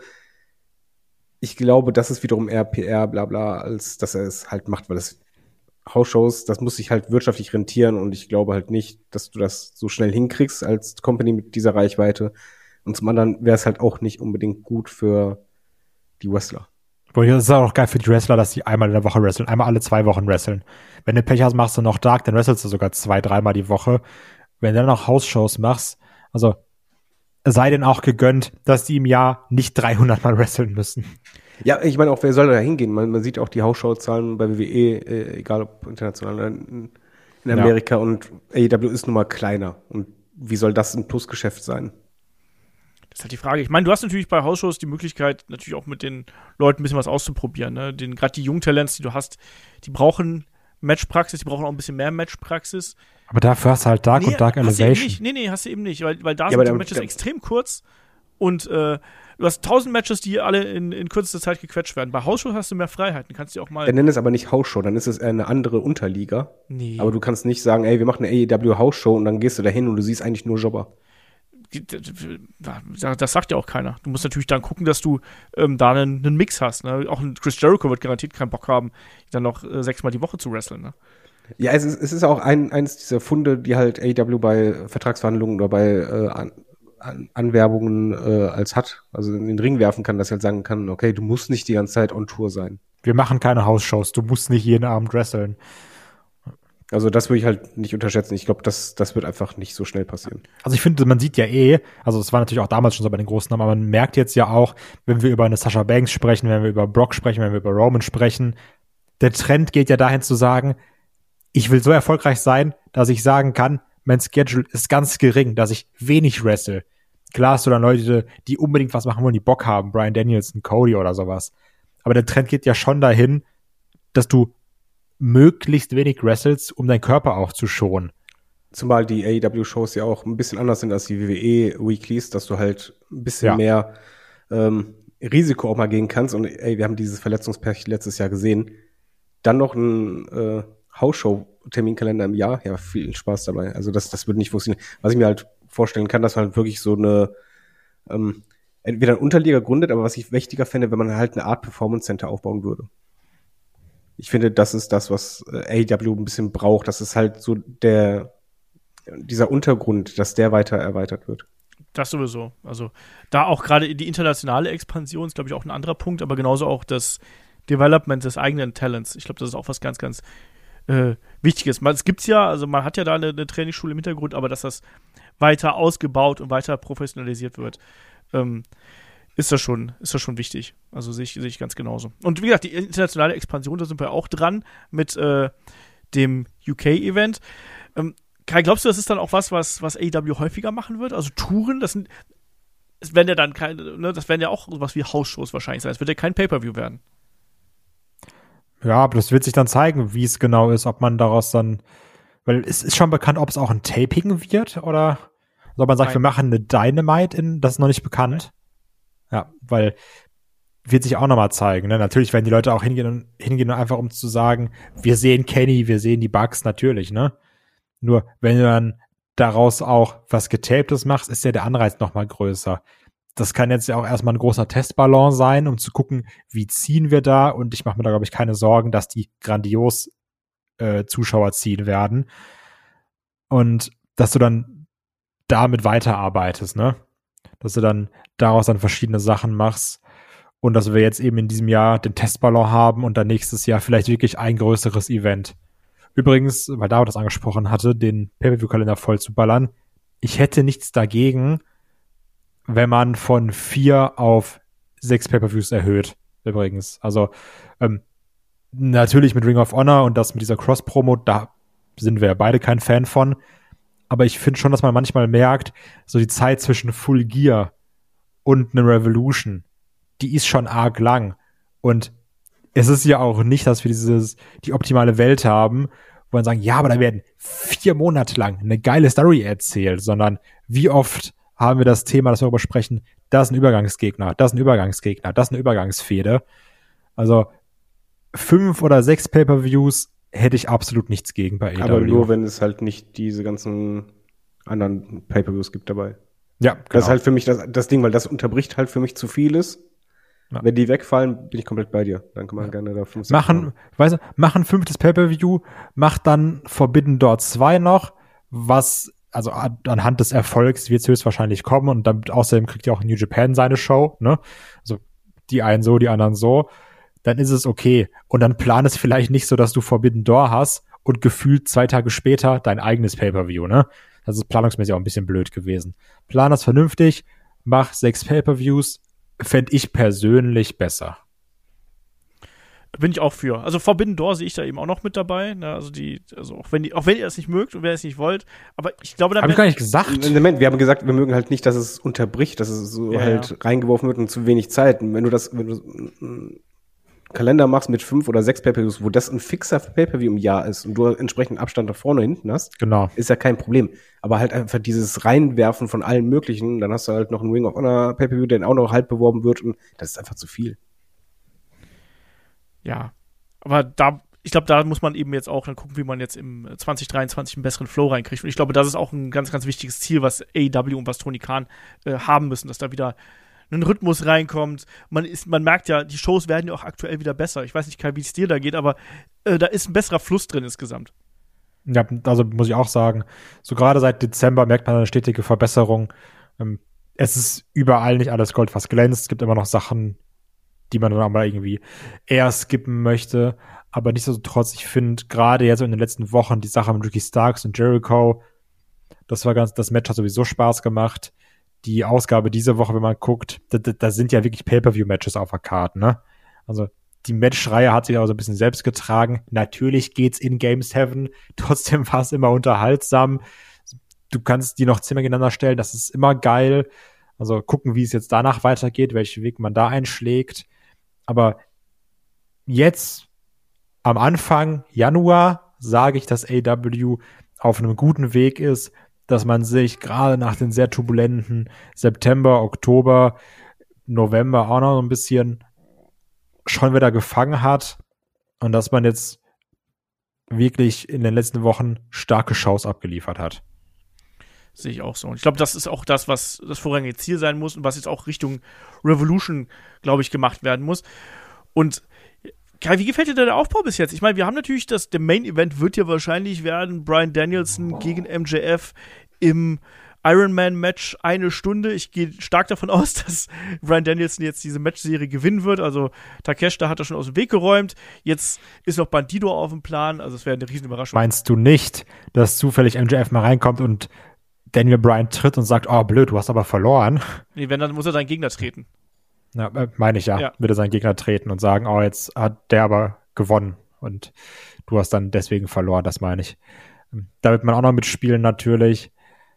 Ich glaube, das ist wiederum eher P R, bla bla, als dass er es halt macht, weil das House-Shows, das muss sich halt wirtschaftlich rentieren und ich glaube halt nicht, dass du das so schnell hinkriegst als Company mit dieser Reichweite. Und zum anderen wäre es halt auch nicht unbedingt gut für die Wrestler. Boah, das ist auch geil für die Wrestler, dass die einmal in der Woche wresteln, einmal alle zwei Wochen wresteln. Wenn du Pech hast, machst du noch Dark, dann wrestelst du sogar zwei, dreimal die Woche. Wenn du dann noch House-Shows machst, also sei denn auch gegönnt, dass die im Jahr nicht dreihundert Mal wresteln müssen. Ja, ich meine auch, wer soll da hingehen? Man, man sieht auch die Hausschau-Zahlen bei W W E, äh, egal ob international oder in, in Amerika, ja. Und A E W ist nun mal kleiner. Und wie soll das ein Plusgeschäft sein? Das ist halt die Frage. Ich meine, du hast natürlich bei Hausshows die Möglichkeit, natürlich auch mit den Leuten ein bisschen was auszuprobieren. Ne? Den, gerade die Jungtalents, die du hast, die brauchen Matchpraxis, die brauchen auch ein bisschen mehr Matchpraxis. Aber dafür hast du halt Dark nee, und Dark hast Elevation. Du eben nicht. Nee, nee, hast du eben nicht, weil, weil da Ja, sind aber die der- Matches der- extrem kurz und äh, du hast tausend Matches, die alle in, in kürzester Zeit gequetscht werden. Bei Hausshows hast du mehr Freiheiten, kannst du auch mal. Dann nenn es aber nicht Hausshow, dann ist es eher eine andere Unterliga. Nee. Aber du kannst nicht sagen, ey, wir machen eine A E W Hausshow und dann gehst du da hin und du siehst eigentlich nur Jobber. Das sagt ja auch keiner. Du musst natürlich dann gucken, dass du ähm, da einen, einen Mix hast. Ne? Auch ein Chris Jericho wird garantiert keinen Bock haben, dann noch äh, sechsmal die Woche zu wresteln. Ne? Ja, es ist, es ist auch ein, eins dieser Funde, die halt A E W bei Vertragsverhandlungen oder bei äh, an, an, Anwerbungen äh, als hat. Also in den Ring werfen kann, dass er halt sagen kann, okay, du musst nicht die ganze Zeit on Tour sein. Wir machen keine House-Shows, du musst nicht jeden Abend wresteln. Also das würde ich halt nicht unterschätzen. Ich glaube, das, das wird einfach nicht so schnell passieren. Also ich finde, man sieht ja eh, also es war natürlich auch damals schon so bei den großen Namen, aber man merkt jetzt ja auch, wenn wir über eine Sasha Banks sprechen, wenn wir über Brock sprechen, wenn wir über Roman sprechen, der Trend geht ja dahin zu sagen, ich will so erfolgreich sein, dass ich sagen kann, mein Schedule ist ganz gering, dass ich wenig wrestle. Klar hast du dann Leute, die unbedingt was machen wollen, die Bock haben, Bryan Danielson, Cody oder sowas. Aber der Trend geht ja schon dahin, dass du möglichst wenig wrestlest, um deinen Körper auch zu schonen. Zumal die A E W-Shows ja auch ein bisschen anders sind als die W W E-Weeklies, dass du halt ein bisschen Ja. mehr ähm, Risiko auch mal gehen kannst. Und ey, wir haben dieses Verletzungspech letztes Jahr gesehen. Dann noch ein äh, Hausshow Terminkalender im Jahr, ja, viel Spaß dabei. Also das, das würde nicht funktionieren. Was ich mir halt vorstellen kann, dass man halt wirklich so eine, ähm, entweder eine Unterliga gründet, aber was ich wichtiger fände, wenn man halt eine Art Performance Center aufbauen würde. Ich finde, das ist das, was A E W ein bisschen braucht. Das ist halt so der, dieser Untergrund, dass der weiter erweitert wird. Das sowieso. Also da auch gerade die internationale Expansion ist, glaube ich, auch ein anderer Punkt, aber genauso auch das Development des eigenen Talents. Ich glaube, das ist auch was ganz, ganz äh, Wichtiges. Es gibt's ja, also man hat ja da eine, eine Trainingsschule im Hintergrund, aber dass das weiter ausgebaut und weiter professionalisiert wird, ähm, ist das schon, ist das schon wichtig. Also sehe ich, sehe ich ganz genauso. Und wie gesagt, die internationale Expansion, da sind wir auch dran mit äh, dem U K-Event. Ähm, Kai, glaubst du, das ist dann auch was, was, was A E W häufiger machen wird? Also Touren, das sind, es werden ja dann keine, ne, das werden ja auch sowas wie Hausshows wahrscheinlich sein. Es wird ja kein Pay-Per-View werden. Ja, aber das wird sich dann zeigen, wie es genau ist, ob man daraus dann, weil es ist schon bekannt, ob es auch ein Taping wird oder ob man sagt, Nein. wir machen eine Dynamite in, das ist noch nicht bekannt. Nein. Ja, weil wird sich auch nochmal zeigen. Ne? Natürlich werden die Leute auch hingehen und hingehen, einfach um zu sagen, wir sehen Kenny, wir sehen die Bugs, natürlich, ne? Nur, wenn du dann daraus auch was Getaptes machst, ist ja der Anreiz nochmal größer. Das kann jetzt ja auch erstmal ein großer Testballon sein, um zu gucken, wie ziehen wir da. Und ich mache mir da, glaube ich, keine Sorgen, dass die grandios äh, Zuschauer ziehen werden. Und dass du dann damit weiterarbeitest, ne? Dass du dann daraus dann verschiedene Sachen machst. Und dass wir jetzt eben in diesem Jahr den Testballon haben und dann nächstes Jahr vielleicht wirklich ein größeres Event. Übrigens, weil David das angesprochen hatte, den Pay-Per-View-Kalender voll zu ballern. Ich hätte nichts dagegen, wenn man von vier auf sechs Pay-Per-Views erhöht. Übrigens. Also ähm, natürlich mit Ring of Honor und das mit dieser Cross-Promo, da sind wir ja beide kein Fan von. Aber ich finde schon, dass man manchmal merkt, so die Zeit zwischen Full Gear und eine Revolution, die ist schon arg lang. Und es ist ja auch nicht, dass wir dieses die optimale Welt haben, wo man sagen, ja, aber da werden vier Monate lang eine geile Story erzählt, sondern wie oft haben wir das Thema, dass wir darüber sprechen, das ist ein Übergangsgegner, das ist ein Übergangsgegner, das ist eine Übergangsfehde. Also fünf oder sechs Pay-Per-Views hätte ich absolut nichts gegen bei A E W. Aber nur, wenn es halt nicht diese ganzen anderen Pay-Per-Views gibt dabei. Ja, genau. Das ist halt für mich das, das Ding, weil das unterbricht halt für mich zu vieles. Ja. Wenn die wegfallen, bin ich komplett bei dir. Dann kann man ja. gerne da fünf machen. Weißt du, mach ein fünftes Pay-Per-View, mach dann Forbidden Door zwei noch, was, also anhand des Erfolgs wird es höchstwahrscheinlich kommen und dann außerdem kriegt ja auch New Japan seine Show, ne? Also die einen so, die anderen so. Dann ist es okay. Und dann plan es vielleicht nicht so, dass du Forbidden Door hast und gefühlt zwei Tage später dein eigenes Pay-Per-View, ne? Das ist planungsmäßig auch ein bisschen blöd gewesen. Plan das vernünftig, mach sechs Pay-Per-Views, fände ich persönlich besser. Bin ich auch für. Also Forbidden Door sehe ich da eben auch noch mit dabei. Ne? Also die, also auch wenn die, auch wenn ihr das nicht mögt und wenn ihr es nicht wollt, aber ich glaube, da habe ich gar nicht gesagt. Moment, wir haben gesagt, wir mögen halt nicht, dass es unterbricht, dass es so ja, halt ja. reingeworfen wird und zu wenig Zeit. Und wenn du das, wenn du einen Kalender machst mit fünf oder sechs Pay-Per-Views, wo das ein fixer Pay-Per-View im Jahr ist und du entsprechend Abstand da vorne und hinten hast, genau, ist ja kein Problem. Aber halt einfach dieses Reinwerfen von allen möglichen, dann hast du halt noch einen Ring of Honor Pay-Per-View, der auch noch halb beworben wird und das ist einfach zu viel. Ja, aber da, ich glaube, da muss man eben jetzt auch dann gucken, wie man jetzt im zwanzig dreiundzwanzig einen besseren Flow reinkriegt. Und ich glaube, das ist auch ein ganz, ganz wichtiges Ziel, was A E W und was Tony Khan äh, haben müssen, dass da wieder ein Rhythmus reinkommt. Man ist, man merkt ja, die Shows werden ja auch aktuell wieder besser. Ich weiß nicht, Kai, wie es dir da geht, aber äh, da ist ein besserer Fluss drin insgesamt. Ja, also muss ich auch sagen, so gerade seit Dezember merkt man eine stetige Verbesserung. Ähm, es ist überall nicht alles Gold, was glänzt. Es gibt immer noch Sachen, die man dann aber irgendwie eher skippen möchte. Aber nichtsdestotrotz, ich finde gerade jetzt in den letzten Wochen die Sache mit Ricky Starks und Jericho, das war ganz, das Match hat sowieso Spaß gemacht. Die Ausgabe diese Woche, wenn man guckt, da, da sind ja wirklich Pay-Per-View-Matches auf der Karte, ne? Also die Matchreihe hat sich auch so ein bisschen selbst getragen. Natürlich geht's in Game sieben, trotzdem war es immer unterhaltsam. Du kannst die noch zehnmal gegeneinander stellen, das ist immer geil. Also gucken, wie es jetzt danach weitergeht, welchen Weg man da einschlägt. Aber jetzt am Anfang Januar sage ich, dass A E W auf einem guten Weg ist, dass man sich gerade nach den sehr turbulenten September, Oktober, November auch noch ein bisschen schon wieder gefangen hat und dass man jetzt wirklich in den letzten Wochen starke Shows abgeliefert hat. Sehe ich auch so. Und ich glaube, das ist auch das, was das vorrangige Ziel sein muss und was jetzt auch Richtung Revolution, glaube ich, gemacht werden muss. Und Kai, wie gefällt dir der Aufbau bis jetzt? Ich meine, wir haben natürlich das, der Main-Event wird ja wahrscheinlich werden, Bryan Danielson gegen M J F im Ironman-Match eine Stunde. Ich gehe stark davon aus, dass Bryan Danielson jetzt diese Matchserie gewinnen wird. Also Takeshita hat er schon aus dem Weg geräumt. Jetzt ist noch Bandido auf dem Plan. Also es wäre eine riesen Überraschung. Meinst du nicht, dass zufällig M J F mal reinkommt und Daniel Bryan tritt und sagt, oh blöd, du hast aber verloren? Nee, wenn, dann muss er seinen Gegner treten. Ja, meine ich ja. Ja. Würde seinen Gegner treten und sagen, oh, jetzt hat der aber gewonnen und du hast dann deswegen verloren, das meine ich. Da wird man auch noch mitspielen natürlich.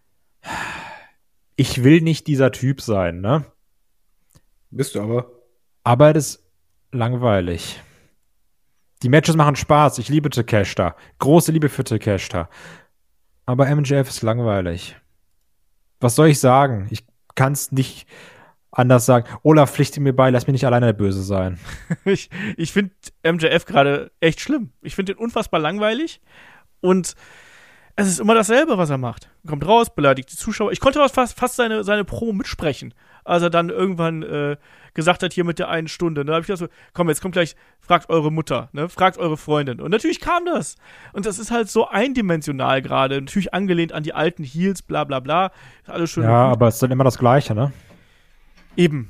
Ich will nicht dieser Typ sein, ne? Bist du aber. Aber das ist langweilig. Die Matches machen Spaß. Ich liebe Takeshita. Große Liebe für Takeshita. Aber M J F ist langweilig. Was soll ich sagen? Ich kann es nicht anders sagen. Olaf, pflichte mir bei, lass mich nicht alleine der Böse sein. ich ich finde M J F gerade echt schlimm. Ich finde ihn unfassbar langweilig und es ist immer dasselbe, was er macht. Kommt raus, beleidigt die Zuschauer. Ich konnte fast, fast seine, seine Promo mitsprechen, als er dann irgendwann äh, gesagt hat, hier mit der einen Stunde. Da habe ich gedacht so, komm, jetzt kommt gleich, fragt eure Mutter, ne? Fragt eure Freundin. Und natürlich kam das. Und das ist halt so eindimensional gerade. Natürlich angelehnt an die alten Heels, bla bla bla. Ist alles schön. Ja, aber es ist dann immer das Gleiche, ne? Eben.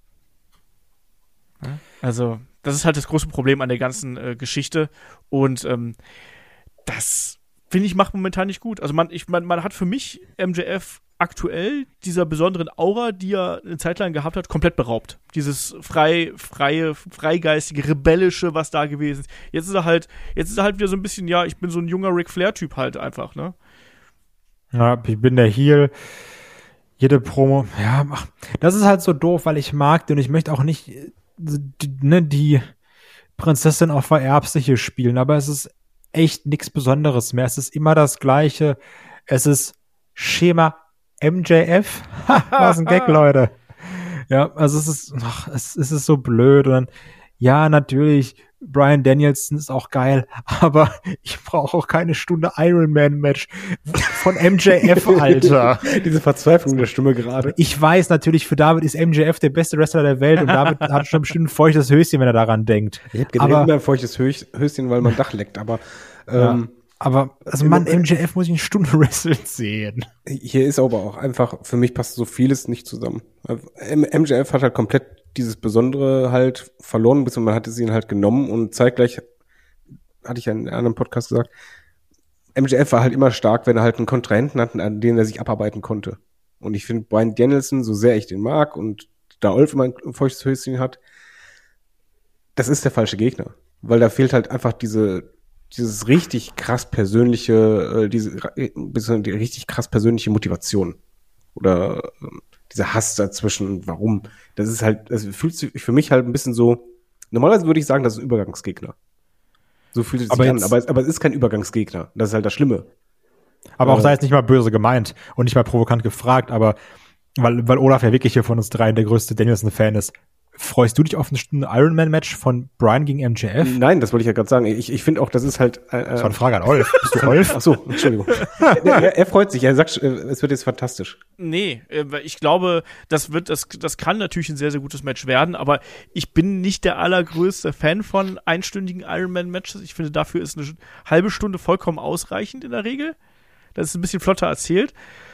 Also, das ist halt das große Problem an der ganzen äh, Geschichte. Und ähm, das, finde ich, macht momentan nicht gut. Also, man, ich, man, man hat für mich M J F aktuell dieser besonderen Aura, die er eine Zeit lang gehabt hat, komplett beraubt. Dieses frei, freie, freigeistige, rebellische, was da gewesen ist. Jetzt ist er halt, jetzt ist er halt wieder so ein bisschen, ja, ich bin so ein junger Ric Flair-Typ halt einfach, ne? Ja, ich bin der Heel. Jede Promo, ja, das ist halt so doof, weil ich mag den und ich möchte auch nicht die, ne, die Prinzessin auf der Erbse hier spielen, aber es ist echt nichts Besonderes mehr. Es ist immer das Gleiche. Es ist Schema M J F. Was ein Gag, Leute. Ja, also es ist, ach, es, es ist so blöd und dann, ja, natürlich, Bryan Danielson ist auch geil, aber ich brauche auch keine Stunde Ironman-Match von M J F, Alter. Diese Verzweiflung der Stimme gerade. Ich weiß natürlich, für David ist M J F der beste Wrestler der Welt und David hat schon bestimmt ein feuchtes Höschen, wenn er daran denkt. Ich habe generell immer ein feuchtes Höschen, weil mein Dach leckt, aber ähm, ja, aber, also Mann, M J F muss ich eine Stunde wresteln sehen. Hier ist aber auch einfach, für mich passt so vieles nicht zusammen. M J F hat halt komplett dieses Besondere halt verloren, bis man hat es ihn halt genommen und zeitgleich, hatte ich ja in einem anderen Podcast gesagt, M J F war halt immer stark, wenn er halt einen Kontrahenten hatte, an den er sich abarbeiten konnte. Und ich finde, Bryan Danielson, so sehr ich den mag und da Olf immer ein feuchtes Höschen hat, das ist der falsche Gegner. Weil da fehlt halt einfach diese, dieses richtig krass persönliche, äh, diese, die richtig krass persönliche Motivation. Oder, ähm, dieser Hass dazwischen, warum? Das ist halt, das fühlt sich für mich halt ein bisschen so, normalerweise würde ich sagen, das ist ein Übergangsgegner. So fühlt es sich aber an, aber es, aber es ist kein Übergangsgegner. Das ist halt das Schlimme. Aber äh, auch da jetzt nicht mal böse gemeint und nicht mal provokant gefragt, aber weil, weil Olaf ja wirklich hier von uns dreien der größte Danielson-Fan ist. Freust du dich auf ein Ironman-Match von Bryan gegen M J F? Nein, das wollte ich ja gerade sagen. Ich, ich finde auch, das ist halt... Äh, das war eine Frage an Olf. Bist du Olf? Ach so, Entschuldigung. er, er freut sich, er sagt, es wird jetzt fantastisch. Nee, ich glaube, das wird, das, das kann natürlich ein sehr, sehr gutes Match werden, aber ich bin nicht der allergrößte Fan von einstündigen Ironman-Matches. Ich finde, dafür ist eine halbe Stunde vollkommen ausreichend in der Regel. Das ist ein bisschen flotter erzählt.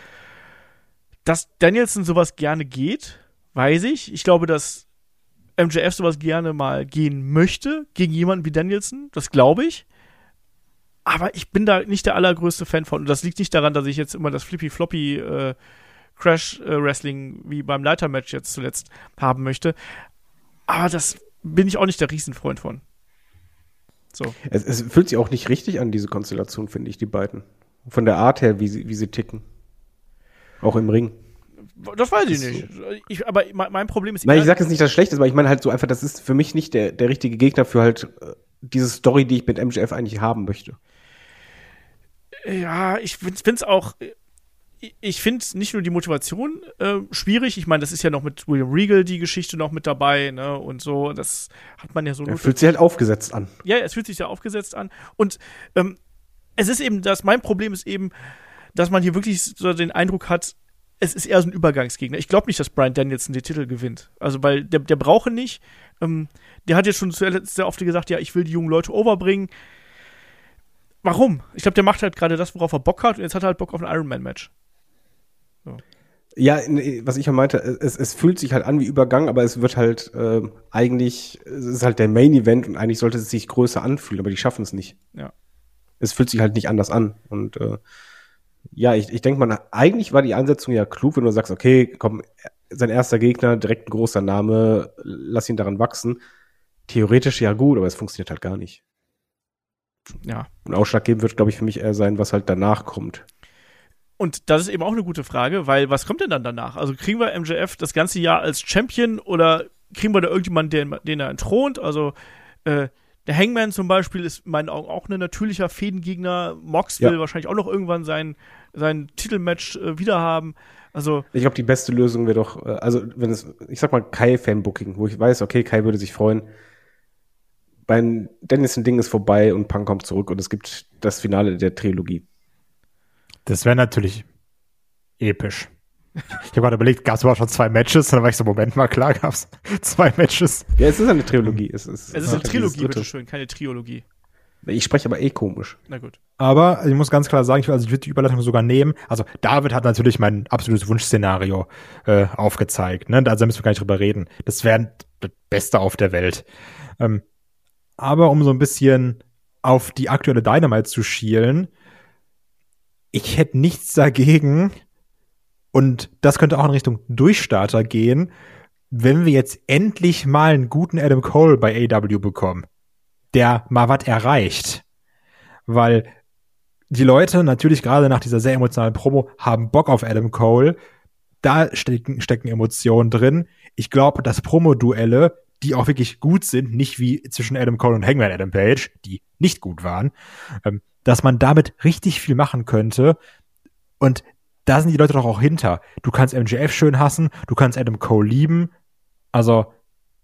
Dass Danielson sowas gerne geht, weiß ich. Ich glaube, dass M J F sowas gerne mal gehen möchte, gegen jemanden wie Danielson, das glaube ich. Aber ich bin da nicht der allergrößte Fan von. Und das liegt nicht daran, dass ich jetzt immer das Flippy-Floppy äh, Crash-Wrestling wie beim Leitermatch jetzt zuletzt haben möchte. Aber das bin ich auch nicht der Riesenfreund von. So. Es, es fühlt sich auch nicht richtig an, diese Konstellation, finde ich, die beiden. Von der Art her, wie sie, wie sie ticken. Auch im Ring. Das weiß ich nicht. Ich, aber mein Problem ist... Nein, ich sage jetzt nicht, dass es schlecht ist, aber ich meine halt so einfach, das ist für mich nicht der, der richtige Gegner für halt äh, diese Story, die ich mit M J F eigentlich haben möchte. Ja, ich finde es auch... ich finde nicht nur die Motivation äh, schwierig, ich meine, das ist ja noch mit William Regal die Geschichte noch mit dabei, ne, und so, das hat man ja so. Er fühlt sich halt aufgesetzt an. Ja, es fühlt sich ja aufgesetzt an. Und ähm, es ist eben, das, mein Problem ist eben, dass man hier wirklich so den Eindruck hat, es ist eher so ein Übergangsgegner. Ich glaube nicht, dass Bryan Danielson den Titel gewinnt. Also, weil der, der braucht ihn nicht. Ähm, der hat jetzt schon zuletzt sehr oft gesagt, ja, ich will die jungen Leute overbringen. Warum? Ich glaube, der macht halt gerade das, worauf er Bock hat. Und jetzt hat er halt Bock auf ein Ironman-Match. So. Ja, was ich ja meinte, es, es fühlt sich halt an wie Übergang, aber es wird halt äh, eigentlich, es ist halt der Main-Event und eigentlich sollte es sich größer anfühlen, aber die schaffen es nicht. Ja. Es fühlt sich halt nicht anders an. Und äh, ja, ich, ich denke mal, eigentlich war die Einsetzung ja klug, wenn du sagst, okay, komm, sein erster Gegner, direkt ein großer Name, lass ihn daran wachsen. Theoretisch ja gut, aber es funktioniert halt gar nicht. Ja. Und ausschlaggebend wird, glaube ich, für mich eher sein, was halt danach kommt. Und das ist eben auch eine gute Frage, weil was kommt denn dann danach? Also kriegen wir M J F das ganze Jahr als Champion oder kriegen wir da irgendjemanden, den, den er entthront? Also äh, der Hangman zum Beispiel ist in meinen Augen auch ein natürlicher Fädengegner. Mox will ja. wahrscheinlich auch noch irgendwann sein, sein Titelmatch äh, wieder haben. Also ich glaube, die beste Lösung wäre doch, äh, also wenn es, ich sag mal, Kai-Fanbooking, wo ich weiß, okay, Kai würde sich freuen. Beim Danielson-Ding ist vorbei und Punk kommt zurück und es gibt das Finale der Trilogie. Das wäre natürlich episch. Ich habe gerade überlegt, gab es überhaupt schon zwei Matches? Und dann war ich so, Moment mal, klar gab es zwei Matches. Ja, es ist eine Trilogie. Es ist, es ist eine Trilogie, bitteschön, keine Triologie. Ich spreche aber eh komisch. Na gut. Aber ich muss ganz klar sagen, ich will, also ich würde die Überleitung sogar nehmen. Also David hat natürlich mein absolutes Wunschszenario äh, aufgezeigt. Ne? Also da müssen wir gar nicht drüber reden. Das wäre das Beste auf der Welt. Ähm, aber um so ein bisschen auf die aktuelle Dynamite zu schielen, ich hätte nichts dagegen, und das könnte auch in Richtung Durchstarter gehen, wenn wir jetzt endlich mal einen guten Adam Cole bei A E W bekommen, der mal was erreicht. Weil die Leute natürlich gerade nach dieser sehr emotionalen Promo haben Bock auf Adam Cole. Da stecken, stecken Emotionen drin. Ich glaube, dass Promo-Duelle, die auch wirklich gut sind, nicht wie zwischen Adam Cole und Hangman Adam Page, die nicht gut waren, ähm, dass man damit richtig viel machen könnte. Und da sind die Leute doch auch hinter. Du kannst M J F schön hassen, du kannst Adam Cole lieben. Also,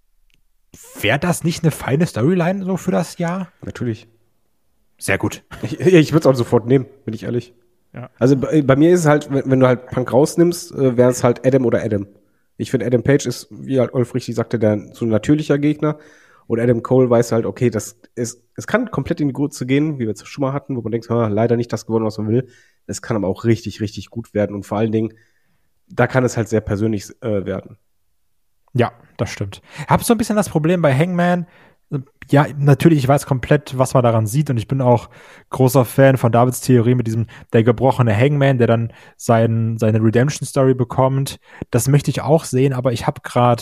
wäre das nicht eine feine Storyline so für das Jahr? Natürlich. Sehr gut. Ich, ich würde es auch sofort nehmen, bin ich ehrlich. Ja. Also bei, bei mir ist es halt, wenn, wenn du halt Punk rausnimmst, äh, wäre es halt Adam oder Adam. Ich finde, Adam Page ist, wie halt Olf richtig sagte, der so ein natürlicher Gegner. Und Adam Cole weiß halt, okay, das ist, es kann komplett in die Grütze gehen, wie wir es schon mal hatten, wo man denkt, ha, leider nicht das gewonnen, was man will. Es kann aber auch richtig, richtig gut werden. Und vor allen Dingen, da kann es halt sehr persönlich äh, werden. Ja, das stimmt. Ich habe so ein bisschen das Problem bei Hangman. Ja, natürlich, ich weiß komplett, was man daran sieht. Und ich bin auch großer Fan von Davids Theorie mit diesem, der gebrochene Hangman, der dann sein, seine Redemption-Story bekommt. Das möchte ich auch sehen, aber ich habe gerade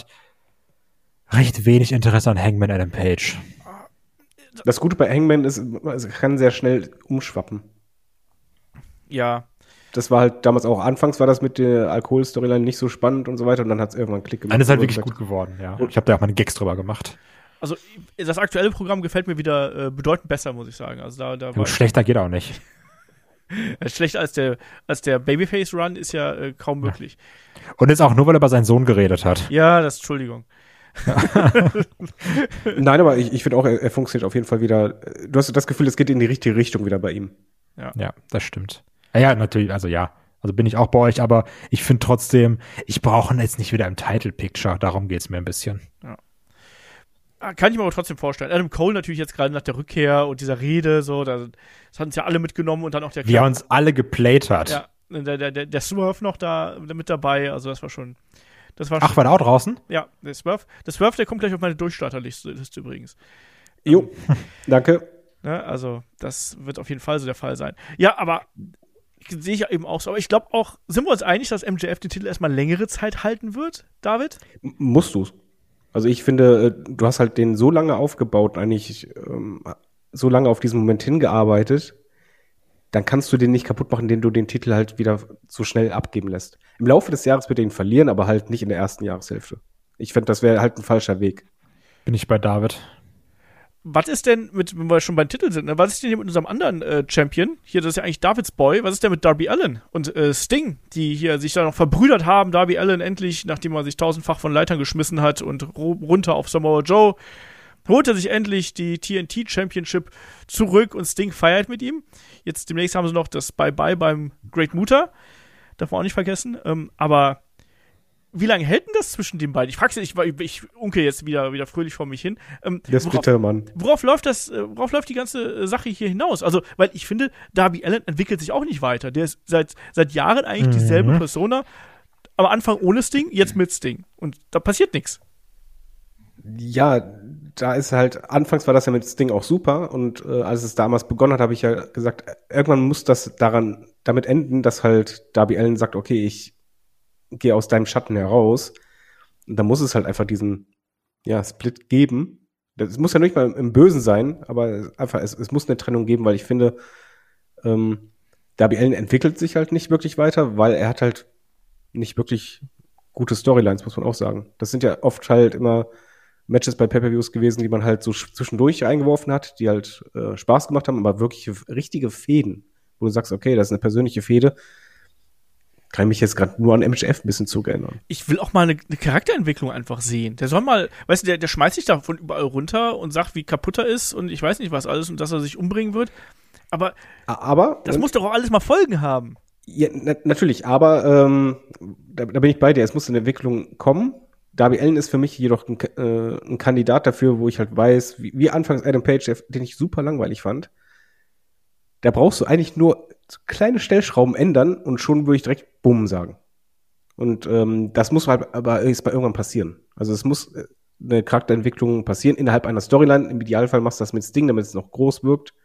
recht wenig Interesse an Hangman Adam Page. Das Gute bei Hangman ist, es kann sehr schnell umschwappen. Ja. Das war halt damals auch, anfangs war das mit der Alkohol-Storyline nicht so spannend und so weiter und dann hat es irgendwann einen Klick gemacht. Dann ist halt wirklich gut geworden, ja. Ich habe da auch meine Gags drüber gemacht. Also das aktuelle Programm gefällt mir wieder äh, bedeutend besser, muss ich sagen. Also da, da ja, schlechter geht auch nicht. Schlechter als der, als der Babyface-Run ist ja äh, kaum möglich. Ja. Und jetzt auch nur, weil er über seinen Sohn geredet hat. Ja, das, Entschuldigung. Nein, aber ich, ich finde auch, er, er funktioniert auf jeden Fall wieder. Du hast das Gefühl, es geht in die richtige Richtung wieder bei ihm. Ja, ja, das stimmt. Ja, ja, natürlich, also ja. Also bin ich auch bei euch, aber ich finde trotzdem, ich brauche ihn jetzt nicht wieder im Title-Picture. Darum geht's mir ein bisschen. Ja. Kann ich mir aber trotzdem vorstellen. Adam Cole natürlich jetzt gerade nach der Rückkehr und dieser Rede, so, das, das hatten uns ja alle mitgenommen und dann auch der Wie er uns alle geplayt hat. Ja, der, der, der, der Swerve noch da mit dabei, also das war schon. Das war schon, Ach, war der auch draußen? Ja, der Swerve. Der Swerve, der kommt gleich auf meine Durchstarterliste Liste übrigens. Jo, danke. Ne, also, das wird auf jeden Fall so der Fall sein. Ja, aber sehe ich ja eben auch so. Aber ich glaube auch, sind wir uns einig, dass M J F den Titel erstmal längere Zeit halten wird, David? M- musst du's. Also ich finde, du hast halt den so lange aufgebaut, eigentlich ähm, so lange auf diesen Moment hingearbeitet, dann kannst du den nicht kaputt machen, indem du den Titel halt wieder so schnell abgeben lässt. Im Laufe des Jahres wird er ihn verlieren, aber halt nicht in der ersten Jahreshälfte. Ich finde, das wäre halt ein falscher Weg. Bin ich bei David. was ist denn mit, wenn wir schon beim Titel sind, ne? Was ist denn hier mit unserem anderen äh, Champion? Hier, das ist ja eigentlich Davids Boy. Was ist denn mit Darby Allin und äh, Sting, die hier sich da noch verbrüdert haben? Darby Allin endlich, nachdem er sich tausendfach von Leitern geschmissen hat und ro- runter auf Samoa Joe, holt er sich endlich die T N T Championship zurück und Sting feiert mit ihm. Jetzt demnächst haben sie noch das Bye-Bye beim Great Muta. Darf man auch nicht vergessen. Ähm, aber wie lange hält denn das zwischen den beiden? Ich frage ich, ich, ich unke jetzt wieder, wieder fröhlich vor mich hin. Ähm, Der Splitter-Mann. Worauf, worauf läuft das, äh, worauf läuft die ganze Sache hier hinaus? Also, weil ich finde, Darby Allin entwickelt sich auch nicht weiter. Der ist seit, seit Jahren eigentlich Mhm. dieselbe Persona. Am Anfang ohne Sting, jetzt mit Sting. Und da passiert nichts. Ja, da ist halt, anfangs war das ja mit Sting auch super und äh, als es damals begonnen hat, habe ich ja gesagt, irgendwann muss das daran damit enden, dass halt Darby Allin sagt, okay, ich gehe aus deinem Schatten heraus. Und da muss es halt einfach diesen, ja, Split geben. Das muss ja nicht mal im Bösen sein, aber einfach, es, es muss eine Trennung geben, weil ich finde, ähm, Darby Allin entwickelt sich halt nicht wirklich weiter, weil er hat halt nicht wirklich gute Storylines, muss man auch sagen. Das sind ja oft halt immer Matches bei Pay-Per-Views gewesen, die man halt so zwischendurch eingeworfen hat, die halt äh, Spaß gemacht haben, aber wirklich richtige Fäden, wo du sagst, okay, das ist eine persönliche Fehde, kann ich mich jetzt gerade nur an M J F ein bisschen zurückerinnern. Ich will auch mal eine, eine Charakterentwicklung einfach sehen. Der soll mal, weißt du, der, der schmeißt sich da von überall runter und sagt, wie kaputt er ist und ich weiß nicht was alles und dass er sich umbringen wird. Aber, aber das muss doch auch alles mal Folgen haben. Ja, na, natürlich, aber ähm, da, da bin ich bei dir. Es muss eine Entwicklung kommen. Darby Allin ist für mich jedoch ein, äh, ein Kandidat dafür, wo ich halt weiß, wie, wie anfangs Adam Page, den ich super langweilig fand. Da brauchst du eigentlich nur so kleine Stellschrauben ändern und schon würde ich direkt Bumm sagen. Und ähm, das muss halt aber ist bei irgendwann passieren. Also es muss eine Charakterentwicklung passieren innerhalb einer Storyline. Im Idealfall machst du das mit Sting, damit es noch groß wirkt.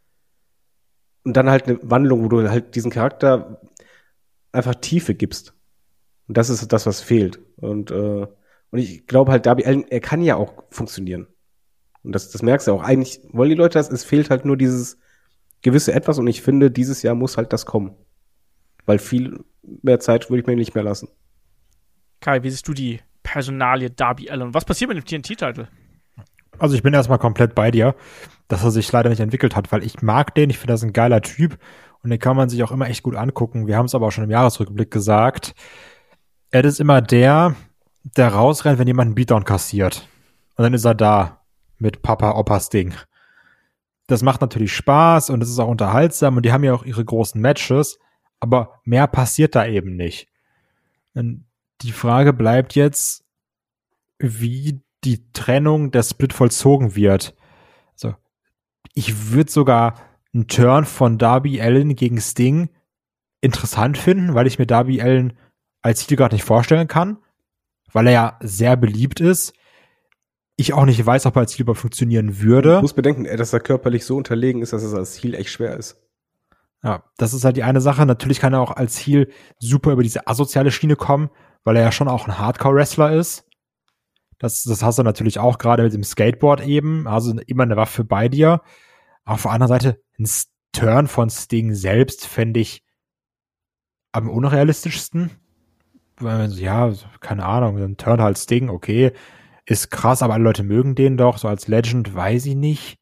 Und dann halt eine Wandlung, wo du halt diesen Charakter einfach Tiefe gibst. Und das ist das, was fehlt. Und, äh, und ich glaube halt, Darby Allin, er kann ja auch funktionieren. Und das, das merkst du auch. Eigentlich wollen die Leute das, es fehlt halt nur dieses gewisse Etwas. Und ich finde, dieses Jahr muss halt das kommen. Weil viel mehr Zeit würde ich mir nicht mehr lassen. Kai, wie siehst du die Personalie Darby Allin? Was passiert mit dem T N T-Titel? Also ich bin erstmal komplett bei dir, dass er sich leider nicht entwickelt hat, weil ich mag den, ich finde, das ist ein geiler Typ und den kann man sich auch immer echt gut angucken. Wir haben es aber auch schon im Jahresrückblick gesagt. Er ist immer der, der rausrennt, wenn jemand einen Beatdown kassiert. Und dann ist er da mit Papa, Opas Ding. Das macht natürlich Spaß und es ist auch unterhaltsam und die haben ja auch ihre großen Matches, aber mehr passiert da eben nicht. Und die Frage bleibt jetzt, wie die Trennung der Split vollzogen wird. Also, ich würde sogar einen Turn von Darby Allin gegen Sting interessant finden, weil ich mir Darby Allin als Heel gerade nicht vorstellen kann, weil er ja sehr beliebt ist. Ich auch nicht weiß, ob er als Heel überhaupt funktionieren würde. Du musst bedenken, dass er körperlich so unterlegen ist, dass es als Heel echt schwer ist. Ja, das ist halt die eine Sache. Natürlich kann er auch als Heel super über diese asoziale Schiene kommen, weil er ja schon auch ein Hardcore-Wrestler ist. Das, das hast du natürlich auch gerade mit dem Skateboard eben. Also immer eine Waffe bei dir. Auf der anderen Seite, ein Turn von Sting selbst fände ich am unrealistischsten. Ja, keine Ahnung, ein Turn halt Sting, okay, ist krass, aber alle Leute mögen den doch. So als Legend weiß ich nicht.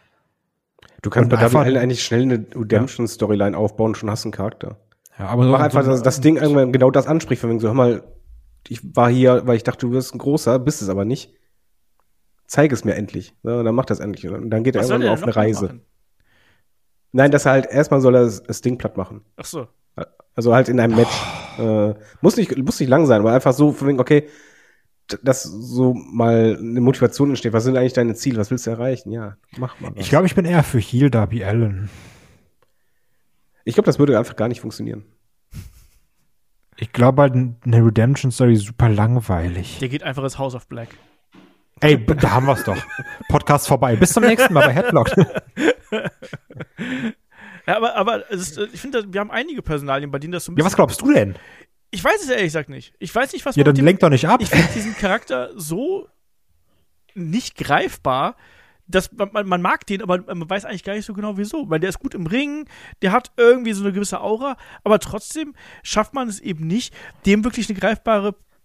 Du kannst Und bei Darby einfach- Allin eigentlich schnell eine Redemption-Storyline aufbauen, schon hast du einen Charakter. Ja, aber so, Mach einfach, so, dass das Ding irgendwann genau das anspricht, von wegen so, hör mal, ich war hier, weil ich dachte, du wirst ein großer, bist es aber nicht. Zeig es mir endlich. Ja, und dann macht das endlich. Und dann geht er Was soll irgendwann der auf denn eine noch Reise. machen? Nein, dass er halt, erstmal soll er das, das Ding platt machen. Ach so. Also halt in einem Match. Äh, muss nicht, muss nicht lang sein, aber einfach so, von wegen, okay, d- dass so mal eine Motivation entsteht. Was sind eigentlich deine Ziele? Was willst du erreichen? Ja, mach mal was. ich glaube, ich bin eher für Heel Darby Allin. ich glaube, das würde einfach gar nicht funktionieren. Ich glaube halt, eine Redemption-Story super langweilig. Der geht einfach ins House of Black. Ey, b- da haben wir's doch. Podcast vorbei. Bis zum nächsten Mal bei Headlock. Ja, aber, aber es ist, ich finde, wir haben einige Personalien, bei denen das so ein Ja, bisschen. was glaubst du denn? Ich weiß es ehrlich gesagt nicht. Ich weiß nicht, was Ja, man dann mit dem- lenk doch nicht ab. Ich finde diesen Charakter so nicht greifbar, dass man, man, man mag den, aber man weiß eigentlich gar nicht so genau wieso. Weil der ist gut im Ring, der hat irgendwie so eine gewisse Aura, aber trotzdem schafft man es eben nicht, dem wirklich eine greifbare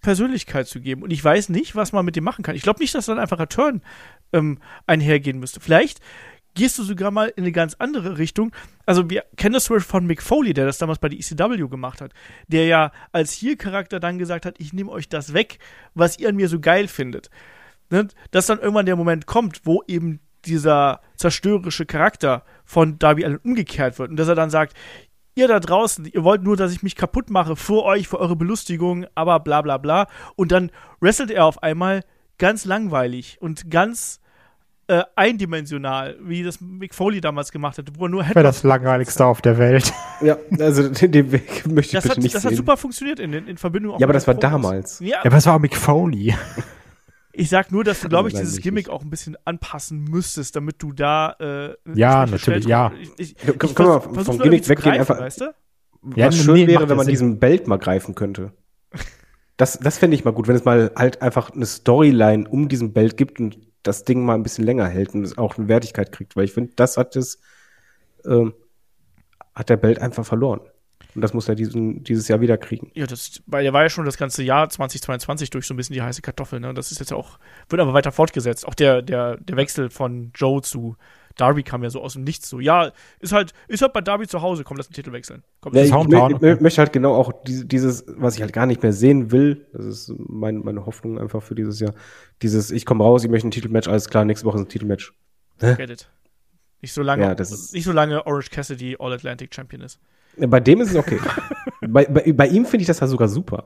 Persönlichkeit zu geben. Und ich weiß nicht, was man mit dem machen kann. Ich glaube nicht, dass dann einfach ein Turn ähm, einhergehen müsste. Vielleicht gehst du sogar mal in eine ganz andere Richtung. Also wir kennen das von Mick Foley, der das damals bei der E C W gemacht hat, der ja als Heel-Charakter dann gesagt hat, ich nehme euch das weg, was ihr an mir so geil findet. Ne? Dass dann irgendwann der Moment kommt, wo eben dieser zerstörerische Charakter von Darby Allin umgekehrt wird und dass er dann sagt, ihr da draußen, ihr wollt nur, dass ich mich kaputt mache für euch, für eure Belustigung, aber bla bla bla. Und dann wrestelt er auf einmal ganz langweilig und ganz äh, eindimensional, wie das Mick Foley damals gemacht hat, wo er nur Wäre das langweiligste auf der Welt. Ja, also den Weg möchte ich das bitte hat, nicht das sehen. hat super funktioniert in, in Verbindung auch Ja, aber mit das den war Promos. damals. Ja, Ja, aber es war auch Mick Foley. ich sag nur, dass du, glaube ich, Also, dieses weiß ich Gimmick nicht. auch ein bisschen anpassen müsstest, damit du da äh, Ja, entsprechend natürlich, Stellung- ja. Ich, ich, Können- ich können vers- wir versuch's vom nur Gimmick irgendwie zu weggehen, greifen, einfach- weißt du? Ja, Was nee, schön nee, wäre, macht wenn ja man Sinn. diesen Belt mal greifen könnte. Das, das fände ich mal gut, wenn es mal halt einfach eine Storyline um diesen Belt gibt und das Ding mal ein bisschen länger hält und es auch eine Wertigkeit kriegt, weil ich finde, das hat es, ähm, hat der Belt einfach verloren. Und das muss er diesen, dieses Jahr wieder kriegen. Ja, das, weil der war ja schon das ganze Jahr zweitausendzweiundzwanzig durch so ein bisschen die heiße Kartoffel, ne? Das ist jetzt auch, wird aber weiter fortgesetzt. Auch der, der, der Wechsel von Joe zu Darby kam ja so aus dem Nichts so. Ja, ist halt, ist halt bei Darby zu Hause, komm, lass den Titel wechseln. Komm, Ja, das ich ist Hometown, mö- okay. mö- möchte halt genau auch diese, dieses, was ich halt gar nicht mehr sehen will, das ist mein, meine Hoffnung einfach für dieses Jahr, dieses, ich komme raus, ich möchte ein Titelmatch, alles klar, nächste Woche ist ein Titelmatch. get it. Nicht so lange, Ja, das ist- nicht so lange Orange Cassidy All-Atlantic Champion ist. Ja, bei dem ist es okay. bei, bei, bei ihm finde ich das ja sogar super.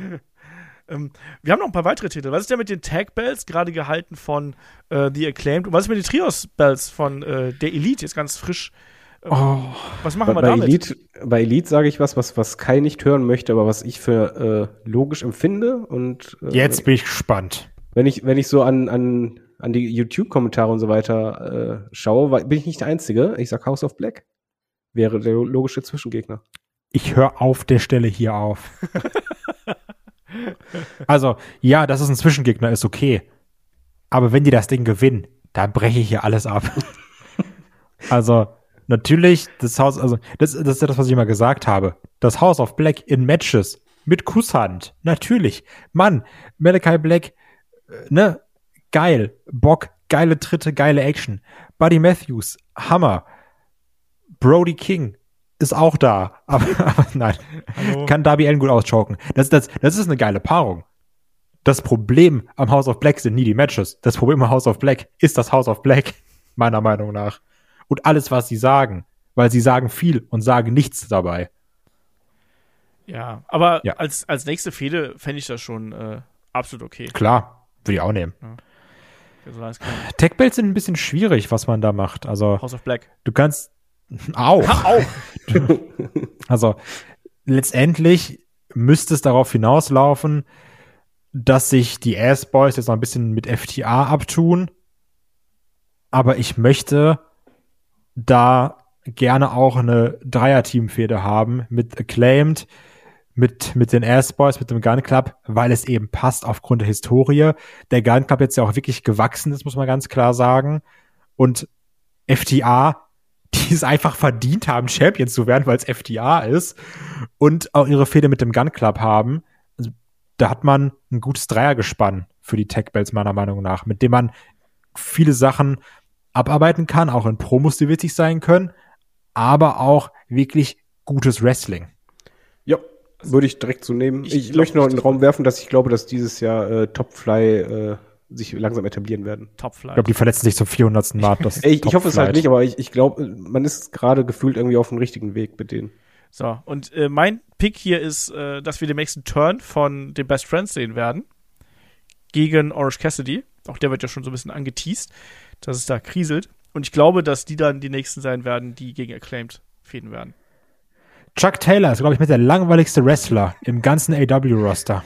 Ähm, wir haben noch ein paar weitere Titel. Was ist denn mit den Tag Belts, gerade gehalten von äh, The Acclaimed? Und was ist mit den Trios Belts von äh, der Elite, jetzt ganz frisch? Ähm, Oh, was machen Bei, wir bei damit? Elite, bei Elite sage ich was, was, was Kai nicht hören möchte, aber was ich für äh, logisch empfinde. Und äh, jetzt bin ich gespannt. wenn ich, wenn ich so an, an, an die YouTube-Kommentare und so weiter äh, schaue, war, bin ich nicht der Einzige. Ich sag House of Black. Wäre der logische Zwischengegner. Ich höre auf der Stelle hier auf. Also, ja, dass es ein Zwischengegner ist, okay. Aber wenn die das Ding gewinnen, dann breche ich hier alles ab. Also, natürlich, das Haus, also, das, das ist ja das, was ich immer gesagt habe. Das House of Black in Matches mit Kusshand. Natürlich. Mann, Malachi Black, äh, ne, geil. Bock, geile Tritte, geile Action. Buddy Matthews, Hammer. Brody King ist auch da. Aber, aber nein. Hallo? Kann Darby Allin gut auschoken. Das, das, das ist eine geile Paarung. Das Problem am House of Black sind nie die Matches. Das Problem am House of Black ist das House of Black, meiner Meinung nach. Und alles, was sie sagen. Weil sie sagen viel und sagen nichts dabei. Ja, aber Ja. Als, als nächste Fehde fände ich das schon äh, absolut okay. Klar, würde ich auch nehmen. Solange es kein Tech Belts sind ein bisschen schwierig, was man da macht. Also, House of Black. du kannst auch. Auch. Also, letztendlich müsste es darauf hinauslaufen, dass sich die Ass-Boys jetzt noch ein bisschen mit F T A abtun. Aber ich möchte da gerne auch eine Dreier-Team-Fehde haben mit Acclaimed, mit, mit den Ass-Boys, mit dem Gun Club, weil es eben passt aufgrund der Historie. Der Gun Club jetzt ja auch wirklich gewachsen ist, muss man ganz klar sagen. Und F T A, die es einfach verdient haben, Champion zu werden, weil es F T A ist und auch ihre Fehde mit dem Gun Club haben. Also, da hat man ein gutes Dreiergespann für die Tech Belts meiner Meinung nach, mit dem man viele Sachen abarbeiten kann, auch in Promos, die witzig sein können, aber auch wirklich gutes Wrestling. Ja, würde ich direkt so nehmen. Ich Ich, glaub möchte noch in nicht, den Raum werfen, dass ich glaube, dass dieses Jahr äh, Top Fly äh, sich langsam etablieren werden. Top Ich Flight. glaube, die verletzen sich zum vierhundertsten Mal. Das Ey, ich, ich hoffe es halt Top-Flight. nicht, aber ich, ich glaube, man ist gerade gefühlt irgendwie auf dem richtigen Weg mit denen. So, und äh, mein Pick hier ist, äh, dass wir den nächsten Turn von den Best Friends sehen werden. Gegen Orange Cassidy. Auch der wird ja schon so ein bisschen angeteased, dass es da kriselt. Und ich glaube, dass die dann die nächsten sein werden, die gegen Acclaimed fäden werden. Chuck Taylor ist, glaube ich, mit der langweiligste Wrestler im ganzen A E W-Roster.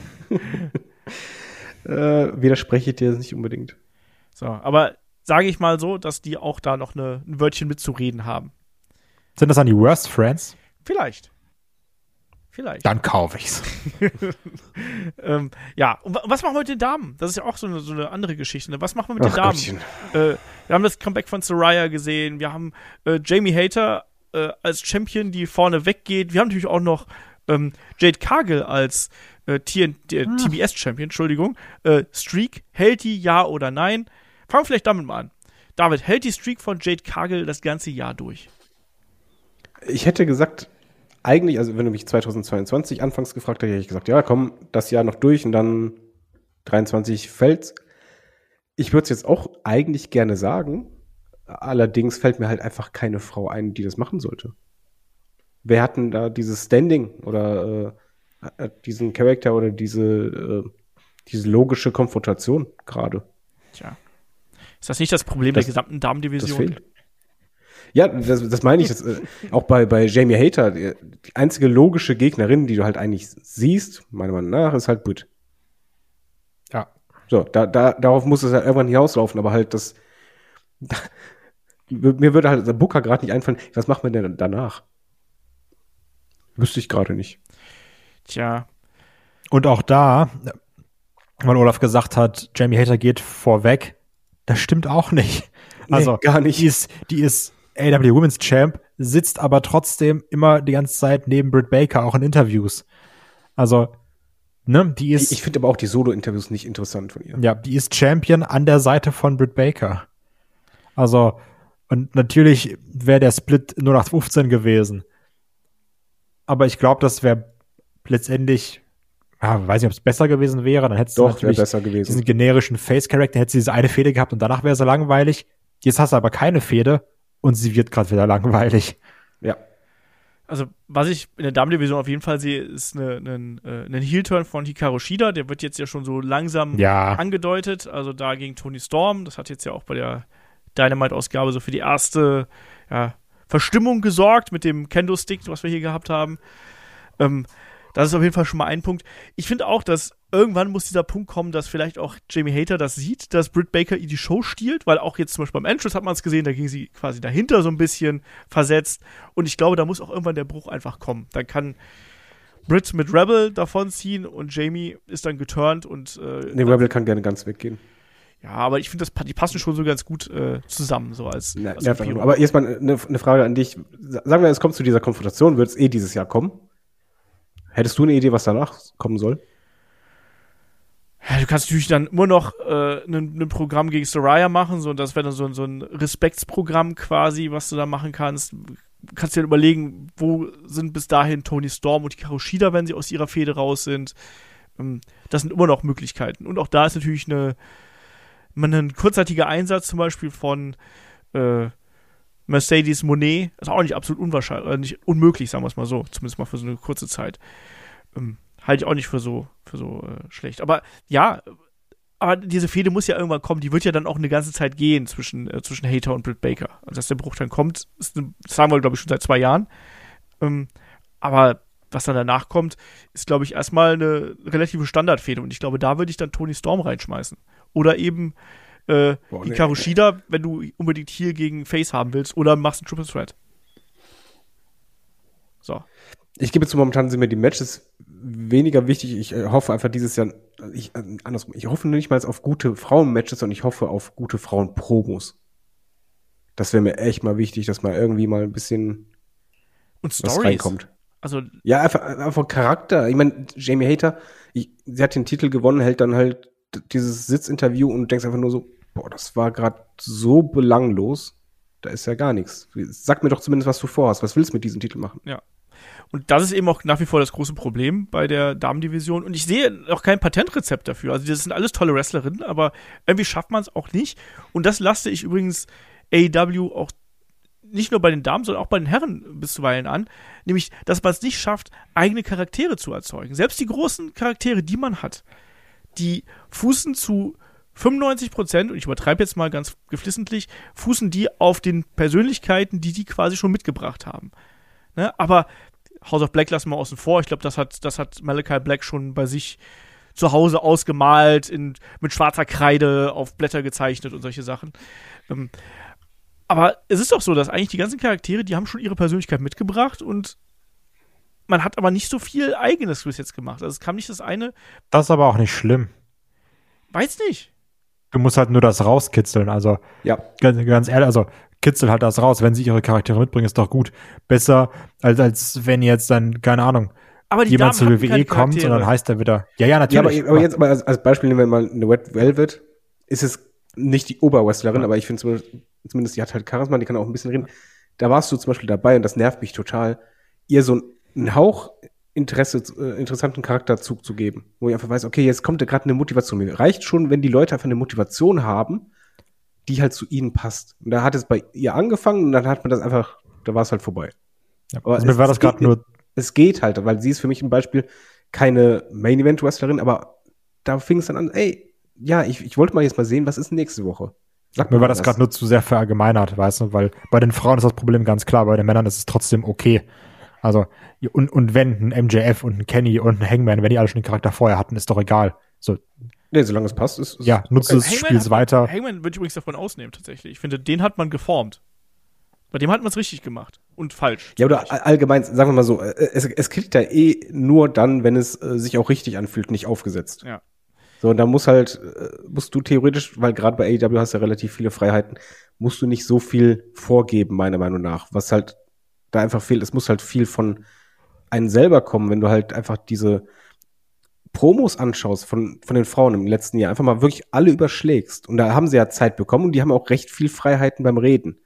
Äh, widerspreche ich dir nicht unbedingt. So, aber sage ich mal so, dass die auch da noch eine, ein Wörtchen mitzureden haben. Sind das dann die Worst Friends? Vielleicht. Vielleicht. Dann kaufe ich's. ähm, ja, und wa- was machen wir mit den Damen? Das ist ja auch so eine, so eine andere Geschichte. Ne? Was machen wir mit Ach den Damen? Gottchen. Äh, wir haben das Comeback von Saraya gesehen. Wir haben äh, Jamie Hayter äh, als Champion, die vorne weggeht. Wir haben natürlich auch noch ähm, Jade Cargill als äh, T N T, äh, T B S-Champion, Entschuldigung, äh, Streak, hält die ja oder nein? Fangen wir vielleicht damit mal an. David, hält die Streak von Jade Cargill das ganze Jahr durch? Ich hätte gesagt, eigentlich, also wenn du mich zweitausendzweiundzwanzig anfangs gefragt hättest, hätte ich gesagt, ja, komm, das Jahr noch durch und dann dreiundzwanzig fällt's. Ich würde es jetzt auch eigentlich gerne sagen, allerdings fällt mir halt einfach keine Frau ein, die das machen sollte. Wer hat denn da dieses Standing oder äh, diesen Charakter oder diese, äh, diese logische Konfrontation gerade? Tja. Ist das nicht das Problem das, der gesamten Damendivision? Das fehlt. Ja, das, das meine ich. Das, äh, auch bei, bei Jamie Hayter, die, die einzige logische Gegnerin, die du halt eigentlich siehst, meiner Meinung nach, ist halt Britt. Ja. So, da, da, darauf muss es ja irgendwann hinauslaufen, aber halt das. Da, mir würde halt der Booker gerade nicht einfallen, was machen wir denn danach? Wüsste ich gerade nicht. Tja. Und auch da, weil Olaf gesagt hat, Jamie Hayter geht vorweg, das stimmt auch nicht. Also nee, gar nicht. Die ist, die ist A E W Women's Champ, sitzt aber trotzdem immer die ganze Zeit neben Britt Baker, auch in Interviews. Also, ne, die ist. Ich, ich finde aber auch die Solo-Interviews nicht interessant von ihr. Ja, die ist Champion an der Seite von Britt Baker. Also, und natürlich wäre der Split null acht fünfzehn gewesen. Aber ich glaube, das wäre letztendlich, ja, weiß nicht, ob es besser gewesen wäre. Dann hättest du Doch, natürlich besser gewesen. diesen generischen Face-Character, hättest du diese eine Fehde gehabt und danach wäre sie langweilig. Jetzt hast du aber keine Fehde und sie wird gerade wieder langweilig. Ja. Also, was ich in der Damendivision auf jeden Fall sehe, ist eine, eine, einen Heel-Turn von Hikaru Shida. Der wird jetzt ja schon so langsam ja. angedeutet. Also da gegen Toni Storm. Das hat jetzt ja auch bei der Dynamite-Ausgabe so für die erste, ja, Verstimmung gesorgt mit dem Kendo-Stick, was wir hier gehabt haben. Ähm, das ist auf jeden Fall schon mal ein Punkt. Ich finde auch, dass irgendwann muss dieser Punkt kommen, dass vielleicht auch Jamie Hayter das sieht, dass Britt Baker ihr die Show stiehlt, weil auch jetzt zum Beispiel beim Entrance hat man es gesehen, da ging sie quasi dahinter so ein bisschen versetzt. Und ich glaube, da muss auch irgendwann der Bruch einfach kommen. Dann kann Britt mit Rebel davonziehen und Jamie ist dann geturnt und äh, Nee, Rebel kann gerne ganz weggehen. Ja, aber ich finde, die passen schon so ganz gut äh, zusammen, so als, Na, als ja, aber erstmal eine, eine Frage an dich. Sagen wir, es kommt zu dieser Konfrontation, wird es eh dieses Jahr kommen? Hättest du eine Idee, was danach kommen soll? Ja, du kannst natürlich dann immer noch äh, ein Programm gegen Saraya machen, so, das wäre dann so, so ein Respektsprogramm quasi, was du da machen kannst. Du kannst dir überlegen, wo sind bis dahin Toni Storm und Hikaru Shida, wenn sie aus ihrer Fehde raus sind. Ähm, das sind immer noch Möglichkeiten. Und auch da ist natürlich eine ein kurzzeitiger Einsatz zum Beispiel von äh, Mercedes Moné ist auch nicht absolut unwahrscheinlich, oder nicht unmöglich, sagen wir es mal so, zumindest mal für so eine kurze Zeit. Ähm, halte ich auch nicht für so, für so äh, schlecht. Aber ja, aber diese Fehde muss ja irgendwann kommen, die wird ja dann auch eine ganze Zeit gehen zwischen, äh, zwischen Hayter und Britt Baker. Also dass der Bruch dann kommt, ist eine, das sagen wir, glaube ich, schon seit zwei Jahren. Ähm, aber was dann danach kommt, ist, glaube ich, erstmal eine relative Standardfehde. Und ich glaube, da würde ich dann Toni Storm reinschmeißen. Oder eben äh, Boah, nee. Hikaru Shida, wenn du unbedingt hier gegen Face haben willst. Oder machst einen Triple Threat. So. Ich gebe zu, momentan sind mir die Matches weniger wichtig. Ich äh, hoffe einfach dieses Jahr, ich, äh, andersrum, ich hoffe nicht mal auf gute Frauen-Matches, sondern ich hoffe auf gute Frauen-Promos. Das wäre mir echt mal wichtig, dass mal irgendwie mal ein bisschen Und was Stories. reinkommt. Also, Ja, einfach, einfach Charakter. Ich meine, Jamie Hayter, ich, sie hat den Titel gewonnen, hält dann halt dieses Sitzinterview und du denkst einfach nur so, boah, das war gerade so belanglos, da ist ja gar nichts. Sag mir doch zumindest, was du vorhast. Was willst du mit diesem Titel machen? ja. Und das ist eben auch nach wie vor das große Problem bei der Damendivision. Und ich sehe auch kein Patentrezept dafür. Also das sind alles tolle Wrestlerinnen, aber irgendwie schafft man es auch nicht. Und das lasse ich übrigens A E W auch nicht nur bei den Damen, sondern auch bei den Herren bisweilen an. Nämlich, dass man es nicht schafft, eigene Charaktere zu erzeugen. Selbst die großen Charaktere, die man hat, die fußen zu fünfundneunzig Prozent, und ich übertreibe jetzt mal ganz geflissentlich, fußen die auf den Persönlichkeiten, die die quasi schon mitgebracht haben. Ne? Aber House of Black lassen wir außen vor. Ich glaube, das hat, das hat Malachi Black schon bei sich zu Hause ausgemalt, in, mit schwarzer Kreide auf Blätter gezeichnet und solche Sachen. Ähm, aber es ist doch so, dass eigentlich die ganzen Charaktere, die haben schon ihre Persönlichkeit mitgebracht und man hat aber nicht so viel Eigenes bis jetzt gemacht. Also es kam nicht das eine. Das ist aber auch nicht schlimm. Weiß nicht. Du musst halt nur das rauskitzeln. Also Ja. ganz, ganz ehrlich, also kitzel halt das raus. Wenn sie ihre Charaktere mitbringen, ist doch gut. Besser, als, als wenn jetzt dann, keine Ahnung, Aber die jemand Damen zur hatten W W E keine kommt und Charaktere. dann heißt er wieder, ja, ja, Ja, natürlich. aber, aber jetzt mal als, als Beispiel nehmen wir mal eine Red Velvet. Ist es nicht die Oberwrestlerin, Ja. aber ich finde zumindest, zumindest, die hat halt Charisma, die kann auch ein bisschen reden. Da warst du zum Beispiel dabei und das nervt mich total, ihr so einen Hauch Interesse, äh, interessanten Charakterzug zu geben. Wo ich einfach weiß, okay, jetzt kommt da gerade eine Motivation. Mir reicht schon, wenn die Leute einfach eine Motivation haben, die halt zu ihnen passt. Und da hat es bei ihr angefangen und dann hat man das einfach, da war es halt vorbei. Ja, Aber also mir es- war es das gerade geht- nur, Es geht halt, weil sie ist für mich ein Beispiel keine Main-Event-Wrestlerin, aber da fing es dann an, ey, ja, ich, ich wollte mal jetzt mal sehen, was ist nächste Woche. Sag mir mal war das gerade nur zu sehr verallgemeinert, weißt du, weil bei den Frauen ist das Problem ganz klar, bei den Männern ist es trotzdem okay. Also, und, und wenn ein M J F und ein Kenny und ein Hangman, wenn die alle schon den Charakter vorher hatten, ist doch egal. So, Nee, solange es passt, ist, ist ja, nutze Okay, es, Hangman spiel's hat man- weiter. Hangman würde ich übrigens davon ausnehmen, tatsächlich. Ich finde, den hat man geformt. Bei dem hat man es richtig gemacht. Und falsch. Ja, oder all- allgemein, sagen wir mal so, äh, es, es kriegt ja eh nur dann, wenn es äh, sich auch richtig anfühlt, nicht aufgesetzt. Ja. So, und da muss halt, äh, musst du theoretisch, weil gerade bei A E W hast du ja relativ viele Freiheiten, musst du nicht so viel vorgeben, meiner Meinung nach. Was halt da einfach fehlt, es muss halt viel von einem selber kommen, wenn du halt einfach diese Promos anschaust von, von den Frauen im letzten Jahr, einfach mal wirklich alle überschlägst. Und da haben sie ja Zeit bekommen und die haben auch recht viel Freiheiten beim Reden.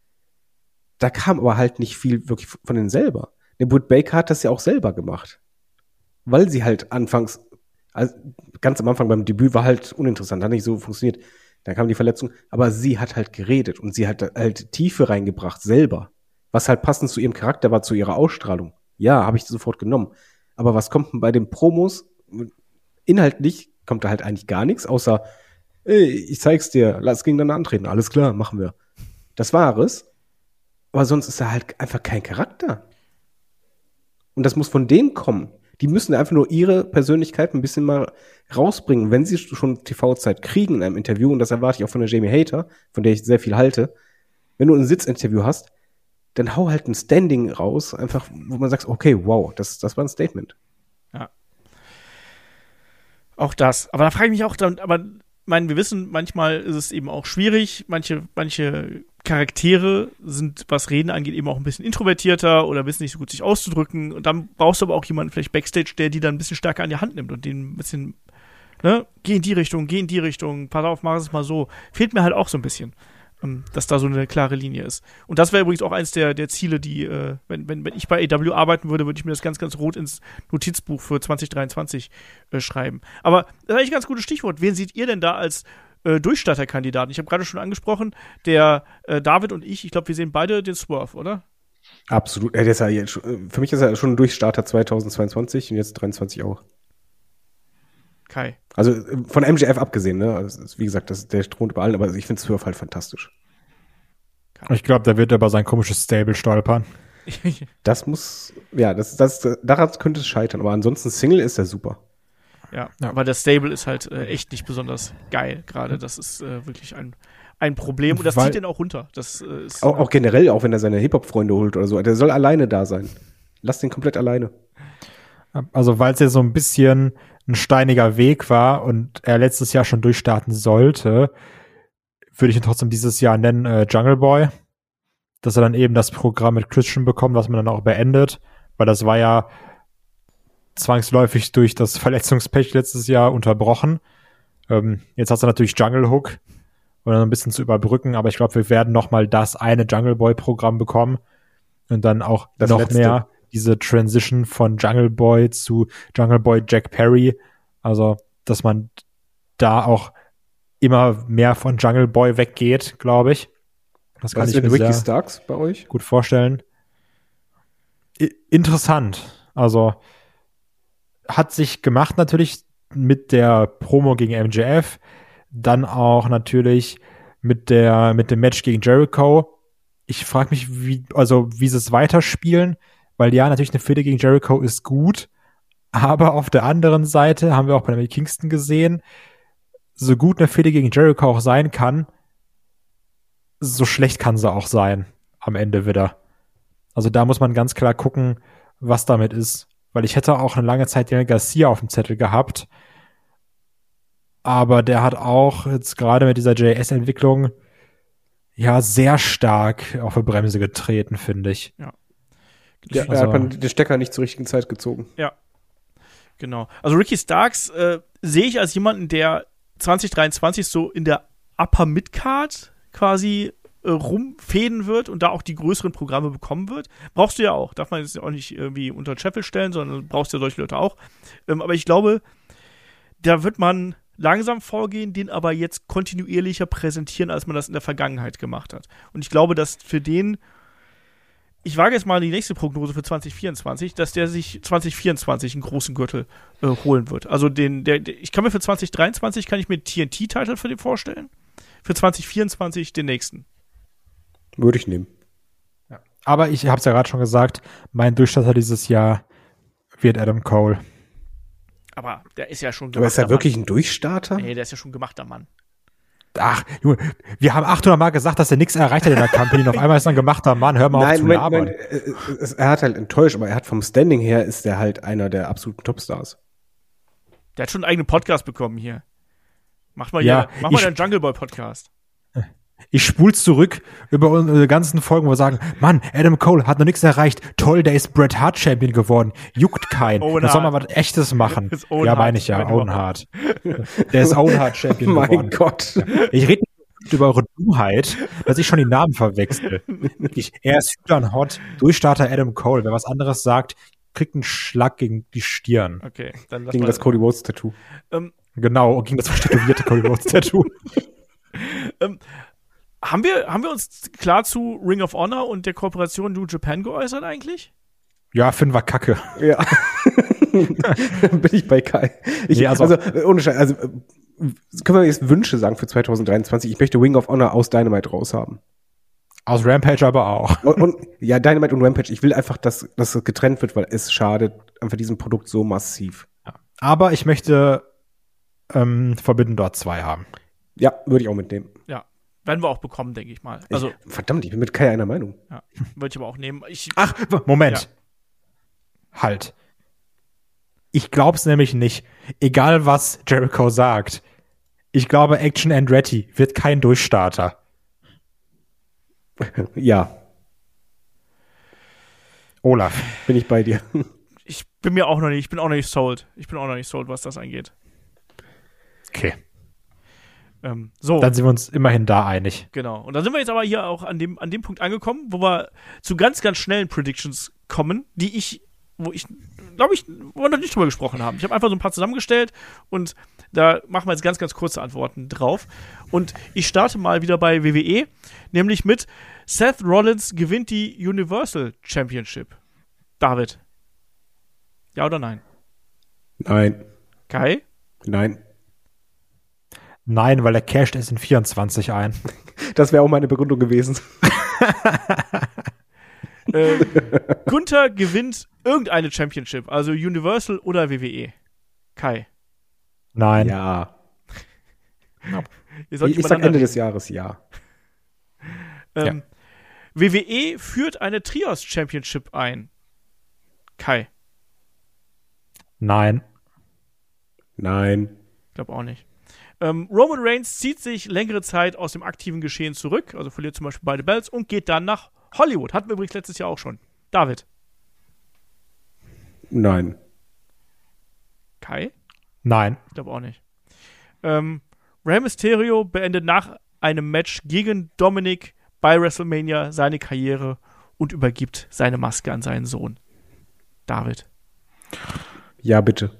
Da kam aber halt nicht viel wirklich von denen selber. Der Britt Baker hat das ja auch selber gemacht. Weil sie halt anfangs, also ganz am Anfang beim Debüt war halt uninteressant, hat nicht so funktioniert. Dann kam die Verletzung, aber sie hat halt geredet und sie hat halt Tiefe reingebracht, selber. Was halt passend zu ihrem Charakter war, zu ihrer Ausstrahlung. Ja, habe ich sofort genommen. Aber was kommt denn bei den Promos? Inhaltlich kommt da halt eigentlich gar nichts, außer, ey, ich zeig's dir, lass gegeneinander antreten. Alles klar, machen wir. Das war es. Aber sonst ist da halt einfach kein Charakter. Und das muss von denen kommen. Die müssen einfach nur ihre Persönlichkeit ein bisschen mal rausbringen. Wenn sie schon T V-Zeit kriegen in einem Interview, und das erwarte ich auch von der Jamie Hater, von der ich sehr viel halte, wenn du ein Sitzinterview hast, dann hau halt ein Standing raus, einfach, wo man sagt, okay, wow, das, das war ein Statement. Auch das. Aber da frage ich mich auch, dann, aber mein, wir wissen, manchmal ist es eben auch schwierig. Manche, manche Charaktere sind, was Reden angeht, eben auch ein bisschen introvertierter oder wissen nicht so gut sich auszudrücken. Und dann brauchst du aber auch jemanden vielleicht Backstage, der die dann ein bisschen stärker an die Hand nimmt und den ein bisschen, ne, geh in die Richtung, geh in die Richtung, pass auf, mach es mal so. Fehlt mir halt auch so ein bisschen, ähm, dass da so eine klare Linie ist. Und das wäre übrigens auch eins der, der Ziele, die, äh, wenn, wenn, wenn ich bei A E W arbeiten würde, würde ich mir das ganz, ganz rot ins Notizbuch für zwanzig dreiundzwanzig äh, schreiben. Aber das ist eigentlich ein ganz gutes Stichwort. Wen seht ihr denn da als äh, Durchstarterkandidaten? Ich habe gerade schon angesprochen, der äh, David und ich, ich glaube, wir sehen beide den Swerve, oder? Absolut. Äh, der ist ja jetzt schon, für mich ist er schon ein Durchstarter zweitausendzweiundzwanzig und jetzt dreiundzwanzig auch. Kai. Also äh, von M J F abgesehen, ne? Also, wie gesagt, das, der thront über allen, aber ich finde Swerve halt fantastisch. Ich glaube, der wird über sein komisches Stable stolpern. Das muss, ja, das, das, daran könnte es scheitern, aber ansonsten Single ist er super. Ja, Ja. aber der Stable ist halt äh, echt nicht besonders geil gerade. Das ist äh, wirklich ein, ein Problem und das Weil- zieht den auch runter. Das äh, ist Auch, auch generell, auch wenn er seine Hip-Hop-Freunde holt oder so, der soll alleine da sein. Lass den komplett alleine. Also, weil es ja so ein bisschen ein steiniger Weg war und er letztes Jahr schon durchstarten sollte, würde ich ihn trotzdem dieses Jahr nennen, äh, Jungle Boy. Dass er dann eben das Programm mit Christian bekommt, was man dann auch beendet, weil das war ja zwangsläufig durch das Verletzungspech letztes Jahr unterbrochen. Ähm, jetzt hast du natürlich Jungle Hook, um dann ein bisschen zu überbrücken, aber ich glaube, wir werden noch mal das eine Jungle Boy Programm bekommen und dann auch Das noch letzte. mehr diese Transition von Jungle Boy zu Jungle Boy Jack Perry. Also, dass man da auch immer mehr von Jungle Boy weggeht, glaube ich. Das kann Was ich ist mir denn Ricky sehr Starks bei euch? gut vorstellen. I- interessant. Also hat sich gemacht natürlich mit der Promo gegen M J F, dann auch natürlich mit der mit dem Match gegen Jericho. Ich frage mich, wie also wie sie es weiterspielen, weil ja natürlich eine Fehde gegen Jericho ist gut, aber auf der anderen Seite haben wir auch bei Eddie Kingston gesehen, so gut eine Fehde gegen Jericho auch sein kann, so schlecht kann sie auch sein am Ende wieder. Also da muss man ganz klar gucken, was damit ist. Weil ich hätte auch eine lange Zeit Daniel Garcia auf dem Zettel gehabt. Aber der hat auch jetzt gerade mit dieser J S-Entwicklung ja sehr stark auf die Bremse getreten, finde ich. Ja, Also- er hat man den Stecker nicht zur richtigen Zeit gezogen. Ja, genau. Also Ricky Starks äh, sehe ich als jemanden, der zwanzig dreiundzwanzig so in der Upper Midcard quasi äh, rumfäden wird und da auch die größeren Programme bekommen wird. Brauchst du ja auch. Darf man jetzt auch nicht irgendwie unter den Scheffel stellen, sondern brauchst ja solche Leute auch. Ähm, aber ich glaube, da wird man langsam vorgehen, den aber jetzt kontinuierlicher präsentieren, als man das in der Vergangenheit gemacht hat. Und ich glaube, dass für den, ich wage jetzt mal die nächste Prognose für zwanzig vierundzwanzig, dass der sich zwanzig vierundzwanzig einen großen Gürtel äh, holen wird. Also den, der, der, ich kann mir für zwanzig dreiundzwanzig kann ich mir T N T-Titel für den vorstellen. Für zwanzig vierundzwanzig den nächsten. Würde ich nehmen. Aber ich habe es ja gerade schon gesagt, mein Durchstarter dieses Jahr wird Adam Cole. Aber der ist ja schon Aber ist er gemachter wirklich ein Durchstarter? Mann. Nee, der ist ja schon gemachter Mann. Ach, Junge, wir haben achthundert Mal gesagt, dass er nichts erreicht hat in der Company. Und auf einmal ist er ein gemachter Mann. Hör mal auf zu Moment, labern. Moment, äh, es- er hat halt enttäuscht, aber er hat vom Standing her ist er halt einer der absoluten Topstars. Der hat schon einen eigenen Podcast bekommen hier. Mach mal Ja, hier, mach mal ich- den Jungle Boy Podcast. Ich spul's zurück über unsere ganzen Folgen, wo wir sagen, Mann, Adam Cole hat noch nichts erreicht. Toll, der ist Bret Hart Champion geworden. Juckt keinen. Owen Da soll man Hart. was Echtes machen. Das ist Owen Ja, Hart. meine ich ja, Mein Owen Gott. Hart. Der ist Owen Hart Champion Mein geworden. Gott. Ich rede nicht über eure Dummheit, dass ich schon die Namen verwechsel. Wirklich, er ist Hütern Hot, Durchstarter Adam Cole. Wer was anderes sagt, kriegt einen Schlag gegen die Stirn. Okay, dann lass Gegen mal. das Cody Rhodes Tattoo. ähm, Genau, gegen das tätowierte Cody Rhodes Tattoo. haben, wir, haben wir uns klar zu Ring of Honor und der Kooperation New Japan geäußert eigentlich? Ja, Finn war kacke. Ja. Bin ich bei Kai. Ich, Nee, also- also, äh, ohne Scheiß, also, äh, können wir jetzt Wünsche sagen für zwanzig dreiundzwanzig? Ich möchte Ring of Honor aus Dynamite raushaben. Aus Rampage aber auch. Und, und ja, Dynamite und Rampage, ich will einfach, dass, dass es getrennt wird, weil es schadet einfach diesem Produkt so massiv. Aber ich möchte ähm, Forbidden Door zwei haben. Ja, würde ich auch mitnehmen. Ja, werden wir auch bekommen, denke ich mal. Also, ich, verdammt, ich bin mit Kai einer Meinung. ja, würde ich aber auch nehmen. Ich, Ach, Moment. Halt. Ich glaub's nämlich nicht. Egal was Jericho sagt. Ich glaube, Action Andretti wird kein Durchstarter. Ja, Olaf. bin ich bei dir. ich bin mir auch noch nicht, ich bin auch noch nicht sold. Ich bin auch noch nicht sold, was das angeht. Okay. Ähm, so. Dann sind wir uns immerhin da einig. Genau. Und dann sind wir jetzt aber hier auch an dem, an dem Punkt angekommen, wo wir zu ganz, ganz schnellen Predictions kommen, die ich, wo ich, glaube ich, wo wir noch nicht drüber gesprochen haben. Ich habe einfach so ein paar zusammengestellt und da machen wir jetzt ganz, ganz kurze Antworten drauf. Und ich starte mal wieder bei W W E, nämlich mit Seth Rollins gewinnt die Universal Championship. David. Ja oder nein? Nein, Kai? nein. Nein, weil er casht es in vierundzwanzig ein. Das wäre auch meine Begründung gewesen. Äh, Gunther gewinnt irgendeine Championship, also Universal oder W W E. Kai. Nein. Ja. Ihr sollt Ich, ich sag übereinander Ende reden. des Jahres ja. Ähm, W W E führt eine Trios Championship ein. Kai. Nein. Nein. Ich glaube auch nicht. Ähm, Roman Reigns zieht sich längere Zeit aus dem aktiven Geschehen zurück, also verliert zum Beispiel beide Belts und geht dann nach Hollywood. Hatten wir übrigens letztes Jahr auch schon. David. Nein. Kai? Nein. Ich glaube auch nicht. Ähm, Rey Mysterio beendet nach einem Match gegen Dominic bei WrestleMania seine Karriere und übergibt seine Maske an seinen Sohn. David. Ja, bitte.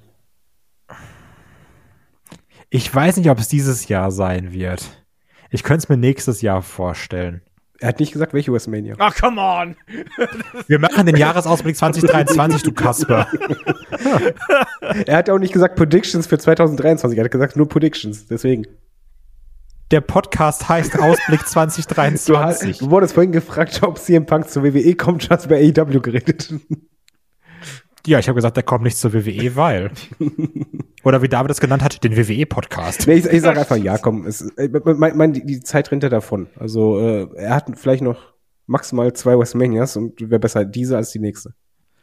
Ich weiß nicht, ob es dieses Jahr sein wird. Ich könnte es mir nächstes Jahr vorstellen. Er hat nicht gesagt, welche WrestleMania. Ach, come on! Wir machen den Jahresausblick zwanzig dreiundzwanzig, du Kasper. Er hat auch nicht gesagt Predictions für zwanzig dreiundzwanzig. Er hat gesagt nur Predictions. Deswegen. Der Podcast heißt Ausblick zwanzig Du, hast, dreiundzwanzig. du wurdest vorhin gefragt, ob C M Punk zur W W E kommt. Du hast über A E W geredet. Ja, ich habe gesagt, der kommt nicht zur W W E, weil. Oder wie David es genannt hat, den W W E-Podcast. Nee, ich, ich sage einfach ja, komm. Es, äh, mein, mein, die, die Zeit rennt ja davon. Also äh, er hat vielleicht noch maximal zwei WrestleManias und wäre besser diese als die nächste.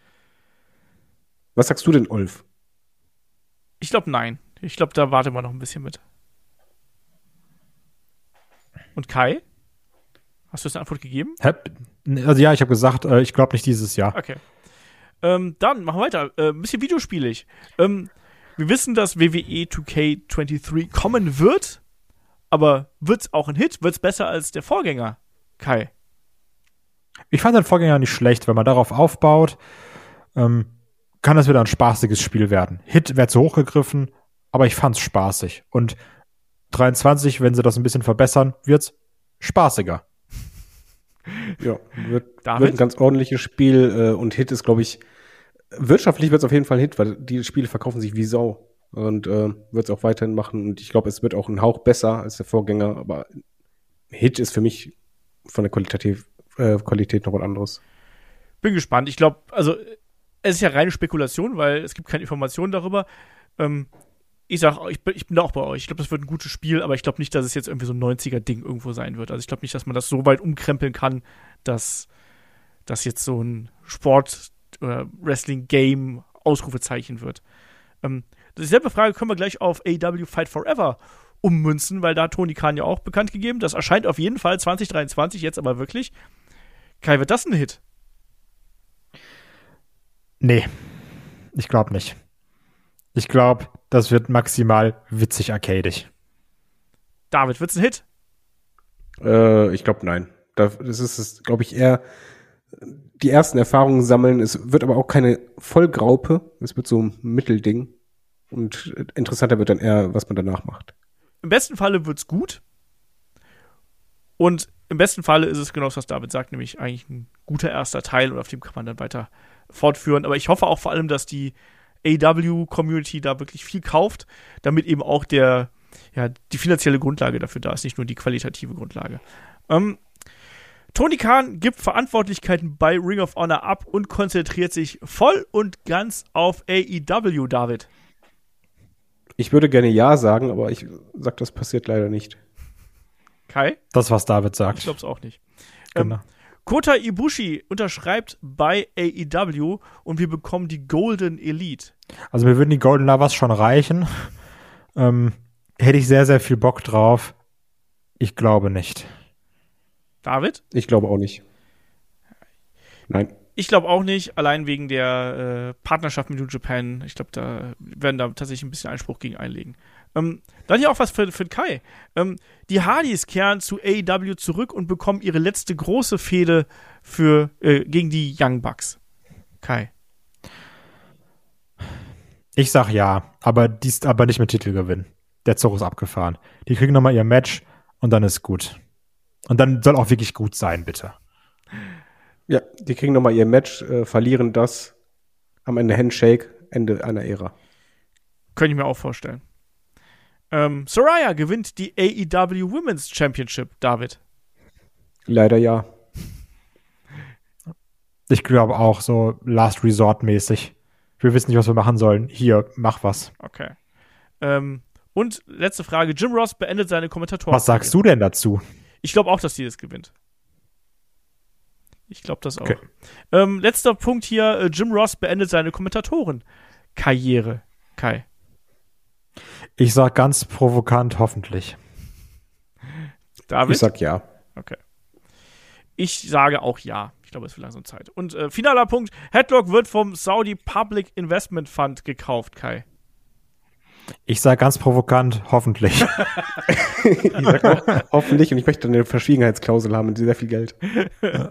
Was sagst du denn, Ulf? Ich glaube, nein. Ich glaube, da warten wir noch ein bisschen mit. Und Kai? Hast du jetzt eine Antwort gegeben? Hä? Also ja, ich habe gesagt, äh, ich glaube nicht dieses Jahr. Okay. Ähm, dann machen wir weiter. Äh, ein bisschen videospielig. Ähm, wir wissen, dass W W E zwei K dreiundzwanzig kommen wird, aber wird's auch ein Hit? Wird's besser als der Vorgänger? Kai? Ich fand den Vorgänger nicht schlecht. Wenn man darauf aufbaut, ähm, kann das wieder ein spaßiges Spiel werden. Hit wäre zu hoch gegriffen, aber ich fand's spaßig. Und dreiundzwanzig, wenn sie das ein bisschen verbessern, wird's spaßiger. Ja, wird, wird ein ganz ordentliches Spiel äh, und Hit ist, glaube ich, wirtschaftlich wird es auf jeden Fall Hit, weil die Spiele verkaufen sich wie Sau und äh, wird es auch weiterhin machen und ich glaube, es wird auch ein Hauch besser als der Vorgänger, aber Hit ist für mich von der Qualitativ, äh, Qualität noch was anderes. Bin gespannt. Ich glaube, also es ist ja reine Spekulation, weil es gibt keine Informationen darüber. Ähm, Ich sag, ich bin, ich bin da auch bei euch. Ich glaube, das wird ein gutes Spiel, aber ich glaube nicht, dass es jetzt irgendwie so ein neunziger-Ding irgendwo sein wird. Also ich glaube nicht, dass man das so weit umkrempeln kann, dass das jetzt so ein Sport- oder Wrestling-Game Ausrufezeichen wird. Ähm, dieselbe Frage können wir gleich auf A E W Fight Forever ummünzen, weil da hat Tony Khan ja auch bekannt gegeben. Das erscheint auf jeden Fall zwanzig dreiundzwanzig, jetzt aber wirklich. Kai, wird das ein Hit? Nee, ich glaube nicht. Ich glaube, das wird maximal witzig arcadig. David, wird's ein Hit? Äh, ich glaube, nein. Das ist, glaube ich, eher die ersten Erfahrungen sammeln. Es wird aber auch keine Vollgraupe. Es wird so ein Mittelding. Und interessanter wird dann eher, was man danach macht. Im besten Falle wird's gut. Und im besten Falle ist es genau das, was David sagt, nämlich eigentlich ein guter erster Teil und auf dem kann man dann weiter fortführen. Aber ich hoffe auch vor allem, dass die A E W-Community da wirklich viel kauft, damit eben auch der, ja, die finanzielle Grundlage dafür da ist, nicht nur die qualitative Grundlage. Ähm, Tony Khan gibt Verantwortlichkeiten bei Ring of Honor ab und konzentriert sich voll und ganz auf A E W, David. Ich würde gerne Ja sagen, aber ich sag, das passiert leider nicht. Kai? Das, was David sagt. Ich glaube es auch nicht. Genau. Ähm, Kota Ibushi unterschreibt bei A E W und wir bekommen die Golden Elite. Also mir würden die Golden Lovers schon reichen. Ähm, hätte ich sehr, sehr viel Bock drauf. Ich glaube nicht. David? Ich glaube auch nicht. Nein. Ich glaube auch nicht, allein wegen der äh, Partnerschaft mit New Japan. Ich glaube, da werden da tatsächlich ein bisschen Einspruch gegen einlegen. Ähm, dann hier auch was für, für Kai. Ähm, die Hardys kehren zu A E W zurück und bekommen ihre letzte große Fehde für, äh, gegen die Young Bucks. Kai. Ich sag ja, aber dies aber nicht mit Titelgewinn. Der Zug ist abgefahren. Die kriegen nochmal ihr Match und dann ist gut. Und dann soll auch wirklich gut sein, bitte. Ja, die kriegen nochmal ihr Match, äh, verlieren das. Am Ende Handshake, Ende einer Ära. Könnte ich mir auch vorstellen. Ähm, Saraya gewinnt die A E W Women's Championship, David. Leider ja. Ich glaube auch so Last Resort mäßig. Wir wissen nicht, was wir machen sollen. Hier, mach was. Okay. Ähm, und letzte Frage. Jim Ross beendet seine Kommentatoren. Was sagst du denn dazu? Ich glaube auch, dass die das gewinnt. Ich glaube das auch. Okay. Ähm, letzter Punkt hier. Äh, Jim Ross beendet seine Kommentatoren-Karriere. Kai. Ich sag ganz provokant, hoffentlich. David? Ich sag ja. Okay. Ich sage auch ja. Ich glaube, es wird langsam Zeit. Und äh, finaler Punkt. Headlock wird vom Saudi Public Investment Fund gekauft, Kai. Ich sage ganz provokant, hoffentlich. Ich sag auch, hoffentlich. Und ich möchte eine Verschwiegenheitsklausel haben mit sehr viel Geld. Ja.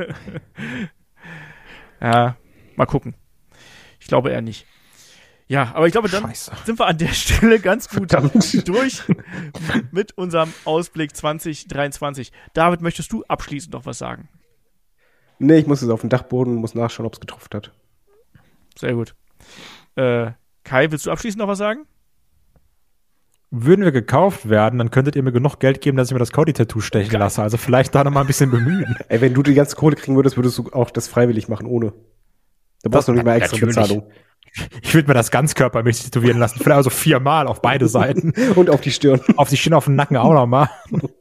Ja, mal gucken. Ich glaube eher nicht. Ja, aber ich glaube, dann Scheiße. sind wir an der Stelle ganz gut Verdammt. durch mit unserem Ausblick zwanzig dreiundzwanzig. David, möchtest du abschließend noch was sagen? Nee, ich muss jetzt auf den Dachboden und muss nachschauen, ob es getroffen hat. Sehr gut. Äh, Kai, willst du abschließend noch was sagen? Würden wir gekauft werden, dann könntet ihr mir genug Geld geben, dass ich mir das Cody-Tattoo stechen Geil. lasse. Also vielleicht da noch mal ein bisschen bemühen. Ey, wenn du die ganze Kohle kriegen würdest, würdest du auch das freiwillig machen, ohne. Da brauchst du nicht mal extra natürlich. Bezahlung. Ich würde mir das ganzkörpermäßig tätowieren lassen. Vielleicht also viermal auf beide Seiten. Und auf die Stirn. Auf die Stirn, auf den Nacken auch noch mal.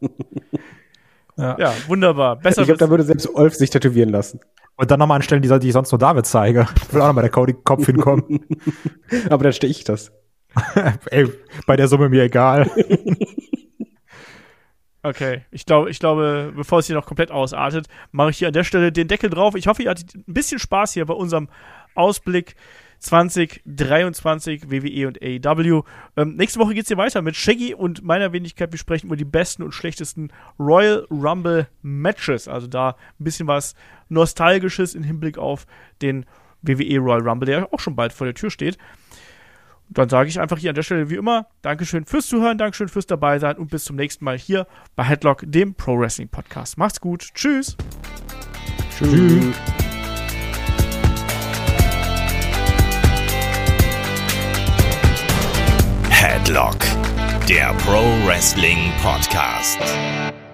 Ja, wunderbar. Besser Ich glaube, da wird's- würde selbst Olf sich tätowieren lassen. Und dann nochmal anstellen, die, die ich sonst nur David zeige. Will auch noch mal der Cody-Kopf hinkommen. Aber dann stehe ich das. Ey, bei der Summe mir egal. Okay, ich glaube, ich glaube, bevor es hier noch komplett ausartet, mache ich hier an der Stelle den Deckel drauf. Ich hoffe, ihr hattet ein bisschen Spaß hier bei unserem Ausblick zwanzig dreiundzwanzig W W E und A E W. Ähm, nächste Woche geht's hier weiter mit Shaggy und meiner Wenigkeit. Wir sprechen über die besten und schlechtesten Royal Rumble Matches. Also da ein bisschen was Nostalgisches im Hinblick auf den W W E Royal Rumble, der auch schon bald vor der Tür steht. Dann sage ich einfach hier an der Stelle wie immer, Dankeschön fürs Zuhören, Dankeschön fürs Dabeisein und bis zum nächsten Mal hier bei Headlock, dem Pro Wrestling Podcast. Macht's gut. Tschüss. Tschüss. Tschüss. Headlock, der Pro Wrestling Podcast.